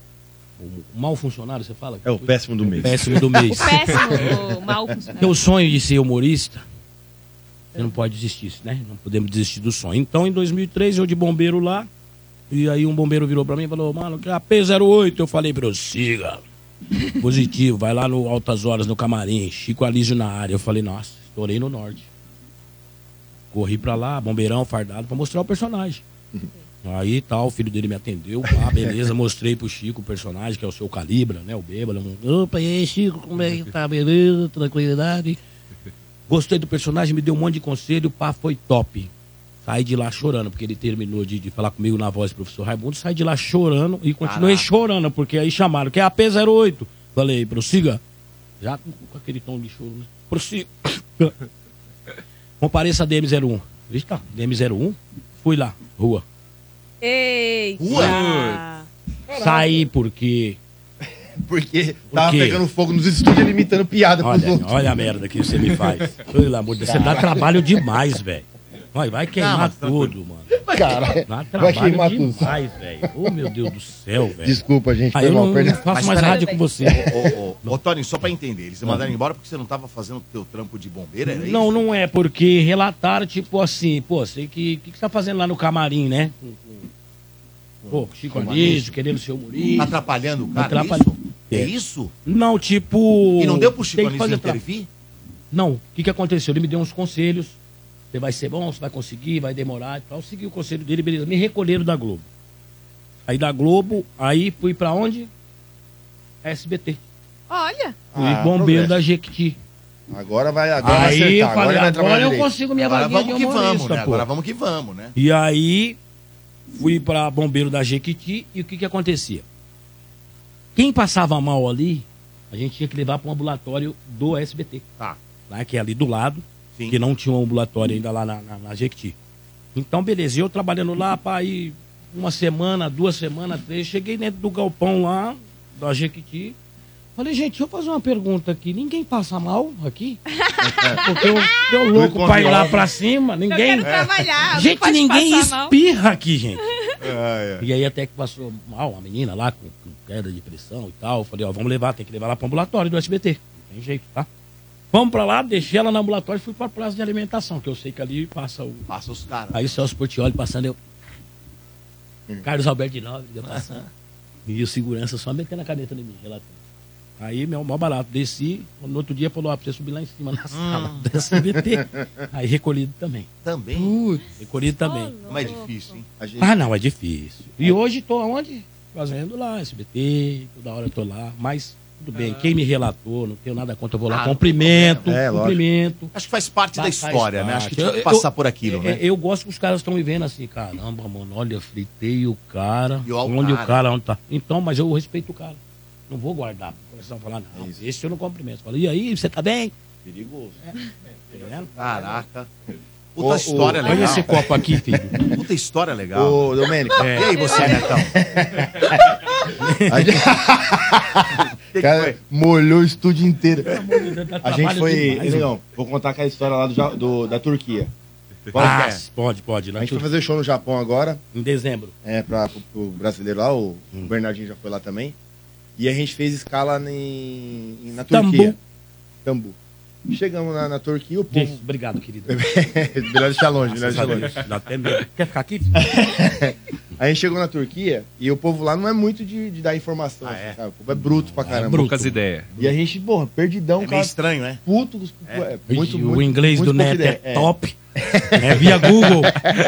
O mau funcionário, você fala? É o péssimo do mês. Péssimo do O mês. péssimo, o mal funcionário. Teu sonho de ser humorista, você não pode desistir, né? Não podemos desistir do sonho. Então, em dois mil e três, eu de bombeiro lá, e aí um bombeiro virou pra mim e falou, mano, que é a P zero oito. Eu falei, prossiga. Positivo, vai lá no Altas Horas, no camarim, Chico Anísio na área. Eu falei, nossa, estourei no norte. Corri pra lá, bombeirão, fardado, pra mostrar o personagem. Aí tal, o filho dele me atendeu, pá, beleza, mostrei pro Chico o personagem, que é o seu Calibra, né, o bêbado. Opa, e aí, Chico, como é que tá, beleza, tranquilidade. Gostei do personagem, me deu um monte de conselho, pá, foi top. Saí de lá chorando, porque ele terminou de, de falar comigo na voz do professor Raimundo, saí de lá chorando e continuei Caraca. chorando, porque aí chamaram, que é a P zero oito. Falei, prossiga. Já com, com aquele tom de choro, né? Prossiga. Compareça a D M zero um. Eita, D M zero um? Fui lá, rua. Eita! Ué. Saí porque... Porque tava quê? pegando fogo nos estúdios e ele imitando piada pros Olha, outros. olha a merda que você me faz. Pelo amor de Deus, você dá trabalho demais, velho. Vai, vai queimar Não, mas tudo, mano. Cara, Dá vai trabalho queimar tudo. demais, velho. Ô, meu Deus do céu, velho. Desculpa, gente. Ah, foi eu mal, não, perdão. não faço Mas mais peraí. rádio com você. Ô, ô, ô, ô, Tony, só pra entender, eles mandaram embora porque você não tava fazendo o teu trampo de bombeiro, era Não, isso? não é, porque relataram, tipo assim, pô, sei que. O que, que você tá fazendo lá no camarim, né? Com- com- Pô, Chico Com Anísio, querendo ser humorista. Tá atrapalhando o cara, Atrapalha- isso? É isso? Não, tipo. E não deu pro Chico tem que Anísio fazer tra- intervir? Não, o que, que aconteceu? Ele me deu uns conselhos. Você vai ser bom, você vai conseguir, vai demorar e tal. Eu segui o conselho dele, beleza. Me recolheram da Globo. Aí da Globo, aí fui pra onde? S B T. Olha. Fui Ah, bombeiro progresso. da Jequiti. Agora vai, agora vai Aí acertar. eu Agora falei, ele vai trabalhar agora eu direito. consigo minha Agora vaguinha vamos de que vamos, humorista, né? pô. Agora vamos que vamos, né? E aí, fui pra bombeiro da Jequiti e o que que acontecia? Quem passava mal ali, a gente tinha que levar para um ambulatório do S B T. Tá. Né, que é ali do lado, Sim. que não tinha um ambulatório ainda lá na, na, na Jequiti. Então, beleza, eu trabalhando lá, para aí uma semana, duas semanas, três, cheguei dentro do galpão lá, da Jequiti. Falei, gente, deixa eu fazer uma pergunta aqui. Ninguém passa mal aqui? Porque eu, eu louco pra ir lá pra cima, ninguém. Eu quero trabalhar, não Gente, pode ninguém passar mal. espirra aqui, gente. É, é. E aí até que passou mal uma menina lá com, com queda de pressão e tal. Eu falei, ó, vamos levar, tem que levar lá pro ambulatório do S B T. Não tem jeito, tá? Vamos pra lá, deixei ela no ambulatório e fui pra praça de alimentação, que eu sei que ali passa o. Passa os caras. Aí o Celso Portiolli passando, eu. Carlos Alberto de Nobre, eu passando. E o segurança só metendo a caneta em mim, relatando. Aí, meu, mó barato, desci, no outro dia falou, ó, pra você subir lá em cima na sala do S B T. Aí recolhido também. Também? Putz, recolhido também. Mas é difícil, hein? A gente- Ah, não, é difícil. E hoje tô aonde? Fazendo lá, S B T, toda hora eu tô lá. Mas, tudo bem, quem me relatou, não tenho nada contra, eu vou lá, Ah, não cumprimento, tem problema. É, lógico. cumprimento. Acho que faz parte da Faz história, né? parte. Acho que tinha que Eu- passar eu- por aquilo, é, né? Eu gosto que os caras estão me vendo assim, caramba, mano, olha, fritei o cara, E ó o onde cara. o cara onde tá. Então, mas eu respeito o cara. Não vou guardar. Começar a falar, não, esse eu não cumprimento. Fala, e aí, você tá bem? Perigoso. Tá vendo? Caraca. Ô, Puta história ô, legal. Olha esse copo aqui, filho. Puta história legal. Ô, Domênico. É. E aí, você, Netão? A gente... que Cara, foi? molhou o estúdio inteiro. Dá A gente trabalho foi. demais, Não, vou contar aquela história lá do, Ja- do- da Turquia. Qual Ah, que é? pode, pode. A Lá gente em foi fazer show no Japão agora. Em dezembro. É, pra, pro, pro brasileiro lá, o, o Bernardinho já foi lá também. E a gente fez escala em, em- na Tambu. Turquia. Tambu. Chegamos na, na Turquia, o povo. Gente, obrigado, querido. Melhor deixar longe, melhor deixar longe. Dá até medo. Quer ficar aqui? A gente chegou na Turquia e o povo lá não é muito de, de dar informação, Ah, é? sabe? O povo é bruto pra caramba. bruto. Poucas ideias. E a gente, porra, perdidão, É meio cara. estranho, né? Puto, dos- é, muito, o muito, inglês muito do pouca Neto ideia. é top. É via Google.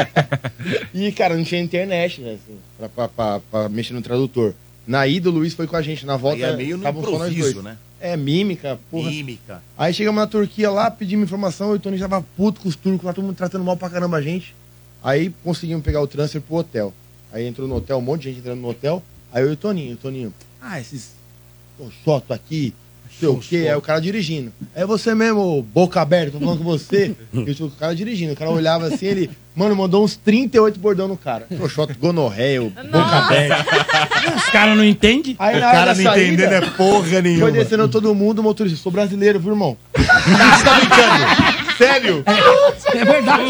E, cara, não tinha internet, né? assim, pra, pra, pra, pra mexer no tradutor. Na ida, o Luiz foi com a gente. Na volta, Aí é meio no estavam só nós improviso, dois. né? É, mímica, porra. Mímica. Aí chegamos na Turquia lá, pedimos informação, e o Tony já tava puto com os turcos lá, todo mundo tratando mal pra caramba a gente. Aí conseguimos pegar o transfer pro hotel. Aí entrou no hotel, um monte de gente entrando no hotel. Aí eu e o Toninho, o Toninho, ah, esses xoxoto aqui, não sei o quê. Aí o cara dirigindo. É você mesmo, boca aberta, tô falando com você. E o cara dirigindo, o cara olhava assim, ele, mano, mandou uns trinta e oito bordão no cara. Xoxoto, gonorreia, boca aberta. Os caras não entendem. Aí O na hora cara da não saída, entendendo é porra nenhuma. foi descendo todo mundo, o motorista, sou brasileiro, viu, irmão? Você tá brincando? Sério? É verdade.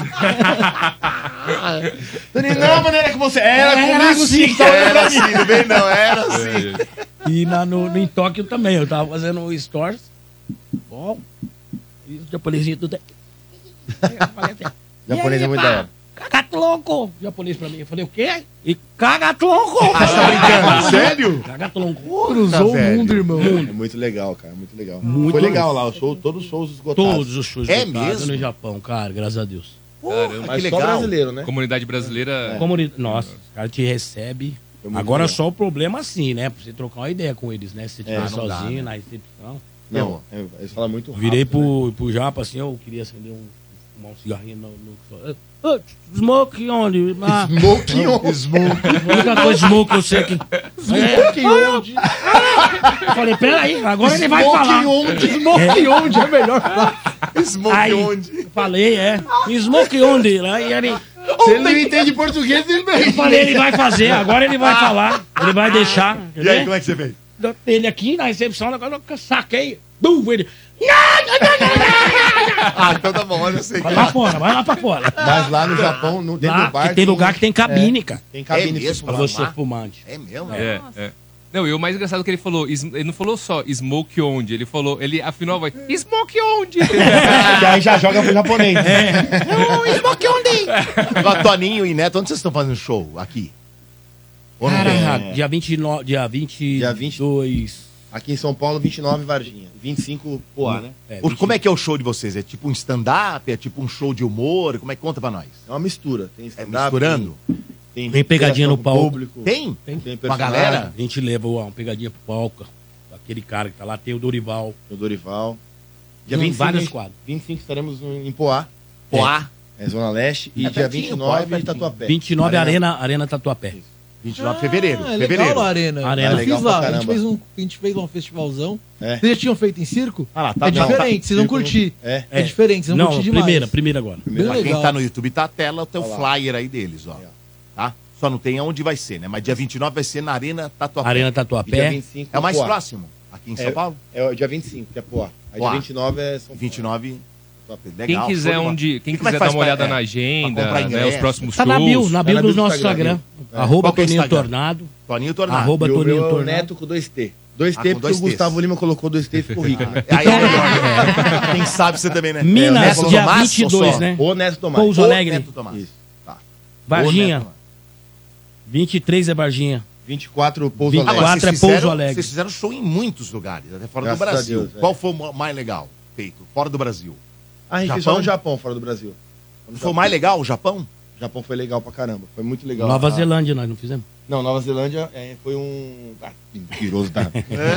Toninho, não, mano, era com você. Era, Era comigo assim, sim, só Era pra assim, mim. não vem não, era assim. E na, no, no, em Tóquio também. Eu tava fazendo um stories. Bom. E o japonesinho tudo. Aí eu falei assim, Japonês "E é aí, muito pá? da hora. Caga tronco. Japonês pra mim. Eu falei, o quê? E caga tronco. Ah, você tá brincando? Sério? Caga tronco. Cruzou velho. o mundo, irmão. É muito legal, cara, muito legal. Muito Foi legal. legal lá, o show, todos os shows esgotados. Todos os shows É esgotados mesmo? no Japão, cara, graças a Deus. Caramba, Mas que só legal. brasileiro, né? Comunidade brasileira. Comuni- Nossa, os caras te recebem. Foi muito Agora legal. só o problema assim, né? Pra você trocar uma ideia com eles, né? Se você estiver É, não dá, sozinho né? na recepção. Não, é, eles falam muito rápido. Virei né? pro, pro Japa assim, eu queria acender um, fumar um cigarrinho no. no... Ah, smoke onde? Ah, Smoke on. Smoke. a única coisa de smoke que eu sei que. Smoke onde? Eu falei, peraí, agora ele vai Smoke falar. onde? Smoke onde é melhor falar. Smoke Aí, onde? falei, é. Smoke onde? Aí ele. Se ele não entende português, ele não Eu falei, ele vai fazer, agora ele vai falar. Ele vai deixar. E aí, como é que você fez? Ele aqui na recepção, agora eu saquei. Bum, ele... Ah, então tá bom, olha, eu sei. Vai lá fora, vai lá pra fora. Mas lá no Japão, no, dentro Lá, do bar... que tem lugar que tem cabine, é, cara. Tem cabine É mesmo? pra Lá você lá? fumante. É mesmo? É, é. Não, e o mais engraçado é que ele falou, es- ele não falou só smoke onde, ele falou, ele afinal vai, smoke onde? Que aí já joga pro japonês. Não, smoke onde? Agora, Toninho e Neto, onde vocês estão fazendo show? Aqui? Ou não tem? Cara, dia vinte e nove, dia vinte Dia vinte. dois. Aqui em São Paulo, vinte e nove, Varginha. vinte e cinco, Poá, né? É, O- Como é que é o show de vocês? É tipo um stand-up? É tipo um show de humor? Como é que conta pra nós? É uma mistura. Tem É stand-up, misturando? Tem, Tem pegadinha no interação com o palco. público. Tem? Tem Uma personagem. galera? A gente leva ó, uma pegadinha pro palco. Aquele cara que tá lá, tem o Dorival. O Dorival. Dia Hum, vinte e cinco, vários gente- quadros. vinte e cinco estaremos em Poá. Poá? É, Zona Leste. E É dia pertinho, vinte e Poá é nove, pertinho. Tatuapé. vinte e nove, Arena, Arena Tatuapé. vinte e nove de fevereiro. Ah, é fevereiro. legal a arena. Arena. Eu Legal fiz pra lá, a gente, caramba. fez um, a gente fez lá um festivalzão. É. Vocês já tinham feito em circo? Ah lá, tá é não, diferente, tá- vocês vão circo curtir. não- é. É, diferente, vocês vão Não, curtir demais. primeira, primeira agora. Bem Pra quem legal. tá no YouTube, tá a tela, tem o Olha lá. flyer aí deles, ó. Tá? Só não tem aonde vai ser, né? Mas dia vinte e nove vai ser na Arena Tatuapé. Arena E dia Tatuapé. vinte e cinco, É o mais Poá. próximo, aqui em São É, Paulo. é o dia vinte e cinco, que é Poá. Aí Poá. dia vinte e nove é São Paulo. vinte e nove. Quem Legal, quiser, show de um de, bola. quem Que que vai quiser dar fazer uma olhada pra- na é, agenda, pra comprar né, os ingresso? próximos Tá shows. na bio, na bio na do bio do nosso Instagram. Instagram. É. Arroba Qual que é o Toninho Instagram? Tornado. Toninho Tornado. Arroba E o Toninho meu é o Tornado. Neto com dois T. Dois Ah, T com porque dois o T's. Gustavo Lima colocou dois T e ficou rico. né? Aí é melhor. Quem sabe você também, né? Minas, É, o Neto dia Tomás, vinte e ou dois, só? né? O Neto Tomás. Pouso O Alegre. Neto Tomás. Isso. Tá. Varginha. O Neto. vinte e três é Varginha. vinte e quatro, Pouso vinte e Alegre. Agora, quatro vocês é Pouso fizeram- Alegre. Vocês fizeram show em muitos lugares, até fora Graças do a Brasil. Deus, é. Qual foi o mais legal feito? Fora do Brasil. Ah, a gente fez Japão? só no Japão, fora do Brasil. No Foi o Japão. mais legal, o Japão? O Japão foi legal pra caramba. Foi muito legal. Nova Ah, Zelândia nós não fizemos. Não, Nova Zelândia é, foi um... Ah, mentiroso, tá?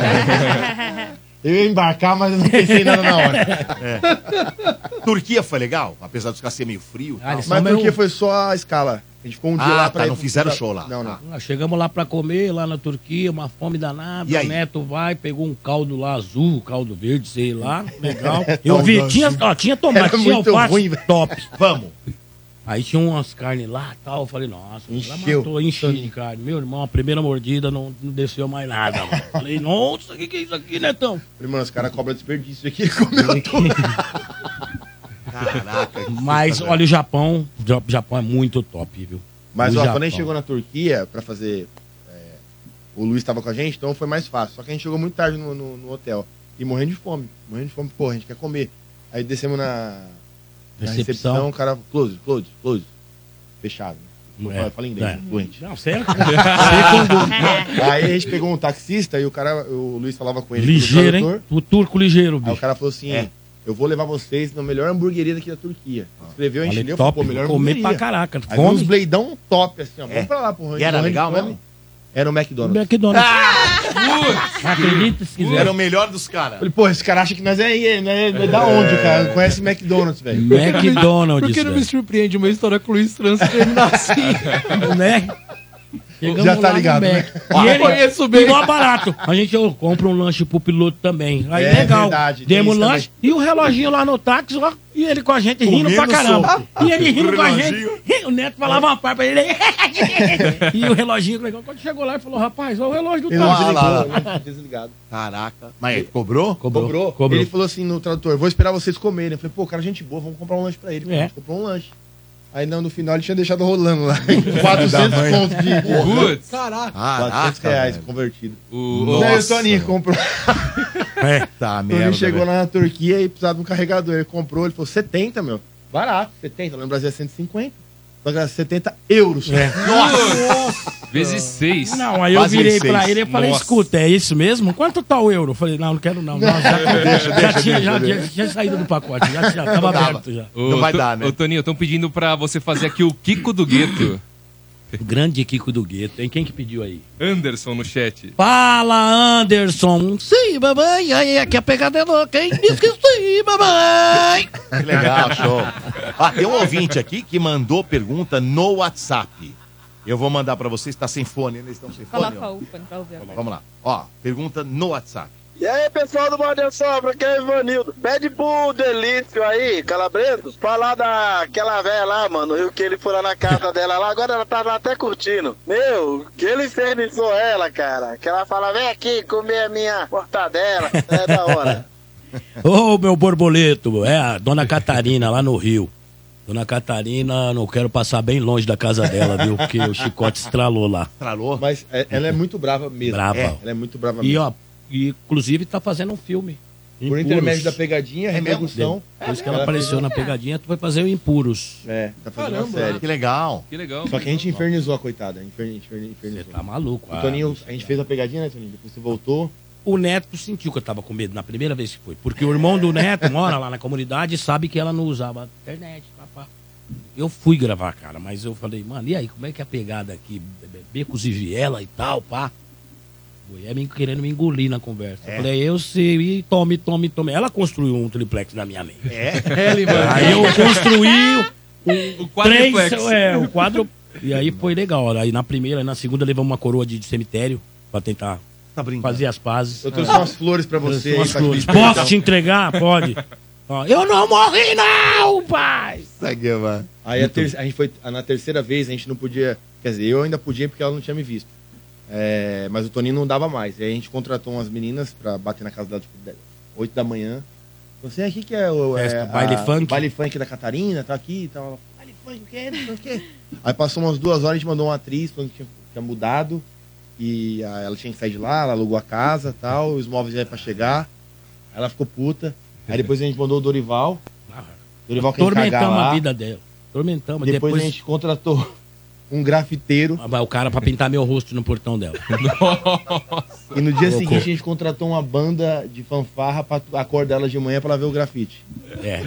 Eu ia embarcar, mas eu não pensei nada na hora. Turquia foi legal, apesar dos caras ser meio frio. e Ah, tal. eles Mas meio- porque foi só a escala. A gente ficou um dia Ah, lá tá, pra... não fizeram show lá. Não, não. Ah. Nós chegamos lá pra comer, lá na Turquia, uma fome danada. E aí? O Neto vai, pegou um caldo lá azul, caldo verde, sei lá, legal. Caldo Eu vi, azul. tinha, ó, tinha tomate, Era tinha muito alface, ruim, velho. top. Vamos. Aí tinha umas carnes lá e tal, eu falei, nossa, ela Encheu. matou, enchi de carne. Meu irmão, a primeira mordida não, não desceu mais nada, mano. Falei, nossa, o que, que é isso aqui, Netão? Falei, mano, os caras cobram desperdício aqui. Ele comeu tudo. Caraca. que Mas puta, olha, o Japão, o Japão é muito top, viu? Mas O ó, Japão. quando a gente chegou na Turquia pra fazer... é, o Luiz tava com a gente, então foi mais fácil. Só que a gente chegou muito tarde no, no- no hotel. E morrendo de fome. Morrendo de fome. Pô, a gente quer comer. Aí descemos na, na Recepção. recepção. O cara... Close, close, close. Fechado. É, Fala inglês, é. doente. Não, sério? Aí a gente pegou um taxista e o cara... O Luiz falava com ele. Ligeiro, pelo hein? tradutor. O turco ligeiro, Aí o bicho. cara falou assim... É. Eu vou levar vocês na melhor hamburgueria daqui da Turquia. Escreveu em Falei, chinês, top, pô, melhor comer hamburgueria. pra caraca. Aí veio uns Fome. bladão top, assim, ó. Vamos É. pra lá, porra. E era morrendo de legal fome. mesmo? Era o McDonald's. McDonald's. Acredita se quiser. Era o melhor dos caras. Falei, pô, esse cara acha que nós é, é, é, é da onde, cara? Não conhece McDonald's, velho. McDonald's, Por que não me velho. surpreende uma história com o Luiz Trans terminar assim? Né? Chegamos Já tá lá no ligado, Mac. né? E ele conheço bem. igual barato. A gente ó, compra um lanche pro piloto também. Aí É legal. verdade, tem Demos isso lanche e o reloginho lá no táxi, ó, e ele com a gente rindo pra Comendo caramba. solto. E ele rindo O com a reloginho. gente. O Neto falava uma parte pra ele. E o reloginho legal. Quando chegou lá, ele falou: rapaz, olha o relógio do Ele não táxi. lá, lá, desligou, né? Desligado. Caraca. Mas cobrou? Cobrou. Cobrou. Ele falou assim no tradutor, vou esperar vocês comerem. Eu falei, pô, cara, gente boa, vamos comprar um lanche pra ele. É. A gente comprou um lanche. Aí não, no final ele tinha deixado rolando lá. quatrocentos pontos de... Putz. Caraca. quatrocentos Caraca, reais velho. convertido. O, Daí o Nossa, Toninho velho. comprou. É. Tá, O merda. Toninho chegou velho. lá na Turquia e precisava de um carregador. Ele comprou, ele falou, setenta, meu. Barato, setenta. Lá no Brasil é cento e cinquenta. Só que era setenta euros. É. vezes seis. Não, aí eu Quase virei seis. pra ele e falei, Nossa. escuta, é isso mesmo? Quanto tá o euro? Eu falei, não, não quero não. não já, Deixa, já deixa, tinha, deixa, já, deixa. já tinha saído do pacote, já, já tava Não dava. aberto já. Ô, Não vai To- dar, né? Ô, Toninho, estão pedindo pra você fazer aqui o Kiko do Gueto. O grande Kiko do Gueto, hein? Quem que pediu aí? Anderson no chat. Fala, Anderson. Sim, mamãe. Aí, aqui a pegada é louca, hein? Diz que sim, mamãe. Que legal, show. Ah, tem um ouvinte aqui que mandou pergunta no WhatsApp. Eu vou mandar pra vocês, tá sem fone, eles estão sem fone? Coloca ó. o fone pra ouvir. agora. Vamos lá. Ó, pergunta no WhatsApp. E aí, pessoal do Morde a Sopra, aqui é o Ivanildo. Pede pro Delício aí, Calabreso, falar daquela velha lá, mano, o que ele foi lá na casa dela lá, agora ela tá lá até curtindo. Meu, que ele infernizou ela, cara. Que ela fala, vem aqui comer a minha mortadela. É da hora. Ô, meu borboleto, é a dona Catarina lá no Rio. Dona Catarina, não quero passar bem longe da casa dela, viu? Porque o chicote estralou lá. Estralou? Mas é- ela é muito brava mesmo. Brava. É, ela é muito brava E, mesmo. ó, e inclusive tá fazendo um filme. Por Impuros. intermédio da pegadinha, repercussão. Por isso que ela Ela apareceu fez- na pegadinha, tu foi fazer o Impuros. É, tá fazendo Caramba, uma série. Que legal. Que legal. Só que a gente infernizou a coitada. Infer, infer, infernizou. Você tá maluco. O Toninho, a gente fez a pegadinha, né, Toninho? Depois você voltou. O Neto sentiu que eu tava com medo na primeira vez que foi. Porque o irmão do Neto mora lá na comunidade e sabe que ela não usava internet. Papá. Eu fui gravar, cara, mas eu falei, mano, e aí, como é que é a pegada aqui? Be- Becos e viela e tal, pá. Mulher me querendo me engolir na conversa. É. Eu falei, eu sei, e tome, tome, tome. Ela construiu um triplex na minha mente. É? Aí eu construí o, O quadriplex. três, é, o quadro. E aí foi legal. Aí na primeira, na segunda levamos uma coroa de, de cemitério pra tentar Tá brincando. fazer as pazes. Eu trouxe umas flores pra você. Umas aí, pra flores. Cristina. Posso te entregar? Pode. Ó, eu não morri não, pai! Segue, mano. Aí a, ter- a gente foi na terceira vez, a gente não podia. Quer dizer, eu ainda podia porque ela não tinha me visto. É, mas o Toninho não dava mais. Aí a gente contratou umas meninas pra bater na casa dela, tipo, oito da manhã. Você aqui que é o. Festa, é, baile a- funk. Baile funk da Catarina, tá aqui e tal. Baile funk, o quê? Não sei o quê. Aí passou umas duas horas, a gente mandou uma atriz, falando que tinha, tinha mudado. E ah, ela tinha que sair de lá, ela alugou a casa e tal, os móveis já iam pra chegar. Aí ela ficou puta. Aí depois a gente mandou o Dorival. Dorival quer cagar Tormentamos lá. a vida dela. Tormentamos. Depois, Depois, a gente contratou um grafiteiro. vai o cara pra pintar meu rosto no portão dela. E no dia Louco. seguinte a gente contratou uma banda de fanfarra pra acordar ela de manhã pra ela ver o grafite. É.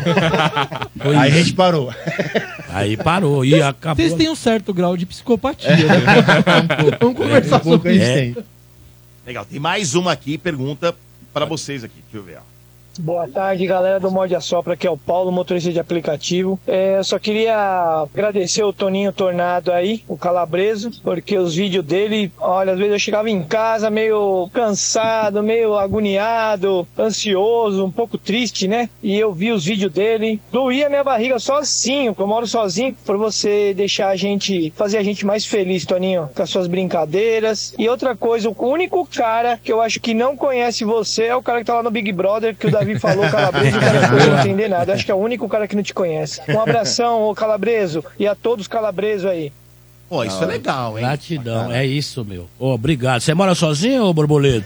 Aí a gente parou. Aí parou e acabou. Vocês têm um certo grau de psicopatia, né? Vamos conversar Um pouco sobre a gente isso. tem. Legal. Tem mais uma aqui, pergunta pra vocês aqui. Deixa eu ver, ó. Boa tarde, galera do Morde a Sopra, aqui é o Paulo, motorista de aplicativo. É, eu só queria agradecer o Toninho Tornado aí, o Calabreso, porque os vídeos dele, olha, às vezes eu chegava em casa meio cansado, meio agoniado, ansioso, um pouco triste, né? E eu vi os vídeos dele, doía minha barriga sozinho, porque eu moro sozinho, por você deixar a gente, fazer a gente mais feliz, Toninho, com as suas brincadeiras. E outra coisa, o único cara que eu acho que não conhece você é o cara que tá lá no Big Brother, que o Davi falou, Calabreso, o cara não pode entender nada. Eu acho que é o único cara que não te conhece. Um abração, ô Calabreso, e a todos os Calabresos aí. Pô, isso é legal, hein? Gratidão, é isso, meu. Ô, obrigado. Você mora sozinho, ô Borboleto?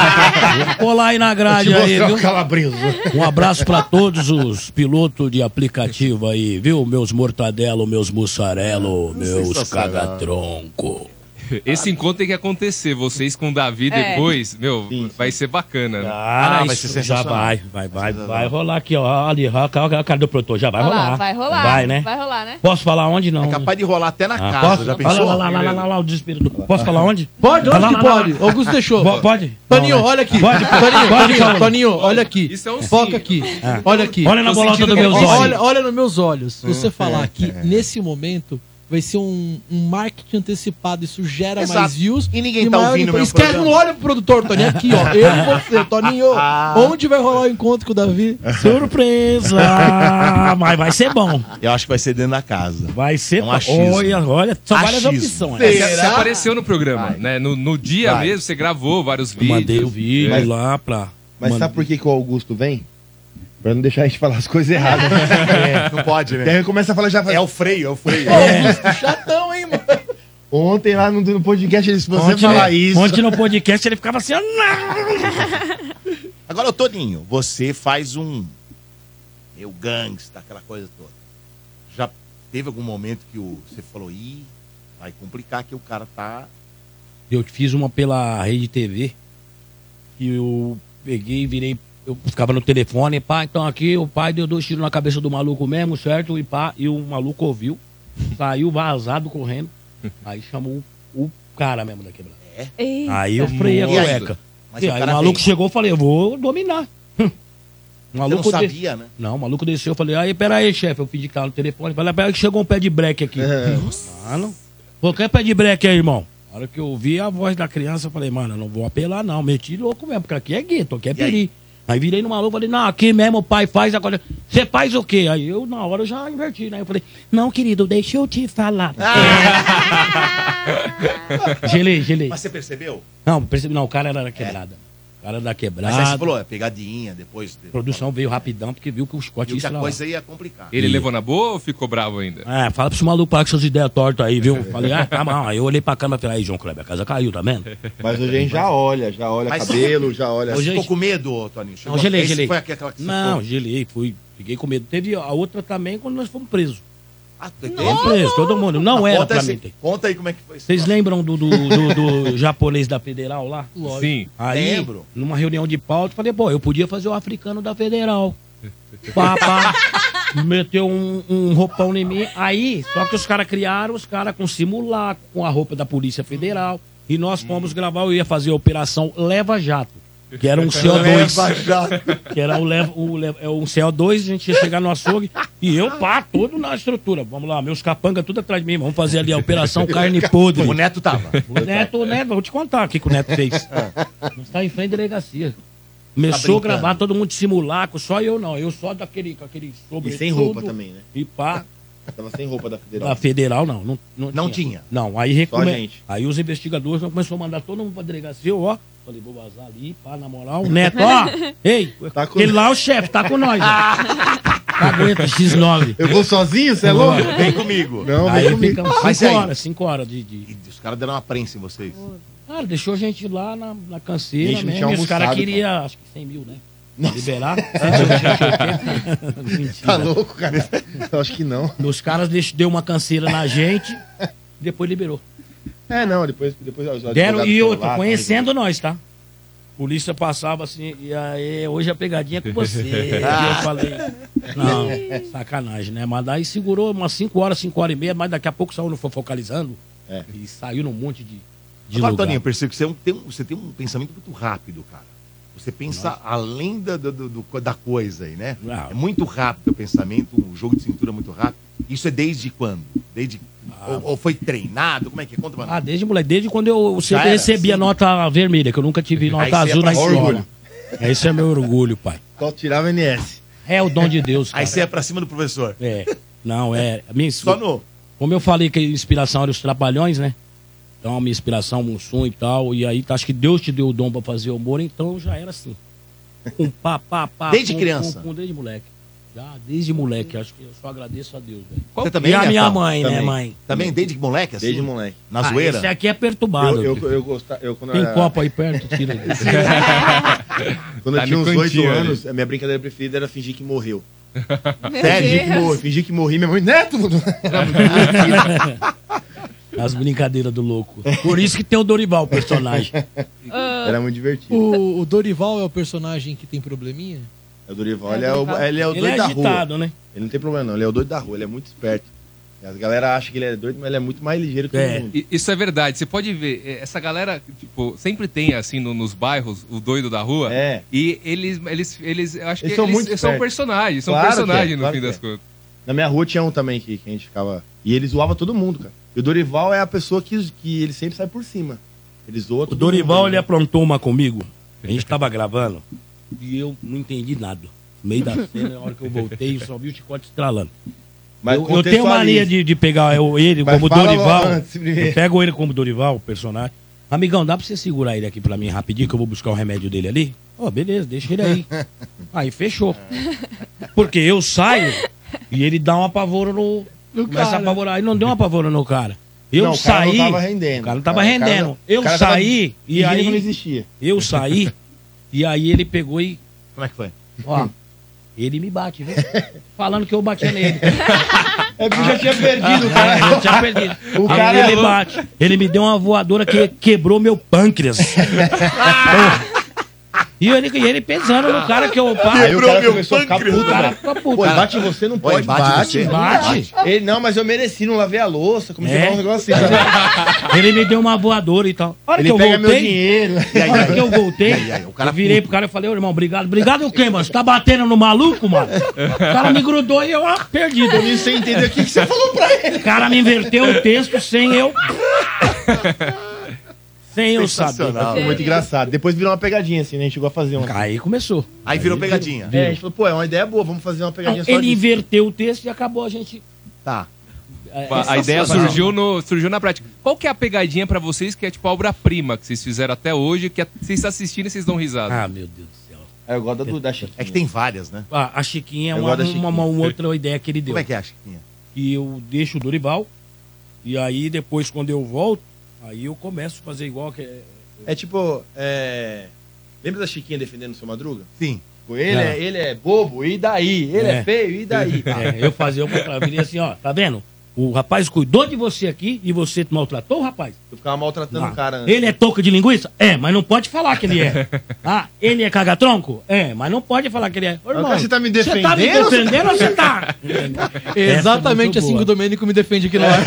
Vou colar aí na grade Vou te aí, mostrar viu? o Calabreso. Um abraço pra todos os pilotos de aplicativo aí, viu? Meus mortadelo, meus mussarelo, meus Sensacional. cagatronco. Esse encontro tem que acontecer. Vocês com o Davi É. depois, meu, vai ser bacana. Né? Ah, isso já vai, vai, vai, vai rolar aqui, ó. Ali, ó, a cara do produtor, já vai Olha lá, rolar. vai rolar. Vai, né? Vai rolar, né? Posso falar onde não? É capaz de rolar até na Ah, casa, posso? já Olha pensou? lá, lá, lá, lá, lá, lá, o desespero do... Posso falar onde? Pode, Lá, lógico lá, que lá, pode. lá. Augusto deixou. Po- Pode? Toninho, Não, né? olha aqui. Pode, Toninho, pode, Toninho, Paulo. Toninho, olha aqui. Isso é um Foca sim. aqui. Ah. Olha aqui. Olha na Tô bolota sentindo dos meus que- olhos. Olha, olha nos meus olhos. Se você Hum. falar É, que é. nesse momento vai ser um, um marketing antecipado, isso gera Exato. mais views. E ninguém tá maior ouvindo impacto. meu Esquece, programa. não olha pro produtor, Toninho. Aqui, ó. Eu e você, Toninho. Onde vai rolar o encontro com o Davi? Surpresa! Mas vai ser bom. Eu acho que vai ser dentro da casa. Vai ser É um bom. achismo. Olha, olha, são várias Achismo. opções. É, Você, você apareceu no programa, Vai. né? No, no dia Vai. mesmo, você gravou vários Eu vídeos. mandei o vídeo Mas- lá pra... Mas mandei- sabe por que, que o Augusto vem? Pra não deixar a gente falar as coisas erradas. Não pode, E né? aí começa a falar já. É o freio, é o freio. Augusto, chatão, hein, mano? Ontem lá no, no podcast, ele- se você Ontem, falar isso. ontem no podcast ele ficava assim, ó, não! Agora, ô Toninho, você faz um meu gangsta, aquela coisa toda. Já teve algum momento que o, você falou, ih, vai complicar que o cara tá... Eu fiz uma pela Rede T V e eu peguei e virei, eu ficava no telefone, pá, então aqui o pai deu dois tiros na cabeça do maluco mesmo, certo? E pá, e o maluco ouviu, saiu vazado correndo, aí chamou o, o cara mesmo da quebrada. Eita. Aí eu freiei a E aí? cueca. Mas E o aí o cara maluco veio. chegou, eu falei, eu vou dominar. O Você não des- sabia, né? Não, o maluco desceu, eu falei, aí, peraí, chefe, eu pedi que tava no telefone, falei, peraí que chegou um pé de breque aqui. Mano, qualquer pé de breque aí, irmão. Na hora que eu ouvi a voz da criança, eu falei, mano, eu não vou apelar não, meti louco mesmo, porque aqui é gueto, aqui é peri. Aí virei no maluco, falei, não, aqui mesmo o pai faz, agora você faz o quê? Aí eu, na hora, eu já inverti, né? Eu falei, não, querido, deixa eu te falar. gelei, gelei. Mas você percebeu? Não, percebi, não, o cara era quebrada. Cara da Mas quebrada. aí você falou, é pegadinha, depois... A produção veio rapidão porque viu que o Scott Viu ia que a estralar. coisa ia complicar. Ele E- levou na boa ou ficou bravo ainda? É, fala pra esse maluco parar com essas ideias tortas aí, viu? Falei, ah, tá bom. Aí eu olhei pra câmera e falei, aí, João Kleber, a casa caiu, tá vendo? Mas hoje a gente já olha, já olha Mas- cabelo, já olha... Você Hoje- ficou com medo, ô, Toninho? Não, gelei, Esse gelei. Foi aquela que você Não, ficou- gelei, fui, fiquei com medo. Teve a outra também quando nós fomos presos. Ah, Fomos presos, todo mundo. Não Ah, era conta pra esse- mim ter. Conta aí como é que foi. Vocês lembram do, do, do- do japonês da Federal lá? Sim. Aí, Lembro. numa reunião de pauta, eu falei, pô, eu podia fazer o africano da Federal. Pá, pá, meteu um, um roupão em mim. Aí, só que os caras criaram, os caras com simulacro, com a roupa da Polícia Federal. E nós fomos gravar, eu ia fazer a operação Leva Jato. Que era um C O dois. Leva Jato. Que era o, leva, o, leva, é um C O dois, a gente ia chegar no açougue. E eu, pá, todo na estrutura. Vamos lá, meus capangas tudo atrás de mim. Vamos fazer ali a operação carne podre. O Neto tava. O Neto, o Neto, vou te contar o que, que o Neto fez. Nós tá em frente à delegacia. Começou a brincando. gravar todo mundo de simulacro, só eu não. Eu só daquele, com aquele sobre. E sem roupa também, né? E pá. Tava sem roupa da Federal. Da Federal, não. Não, não, Não tinha. Não, aí Só a recome... gente. Aí os investigadores começaram a mandar todo mundo pra delegacia, eu, ó. Falei, vou vazar ali, pá, na moral. O Neto, ó. Ei, Tá com- aquele lá é o chefe, tá com nós. ó. Aguenta, xis nove. Eu vou sozinho, você é louco? Vem comigo. Não, Aí vem comigo. ficamos Mas cinco aí? horas, cinco horas de... de... E os caras deram uma prensa em vocês. Cara, deixou a gente lá na, na canseira Gente, não mesmo. tinha E os caras almoçado, queriam, acho que cem mil, né? Nossa. Liberar. Mentira. Tá louco, cara? Eu acho que não. Os caras deix- deu uma canseira na gente, depois liberou. É, não, depois... depois os Deram, advogados e foram outra, lá, conhecendo nós, tá? Polícia passava assim, e aí, hoje a pegadinha é com você. E eu falei, não, sacanagem, né? Mas daí segurou umas cinco horas, cinco horas e meia, mas daqui a pouco saiu no Fofocalizando É. e saiu num monte de, de Agora, lugar. Toninho, eu percebo que você, é um- tem um, você tem um pensamento muito rápido, cara. Você pensa além da, do- do- do- da coisa aí, né? Não. É muito rápido o pensamento, um jogo de cintura muito rápido. Isso é desde quando? Desde... Ou, ou foi treinado? Como é que é? Conta pra nós. Ah, desde moleque, desde quando eu Já sempre era, recebi a sim. nota vermelha, que eu nunca tive Aí nota você é azul pra na cima. escola. Orgulho. Esse é meu orgulho, pai. Só tirava N S. É o dom de Deus, cara. Aí você é pra cima do professor. É. Não, é. A minha, Só no... Como eu falei que a inspiração era os Trapalhões, né? Então a minha inspiração, o Mussum e tal. E aí, tá, acho que Deus te deu o dom pra fazer humor, então já era assim. Um pá, pá, pá. Desde pum, criança? pum, pum, desde moleque. Já, desde moleque. Acho que eu só agradeço a Deus, velho. Você também, E a Netão? minha mãe, né, Também. mãe? Também desde moleque, assim? Desde moleque. Na Ah, zoeira? esse aqui é perturbado. Eu, eu, eu gostava... Eu, quando eu Tem era- copo aí perto, tira aí. Quando Tá eu tinha no uns oito cantinho ali. anos, a minha brincadeira preferida era fingir que morreu. Meu Fingir que, Deus. morri, fingir que morri, minha mãe, Neto! As brincadeiras do louco. Por isso que tem o Dorival, o personagem. Ah, Era muito divertido. O, o Dorival é o personagem que tem probleminha? O Dorival, É, ele é o, Dorival. ele é o Ele doido é da agitado, rua. né? Ele não tem problema não, ele é o doido da rua, ele é muito esperto. E as galera acham que ele é doido, mas ele é muito mais ligeiro que É. todo mundo. I- Isso é verdade. Você pode ver, eh, essa galera, tipo, sempre tem, assim, no- nos bairros, o doido da rua. É. E eles, eles, eles, eu acho Eles que são eles muito são espertos. personagens, são Claro que é, personagens no claro fim que das é. contas. Na minha rua tinha um também que, que a gente ficava... E ele zoava todo mundo, cara. E o Dorival é a pessoa que, que ele sempre sai por cima. Ele zoa O todo Dorival, mundo. ele aprontou uma comigo. A gente tava gravando e eu não entendi nada. No meio da cena, na hora que eu voltei, eu só vi o chicote estralando. Mas eu, eu tenho mania de, de pegar eu- ele Mas como fala Dorival. logo antes, primeiro. Eu pego ele como Dorival, o personagem. Amigão, dá pra você segurar ele aqui pra mim rapidinho, que eu vou buscar o remédio dele ali? Ó, beleza, deixa ele aí. Aí fechou. Porque eu saio e ele dá uma apavora no. No começa cara. a apavorar. Ele não deu uma apavora no cara. Eu Não, o cara saí. não tava rendendo. O cara não tava O cara- rendendo. o cara- eu o cara tava saí e fingindo aí. que não existia. Eu saí e aí ele pegou e. Como é que foi? Ó, ele me bate, viu? Falando que eu batia nele. É porque já tinha perdido, Ah, cara. eu tinha perdido. O Aí cara ele errou. bate. Ele me deu uma voadora que quebrou meu pâncreas. E ele, e ele pensando no cara que eu pá, Aí o cara meu começou a ficar pâncreas. puto, o cara cara. fica puto. Pô, ele bate em você, não Pô, pode. ele bate em você? Bate. Ele, não, mas eu mereci, não lavei a louça. Comecei É. a falar um negócio assim. cara. Ele me deu uma voadora e tal. A hora Ele que eu pega meu voltei, dinheiro. E aí, a hora aí? que eu voltei, E aí, aí? O cara eu virei pro cara e falei, ô irmão, obrigado. Obrigado o quê, mano? Você tá batendo no maluco, mano? O cara me grudou e eu, ah, perdido. Eu nem sei entender o que, que você falou pra ele. O cara me inverteu o texto sem eu... sem eu saber. Sensacional. Foi muito engraçado. Depois virou uma pegadinha, assim, né? A gente chegou a fazer uma. Aí começou. Aí virou pegadinha. É, a gente falou, pô, é uma ideia boa, vamos fazer uma Não, pegadinha só ele disso. inverteu o texto e acabou a gente... Tá. é, A, a ideia sensacional. surgiu, no, surgiu na prática. Qual que é a pegadinha pra vocês que é tipo a obra-prima que vocês fizeram até hoje, que é- vocês assistindo e vocês dão risada? Ah, meu Deus do céu. É, eu gosto da, da Chiquinha. É que tem várias, né? Ah, a Chiquinha é Eu uma, gosto da uma, Chiquinha. uma- uma outra ideia que ele deu. Como é que é a Chiquinha? E eu deixo o Dorival, e aí depois, quando eu volto, aí eu começo a fazer igual que... É tipo, é... lembra da Chiquinha defendendo o seu Madruga? Sim. Tipo, ele é. ele é bobo, e daí? Ele é, É. feio, e daí? É, eu fazia o contrário. Eu diria assim, ó, tá vendo? O rapaz cuidou de você aqui e você maltratou o rapaz. Eu ficava maltratando Ah, o cara antes. Ele é touca de linguiça? É, mas não pode falar que ele é. Ah, ele é cagatronco? É, mas não pode falar que ele é. Ô, irmão, Cara, você tá me Você tá me defendendo? defendendo ou você tá? Exatamente assim que o Domênico me defende aqui no ar.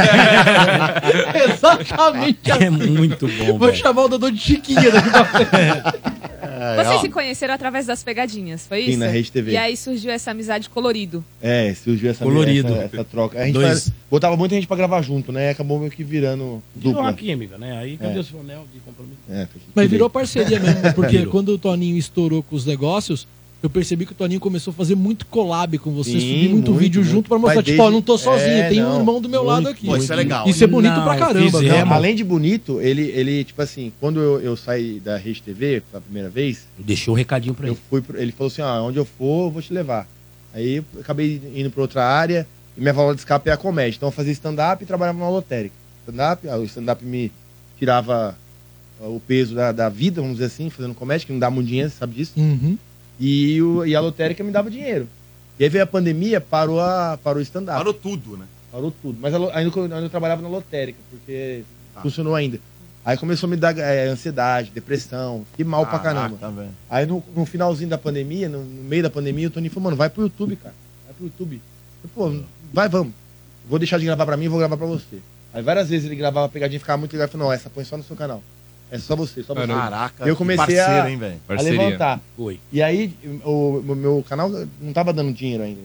Exatamente assim. É muito bom, Vou velho. chamar o Dodô de Chiquinha daqui pra frente. Vocês se conheceram através das pegadinhas, foi isso? Sim, na Rede T V. E aí surgiu essa amizade colorido. É, surgiu essa, Colorido. essa, essa troca. A gente Dois. faz- botava muita gente pra gravar junto, né? Acabou meio que virando Virou dupla. uma química, né? Aí cadê É. o seu anel de compromisso? É, Mas virou parceria mesmo, porque Virou. quando o Toninho estourou com os negócios, eu percebi que o Toninho começou a fazer muito collab com você, Sim, subir muito, muito, vídeo muito. junto pra mostrar, Mas tipo, ó, desde- não tô sozinho, É, tem um não. irmão do meu lado Muito, aqui. Pô, isso é legal. Isso é bonito Não, pra caramba, fizemos. cara. É, além de bonito, ele, ele tipo assim, quando eu, eu saí da Rede T V pela primeira vez, Deixou um recadinho pra eu ele. fui pro- ele falou assim, ó, onde eu for, eu vou te levar. Aí eu acabei indo pra outra área, e minha válvula de escape é a comédia. Então eu fazia stand-up e trabalhava na lotérica. Stand-up, ah, o stand-up me tirava ah, o peso da, da vida, vamos dizer assim, fazendo comédia, que não dá muito dinheiro, você sabe disso. Uhum. E, o, e a lotérica me dava dinheiro. E aí veio a pandemia, parou, a, parou o stand-up. Parou tudo, né? Parou tudo. Mas a lo- ainda, ainda eu trabalhava na lotérica, porque Tá. funcionou ainda. Aí começou a me dar é, ansiedade, depressão, fiquei mal pra caramba. Caraca, velho. Aí no, no finalzinho da pandemia, no, no meio da pandemia, o Toninho falou, mano, vai pro YouTube, cara. Vai pro YouTube. Eu, pô, vai, vamos. Vou deixar de gravar pra mim e vou gravar pra você. Aí várias vezes ele gravava a pegadinha e ficava muito legal. Eu falei, não, essa põe só no seu canal. É só você, só você. Caraca, eu comecei que parceiro, a, hein, velho? a Parceria. levantar. Foi. E aí o, o meu canal não tava dando dinheiro ainda.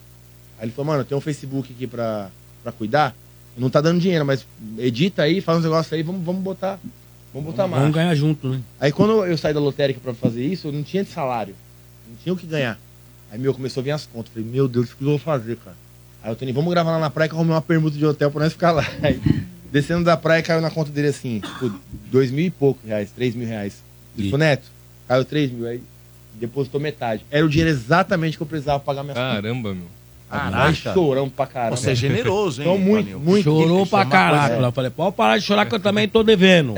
Aí ele falou, mano, eu tenho um Facebook aqui pra, pra cuidar. Não tá dando dinheiro, mas edita aí, faz uns negócios aí, vamos, vamos botar. Vamos botar mais. Vamos ganhar junto, né? Aí quando eu saí da lotérica pra fazer isso, eu não tinha de salário. Não tinha o que ganhar. Aí meu começou a vir as contas. Falei, meu Deus, o que eu vou fazer, cara? Aí eu Toninho, vamos gravar lá na praia que eu arrumei uma permuta de hotel pra nós ficar lá. Aí, descendo da praia, caiu na conta dele assim, tipo, dois mil e pouco reais, três mil reais. Ele falou, Neto, caiu três mil, aí depositou metade. Era o dinheiro exatamente que eu precisava pagar minhas contas. Caramba, meu. Aí choramos pra caramba. Você é generoso, hein, Então, muito, Toninho? muito. Chorou Isso pra é uma caraca. coisa- Eu falei, pode parar de chorar que eu também tô devendo.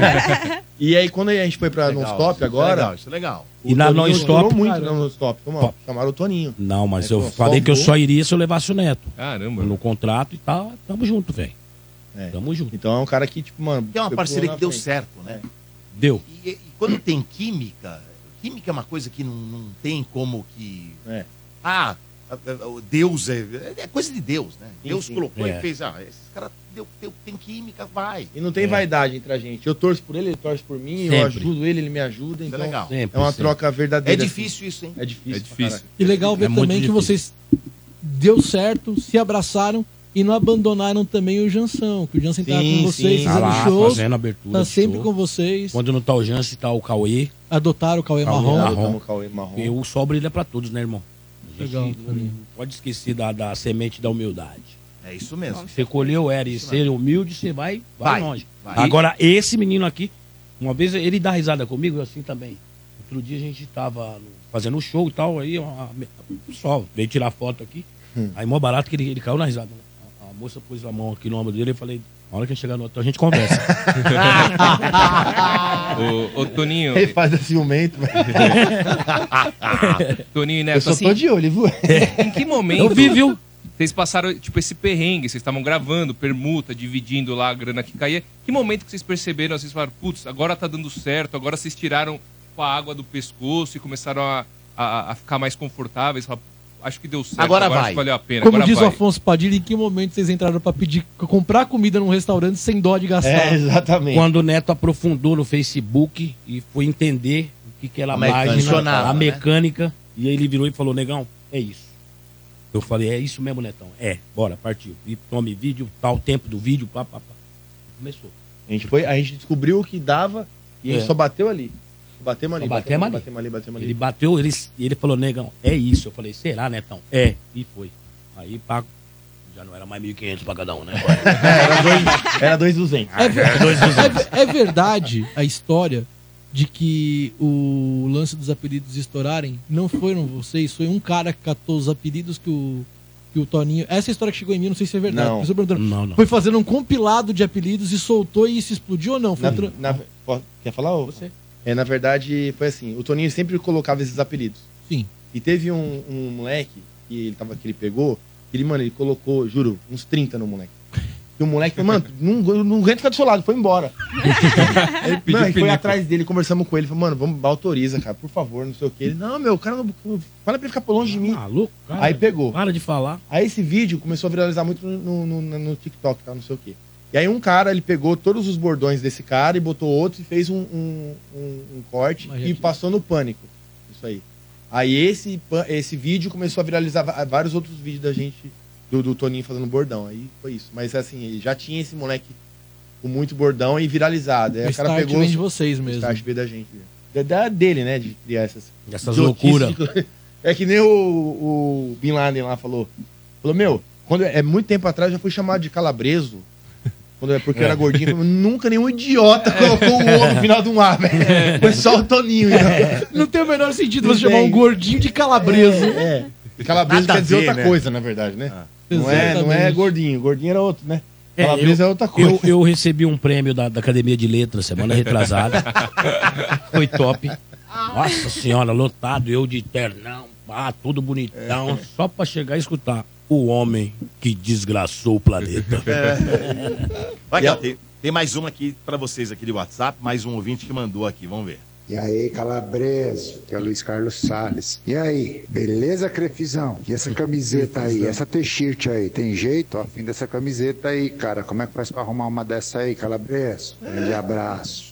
E aí, quando a gente foi pra Legal, Non-Stop isso é agora, legal, isso é legal. o E na Toninho Non-Stop, chorou muito cara, na Non-Stop. Como, chamaram o Toninho. Não, mas Aí eu falou, falei que eu salvou. só iria se eu levasse o Neto. Caramba. No contrato e tal, tamo junto, velho. É. Tamo junto. Então é um cara que, tipo, mano... Que é uma eu parceria pulo que deu na frente. certo, né? Deu. E, e quando tem química, química é uma coisa que não, não tem como que. É. Ah, a- a- o Deus é, é coisa de Deus, né? Sim, Deus sim. colocou É. e fez, ah, esses caras deu- deu- tem química, vai. E não tem É. vaidade entre a gente. Eu torço por ele, ele torce por mim, eu Sempre. ajudo ele, ele me ajuda. Isso Então, é legal. Sempre, é uma sempre. troca É verdadeira. difícil isso, hein? assim. É difícil. É pra difícil. caralho. E legal ver É muito também que difícil. vocês deu certo, se abraçaram e não abandonaram também o Jansão, que o Jansen tá Sim, com vocês, sim. Tá fazendo lá, shows, fazendo abertura tá de sempre show. com vocês, Quando não tá o Jance, tá o Cauê. adotaram o Cauê Cauê Marrom. Marrom. Botamos o Cauê marrom. E o sol brilha pra todos, né, irmão? A gente Legal, não, não pode esquecer da, da semente da humildade. É isso mesmo. Você colheu era e ser humilde, você vai, vai, Vai, longe. vai. Agora, esse menino aqui, uma vez ele dá risada comigo, eu assim também. Outro dia a gente tava no- fazendo um show e tal, aí uma- o pessoal veio tirar foto aqui. Hum. Aí mó barato que ele, ele caiu na risada. A, a moça pôs a mão aqui no ombro dele e eu falei, na hora que a gente chegar no hotel a gente conversa. Ô, ô, Toninho, Ele faz assim ciumento, velho. Toninho e Eu Neto, só assim, tô de olho, viu? em que momento Eu vi, viu? vocês passaram, tipo, esse perrengue? Vocês estavam gravando, permuta, dividindo lá a grana que caía. Que momento que vocês perceberam, vocês falaram, putz, agora tá dando certo, agora vocês tiraram com a água do pescoço e começaram a, a, a ficar mais confortáveis? Falaram, acho que deu certo, Agora acho vai. que valeu a pena, Como agora diz vai. o Afonso Padilha, em que momento vocês entraram pra pedir, comprar comida num restaurante sem dó de gastar? É, exatamente. Quando o Neto aprofundou no Facebook e foi entender o que, que era a Como é que página, funcionava, a né? mecânica, e aí ele virou e falou, negão, é isso. Eu falei, é isso mesmo, Netão? É, bora, partiu. E tome vídeo, tal tempo do vídeo, pá, pá, pá. Começou. A gente, foi, a gente descobriu o que dava e a gente É. só bateu ali. Batemos ali, Só batemos ali. batemos ali, batemos ali. Ele bateu, ele, ele falou, negão, é isso. Eu falei, será, Netão? É, e foi. Aí, pá, Já não era mais mil e quinhentos pra cada um, né? Era dois- era dois mil e duzentos. É, ver- dois mil e duzentos. é- é verdade a história de que o lance dos apelidos estourarem não foram vocês, foi um cara que catou os apelidos que o, que o Toninho... Essa história que chegou em mim, não sei se é verdade. Não. a pessoa perguntando, Não, não. Foi fazendo um compilado de apelidos e soltou e isso explodiu ou não? Foi Na- tra- na- pô, quer falar? Ô? Você. É, na verdade, foi assim. O Toninho sempre colocava esses apelidos. Sim. E teve um, um moleque que ele, tava, que ele pegou, que ele, mano, ele colocou, juro, uns trinta no moleque. E o moleque falou, mano, não, não aguento ficar do seu lado, foi embora. Ele, pediu mano, a gente foi pinico. atrás dele, conversamos com ele, falou, mano, vamos, autoriza, cara, por favor, não sei o que. Ele, não, meu, o cara não. Fala pra ele ficar por longe de mim. Maluco, cara. Aí pegou. Para de falar. Aí esse vídeo começou a viralizar muito no, no, no, no TikTok, tá, não sei o quê. E aí um cara, ele pegou todos os bordões desse cara e botou outro e fez um, um, um, um corte Mas, e gente- passou no Pânico. Isso aí. Aí esse, pa- esse vídeo começou a viralizar va- vários outros vídeos da gente, do, do Toninho fazendo bordão. Aí foi isso. Mas assim, ele já tinha esse moleque com muito bordão e viralizado. Aí O o cara start pegou. vem de vocês mesmo. O start veio da gente. Da, da dele, né? De criar essas. Essas idiotices. loucuras. É que nem o, o Bin Laden lá falou. Falou, meu, quando, é muito tempo atrás eu já fui chamado de calabreso. Quando, é porque eu era gordinho. Falei, nunca nenhum idiota colocou o O no final de um A, velho. Foi só o Toninho. né? Não tem o menor sentido Não você chamar tem. um gordinho de calabreso. É. é. Calabreso Nada quer dizer a ver, outra né? coisa, na verdade, né? Não, é, não é Exatamente. gordinho. Gordinho era outro, né? É, Calabreso eu- é outra coisa. Eu, eu recebi um prêmio da, da Academia de Letras semana retrasada. Foi top. Nossa senhora, lotado, eu de ternão, pá, tudo bonitão, só pra chegar e escutar. O homem que desgraçou o planeta. Vai cá, tem, tem mais uma aqui pra vocês aqui de WhatsApp, mais um ouvinte que mandou aqui, vamos ver. E aí, Calabreso, que é o Luiz Carlos Salles. E aí, beleza, Crefizão? E essa camiseta aí, essa t-shirt aí, tem jeito? Ó, fim dessa camiseta aí, cara. Como é que faz pra arrumar uma dessa aí, Calabreso? Grande abraço.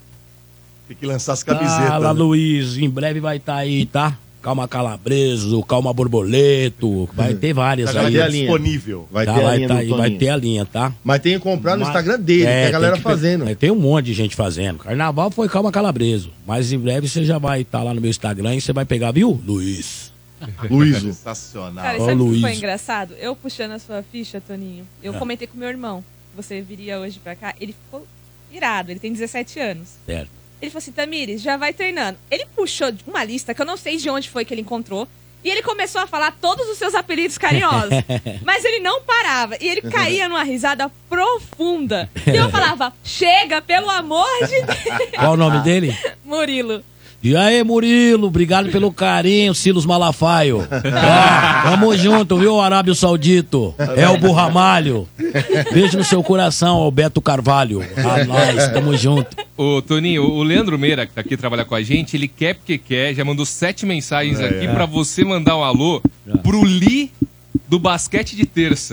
Tem que lançar as camisetas. Fala, né? Luiz, em breve vai estar aí, tá? Calma Calabreso, Calma Borboleto, vai ter várias Vai aí. ter a linha. Disponível. Vai Tá, ter a vai, linha tá do aí, vai Toninho. ter a linha, tá? Mas tem que comprar no Mas- Instagram dele, É, tem a galera tem que- fazendo. é, Tem um monte de gente fazendo. Carnaval foi Calma Calabreso. Mas em breve você já vai estar lá no meu Instagram e você vai pegar, viu? Luiz. Luiz. Sensacional. Cara, Ó, sabe o que Luiz. foi engraçado? Eu puxando a sua ficha, Toninho, eu Ah. comentei com meu irmão. Você viria hoje pra cá, ele ficou irado, ele tem dezessete anos. Certo. Ele falou assim, Tamires, já vai treinando. Ele puxou uma lista que eu não sei de onde foi que ele encontrou. E ele começou a falar todos os seus apelidos carinhosos. Mas ele não parava. E ele caía numa risada profunda. E eu falava, chega, pelo amor de Deus. Qual o nome dele? Murilo. E aí, Murilo, obrigado pelo carinho, Silos Malafaio. Ó, tamo junto, viu, Arábio Saudito? É o Burramalho. Beijo no seu coração, Alberto Carvalho. A nós, tamo junto. Ô, Toninho, o Leandro Meira, que tá aqui trabalhar com a gente, ele quer porque quer, já mandou sete mensagens É. aqui pra você mandar um alô pro Li do basquete de terça.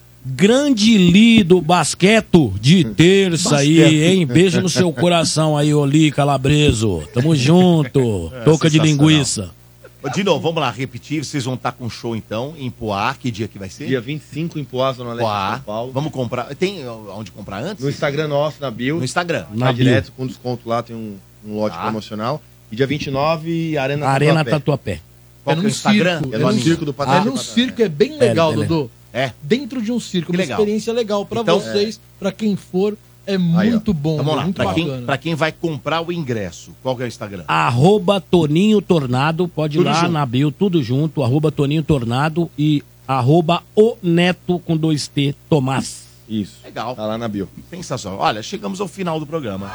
Grande Li do basqueto de terça aí, Basqueto. hein? Beijo no seu coração aí, Oli Calabreso. Tamo junto. É, Toca de sensacional. linguiça. De novo, vamos lá repetir. Vocês vão estar com show então em Poá. Que dia que vai ser? Dia vinte e cinco em Poá, Zona Leste de Poá. São Paulo. Vamos comprar. Tem onde comprar antes? No Instagram nosso, na bio. No Instagram. Vai Na bio. direto com desconto lá, tem um, um lote Tá. promocional. E dia vinte e nove, Arena Arena Tatuapé. Tatuapé. Qual É que é o num Instagram? circo, É no num- circo do É Patrício num Patrão. circo, é bem legal, É, é, Dodô. É. Dentro de um circo, Que uma legal. experiência legal pra Então, vocês, pra quem for, é muito bom, Vamos lá. muito Pra quem, bacana. pra quem vai comprar o ingresso, qual que é o Instagram? Arroba Toninho Tornado, pode ir Tudo lá junto. na bio, tudo junto, arroba Toninho Tornado e arroba o Neto com dois T, Tomás. Isso. Legal. Tá lá na bio. Sensacional. Olha, chegamos ao final do programa.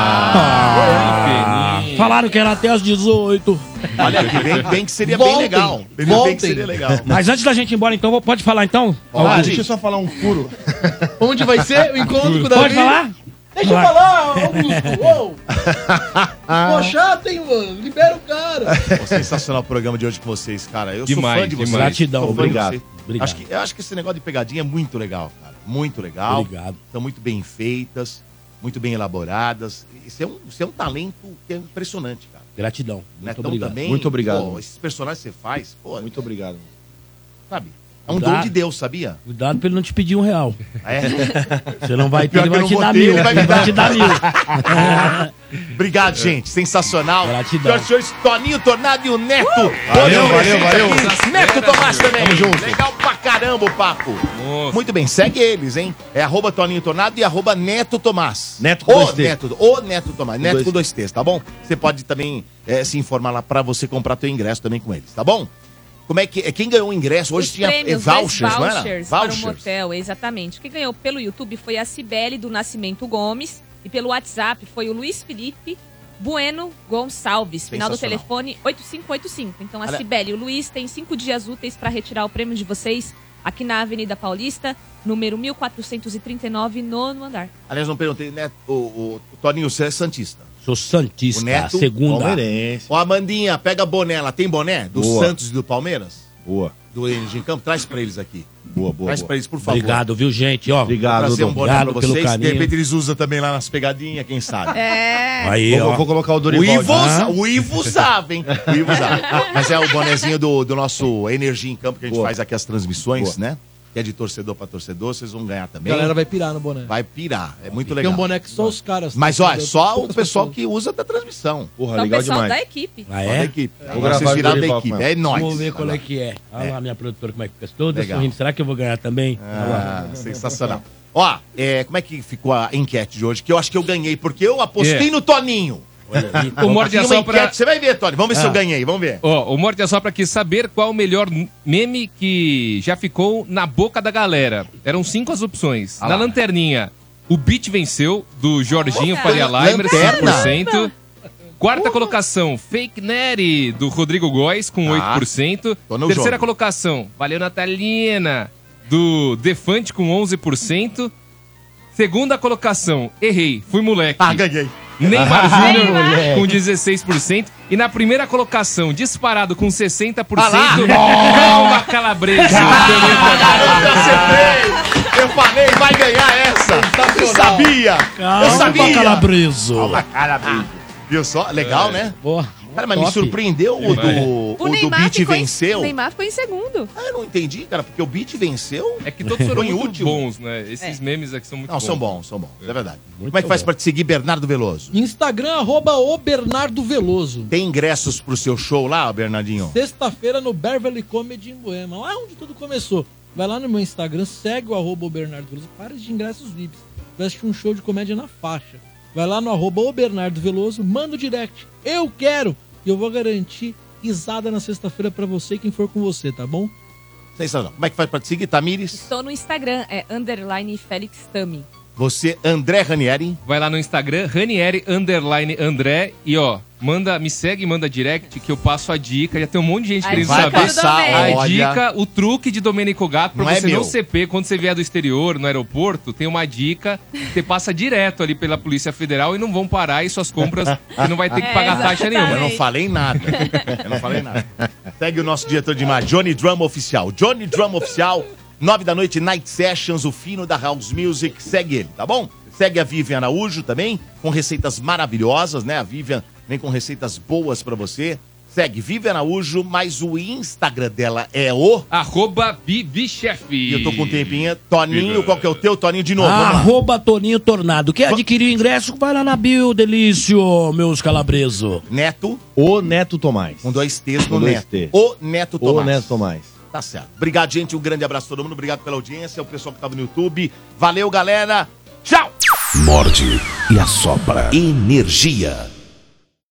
Ah, falaram que era até às dezoito. Olha aqui, bem, bem que seria Voltem, bem legal. Bem, bem voltem. que seria legal. Mas antes da gente ir embora, então, pode falar então? Ah, deixa eu só falar um furo. Onde vai ser o encontro com o Davi? Pode falar? Deixa eu Vai. falar, Augusto. Uou. Pô, chato, hein, mano? Libera o cara. Pô, sensacional o programa de hoje com vocês, cara. Eu Demais, sou fã de vocês. demais. Gratidão, Sou fã de obrigado. vocês. Obrigado. Acho que, eu acho que esse negócio de pegadinha é muito legal, cara. Muito legal. Obrigado. São muito bem feitas, muito bem elaboradas. Isso é um, isso é um talento que é impressionante, cara. Gratidão. Né? Muito Então, obrigado. também, Muito obrigado. pô, esses personagens que você faz, pô, Muito obrigado. sabe? É um dom de Deus, sabia? Cuidado pra ele não te pedir um real. É? Você não vai ter, Pior ele que eu vai não te vou dar ter, mil. ele vai me Ele vai dar. te dar mil. Obrigado, gente. Sensacional. Gratidão. Senhoras e senhores, Toninho Tornado e o Neto. Valeu, Hoje, valeu, valeu. aqui. Neto Tomás também. Tamo junto. Legal pra caramba o papo. Muito bem, segue eles, hein? É arroba Toninho Tornado e arroba Neto Tomás. Neto com o dois T. Neto, o Neto Tomás. Neto dois com dois T's, tá bom? Você pode também é, se informar lá pra você comprar teu ingresso também com eles, tá bom? Como é que. Quem ganhou o ingresso hoje Os tinha prêmios, é, vouchers, dois não era? vouchers para o motel, exatamente. Quem ganhou pelo YouTube foi a Cibele do Nascimento Gomes e pelo WhatsApp foi o Luiz Felipe Bueno Gonçalves, final do Sensacional. telefone oito cinco oito cinco. Então a Olha- Cibele e o Luiz têm cinco dias úteis para retirar o prêmio de vocês aqui na Avenida Paulista, número mil quatrocentos e trinta e nove, nono andar. Aliás, não perguntei, Neto, o, o, o Toninho, você é Santista. Sou Santista, O Neto, segunda. Palmeirense. Ó, Amandinha, pega boné. Ela tem boné? Do Boa. Santos e do Palmeiras? Boa. Do Energia em Campo? Traz pra eles aqui. Boa, boa. Traz boa. pra eles, por favor. Obrigado, viu, gente? Ó, Vou Obrigado, trazer um Dom. boné pra Obrigado pelo vocês. De carinho. repente eles usam também lá nas pegadinhas, quem sabe? É. Aí, Vou, ó. vou colocar o O Dorival. Ivo, Ah, usa- o Ivo usava, hein? O Ivo usava. Mas é o bonezinho do, do nosso Energia em Campo que a gente Boa. faz aqui as transmissões, Boa. né? Que é de torcedor pra torcedor, vocês vão ganhar A também. galera vai pirar no boné. Vai pirar, é muito Tem legal. um boné que só os caras... Mas olha, só o Poucas pessoal pessoas. que usa da transmissão. Porra, Então o legal pessoal demais. da equipe. Ah, Só da é? equipe. Vou Agora gravar vocês o viraram da Dorival equipe. com É nóis. Vamos ver qual Olha é lá. que é. Olha lá, minha produtora, como é que fica toda Legal. sorrindo. Será que eu vou ganhar também? Ah, sensacional. Ó, é, como é que ficou a enquete de hoje? Que eu acho que eu ganhei, porque eu apostei É. no Toninho. O Morde Tinha a uma Sopra... enquete, você vai ver, Tony. Vamos ver se Ah. eu ganhei, vamos ver. Ó, o Morde a Sopra quis saber qual o melhor meme que já ficou na boca da galera. Eram cinco as opções. Ah na lá. lanterninha, o Beat venceu, do Jorginho Olha. Faria Limer, Lanterna? cinco por cento. Quarta colocação, Fake Nery, do Rodrigo Góes, com Ah, oito por cento. tô no Terceira jogo. colocação, Valeu Natalina, do Defante, com onze por cento. Segunda colocação, Errei, Fui Moleque. Ah, ganhei. Neymar Júnior moleque. com dezesseis por cento. E na primeira colocação, disparado com sessenta por cento, Ah lá. Calma Calabresa. Garoto, eu acertei. Eu falei, vai ganhar essa. Eu sabia. Eu sabia. Calabreso. Calma, Calabresa. Viu só? Legal, né? Boa. Cara, mas me Top. surpreendeu o do, o O do Neymar Beat ficou em- venceu. O Neymar ficou em segundo. Ah, eu não entendi, cara, porque o Beat venceu. É que todos foram Foi em muito último. bons, né? Esses memes aqui são muito Não, bons. são bons, são bons. É verdade. Como é que faz pra te seguir, Bernardo Veloso? Instagram, arroba o Bernardo Veloso. Tem ingressos pro seu show lá, Bernardinho? Sexta-feira no Beverly Comedy em Boema, lá onde tudo começou. Vai lá no meu Instagram, segue o arroba o Bernardo Veloso, para de ingressos V I Ps. Vai assistir um show de comédia na faixa. Vai lá no arroba o Bernardo Veloso, manda o direct. Eu quero! E eu vou garantir risada na sexta-feira pra você e quem for com você, tá bom? Sensacional. Como é que faz pra te seguir, Tamires? Estou no Instagram, é underline Félix Tami. Você, André Ranieri. Vai lá no Instagram, Ranieri, underline André. E ó, manda, me segue, manda direct que eu passo a dica. Já tem um monte de gente A querendo dica saber. do Domênico. A olha. dica, o truque de Domênico Gato pra Não é você meu. não C P. Quando você vier do exterior, no aeroporto, tem uma dica. Você passa direto ali pela Polícia Federal e não vão parar e suas compras você não vai ter que É, pagar taxa exatamente. nenhuma. Eu não falei nada. Eu não falei nada. Segue o nosso diretor de imagem, Johnny Drum Oficial. Johnny Drum Oficial, nove da noite, Night Sessions, o fino da House Music. Segue ele, tá bom? Segue a Vivian Araújo também, com receitas maravilhosas, né? A Vivian vem com receitas boas pra você. Segue Vivian Araújo, mas o Instagram dela é o... Arroba Bibichef. E eu tô com um tempinho. Toninho, qual que é o teu? Toninho de novo. vamos lá. Arroba Toninho Tornado. Quer adquirir o ingresso? Vai lá na bio, delício, meus calabreso. Neto, O Neto Tomás. com dois T's no Com dois Neto. T. O Neto Tomás. O Neto Tomás. Tá certo. Obrigado, gente. Um grande abraço a todo mundo. Obrigado pela audiência. O pessoal que tava no YouTube. Valeu, galera. Tchau! Morde e assopra. Energia.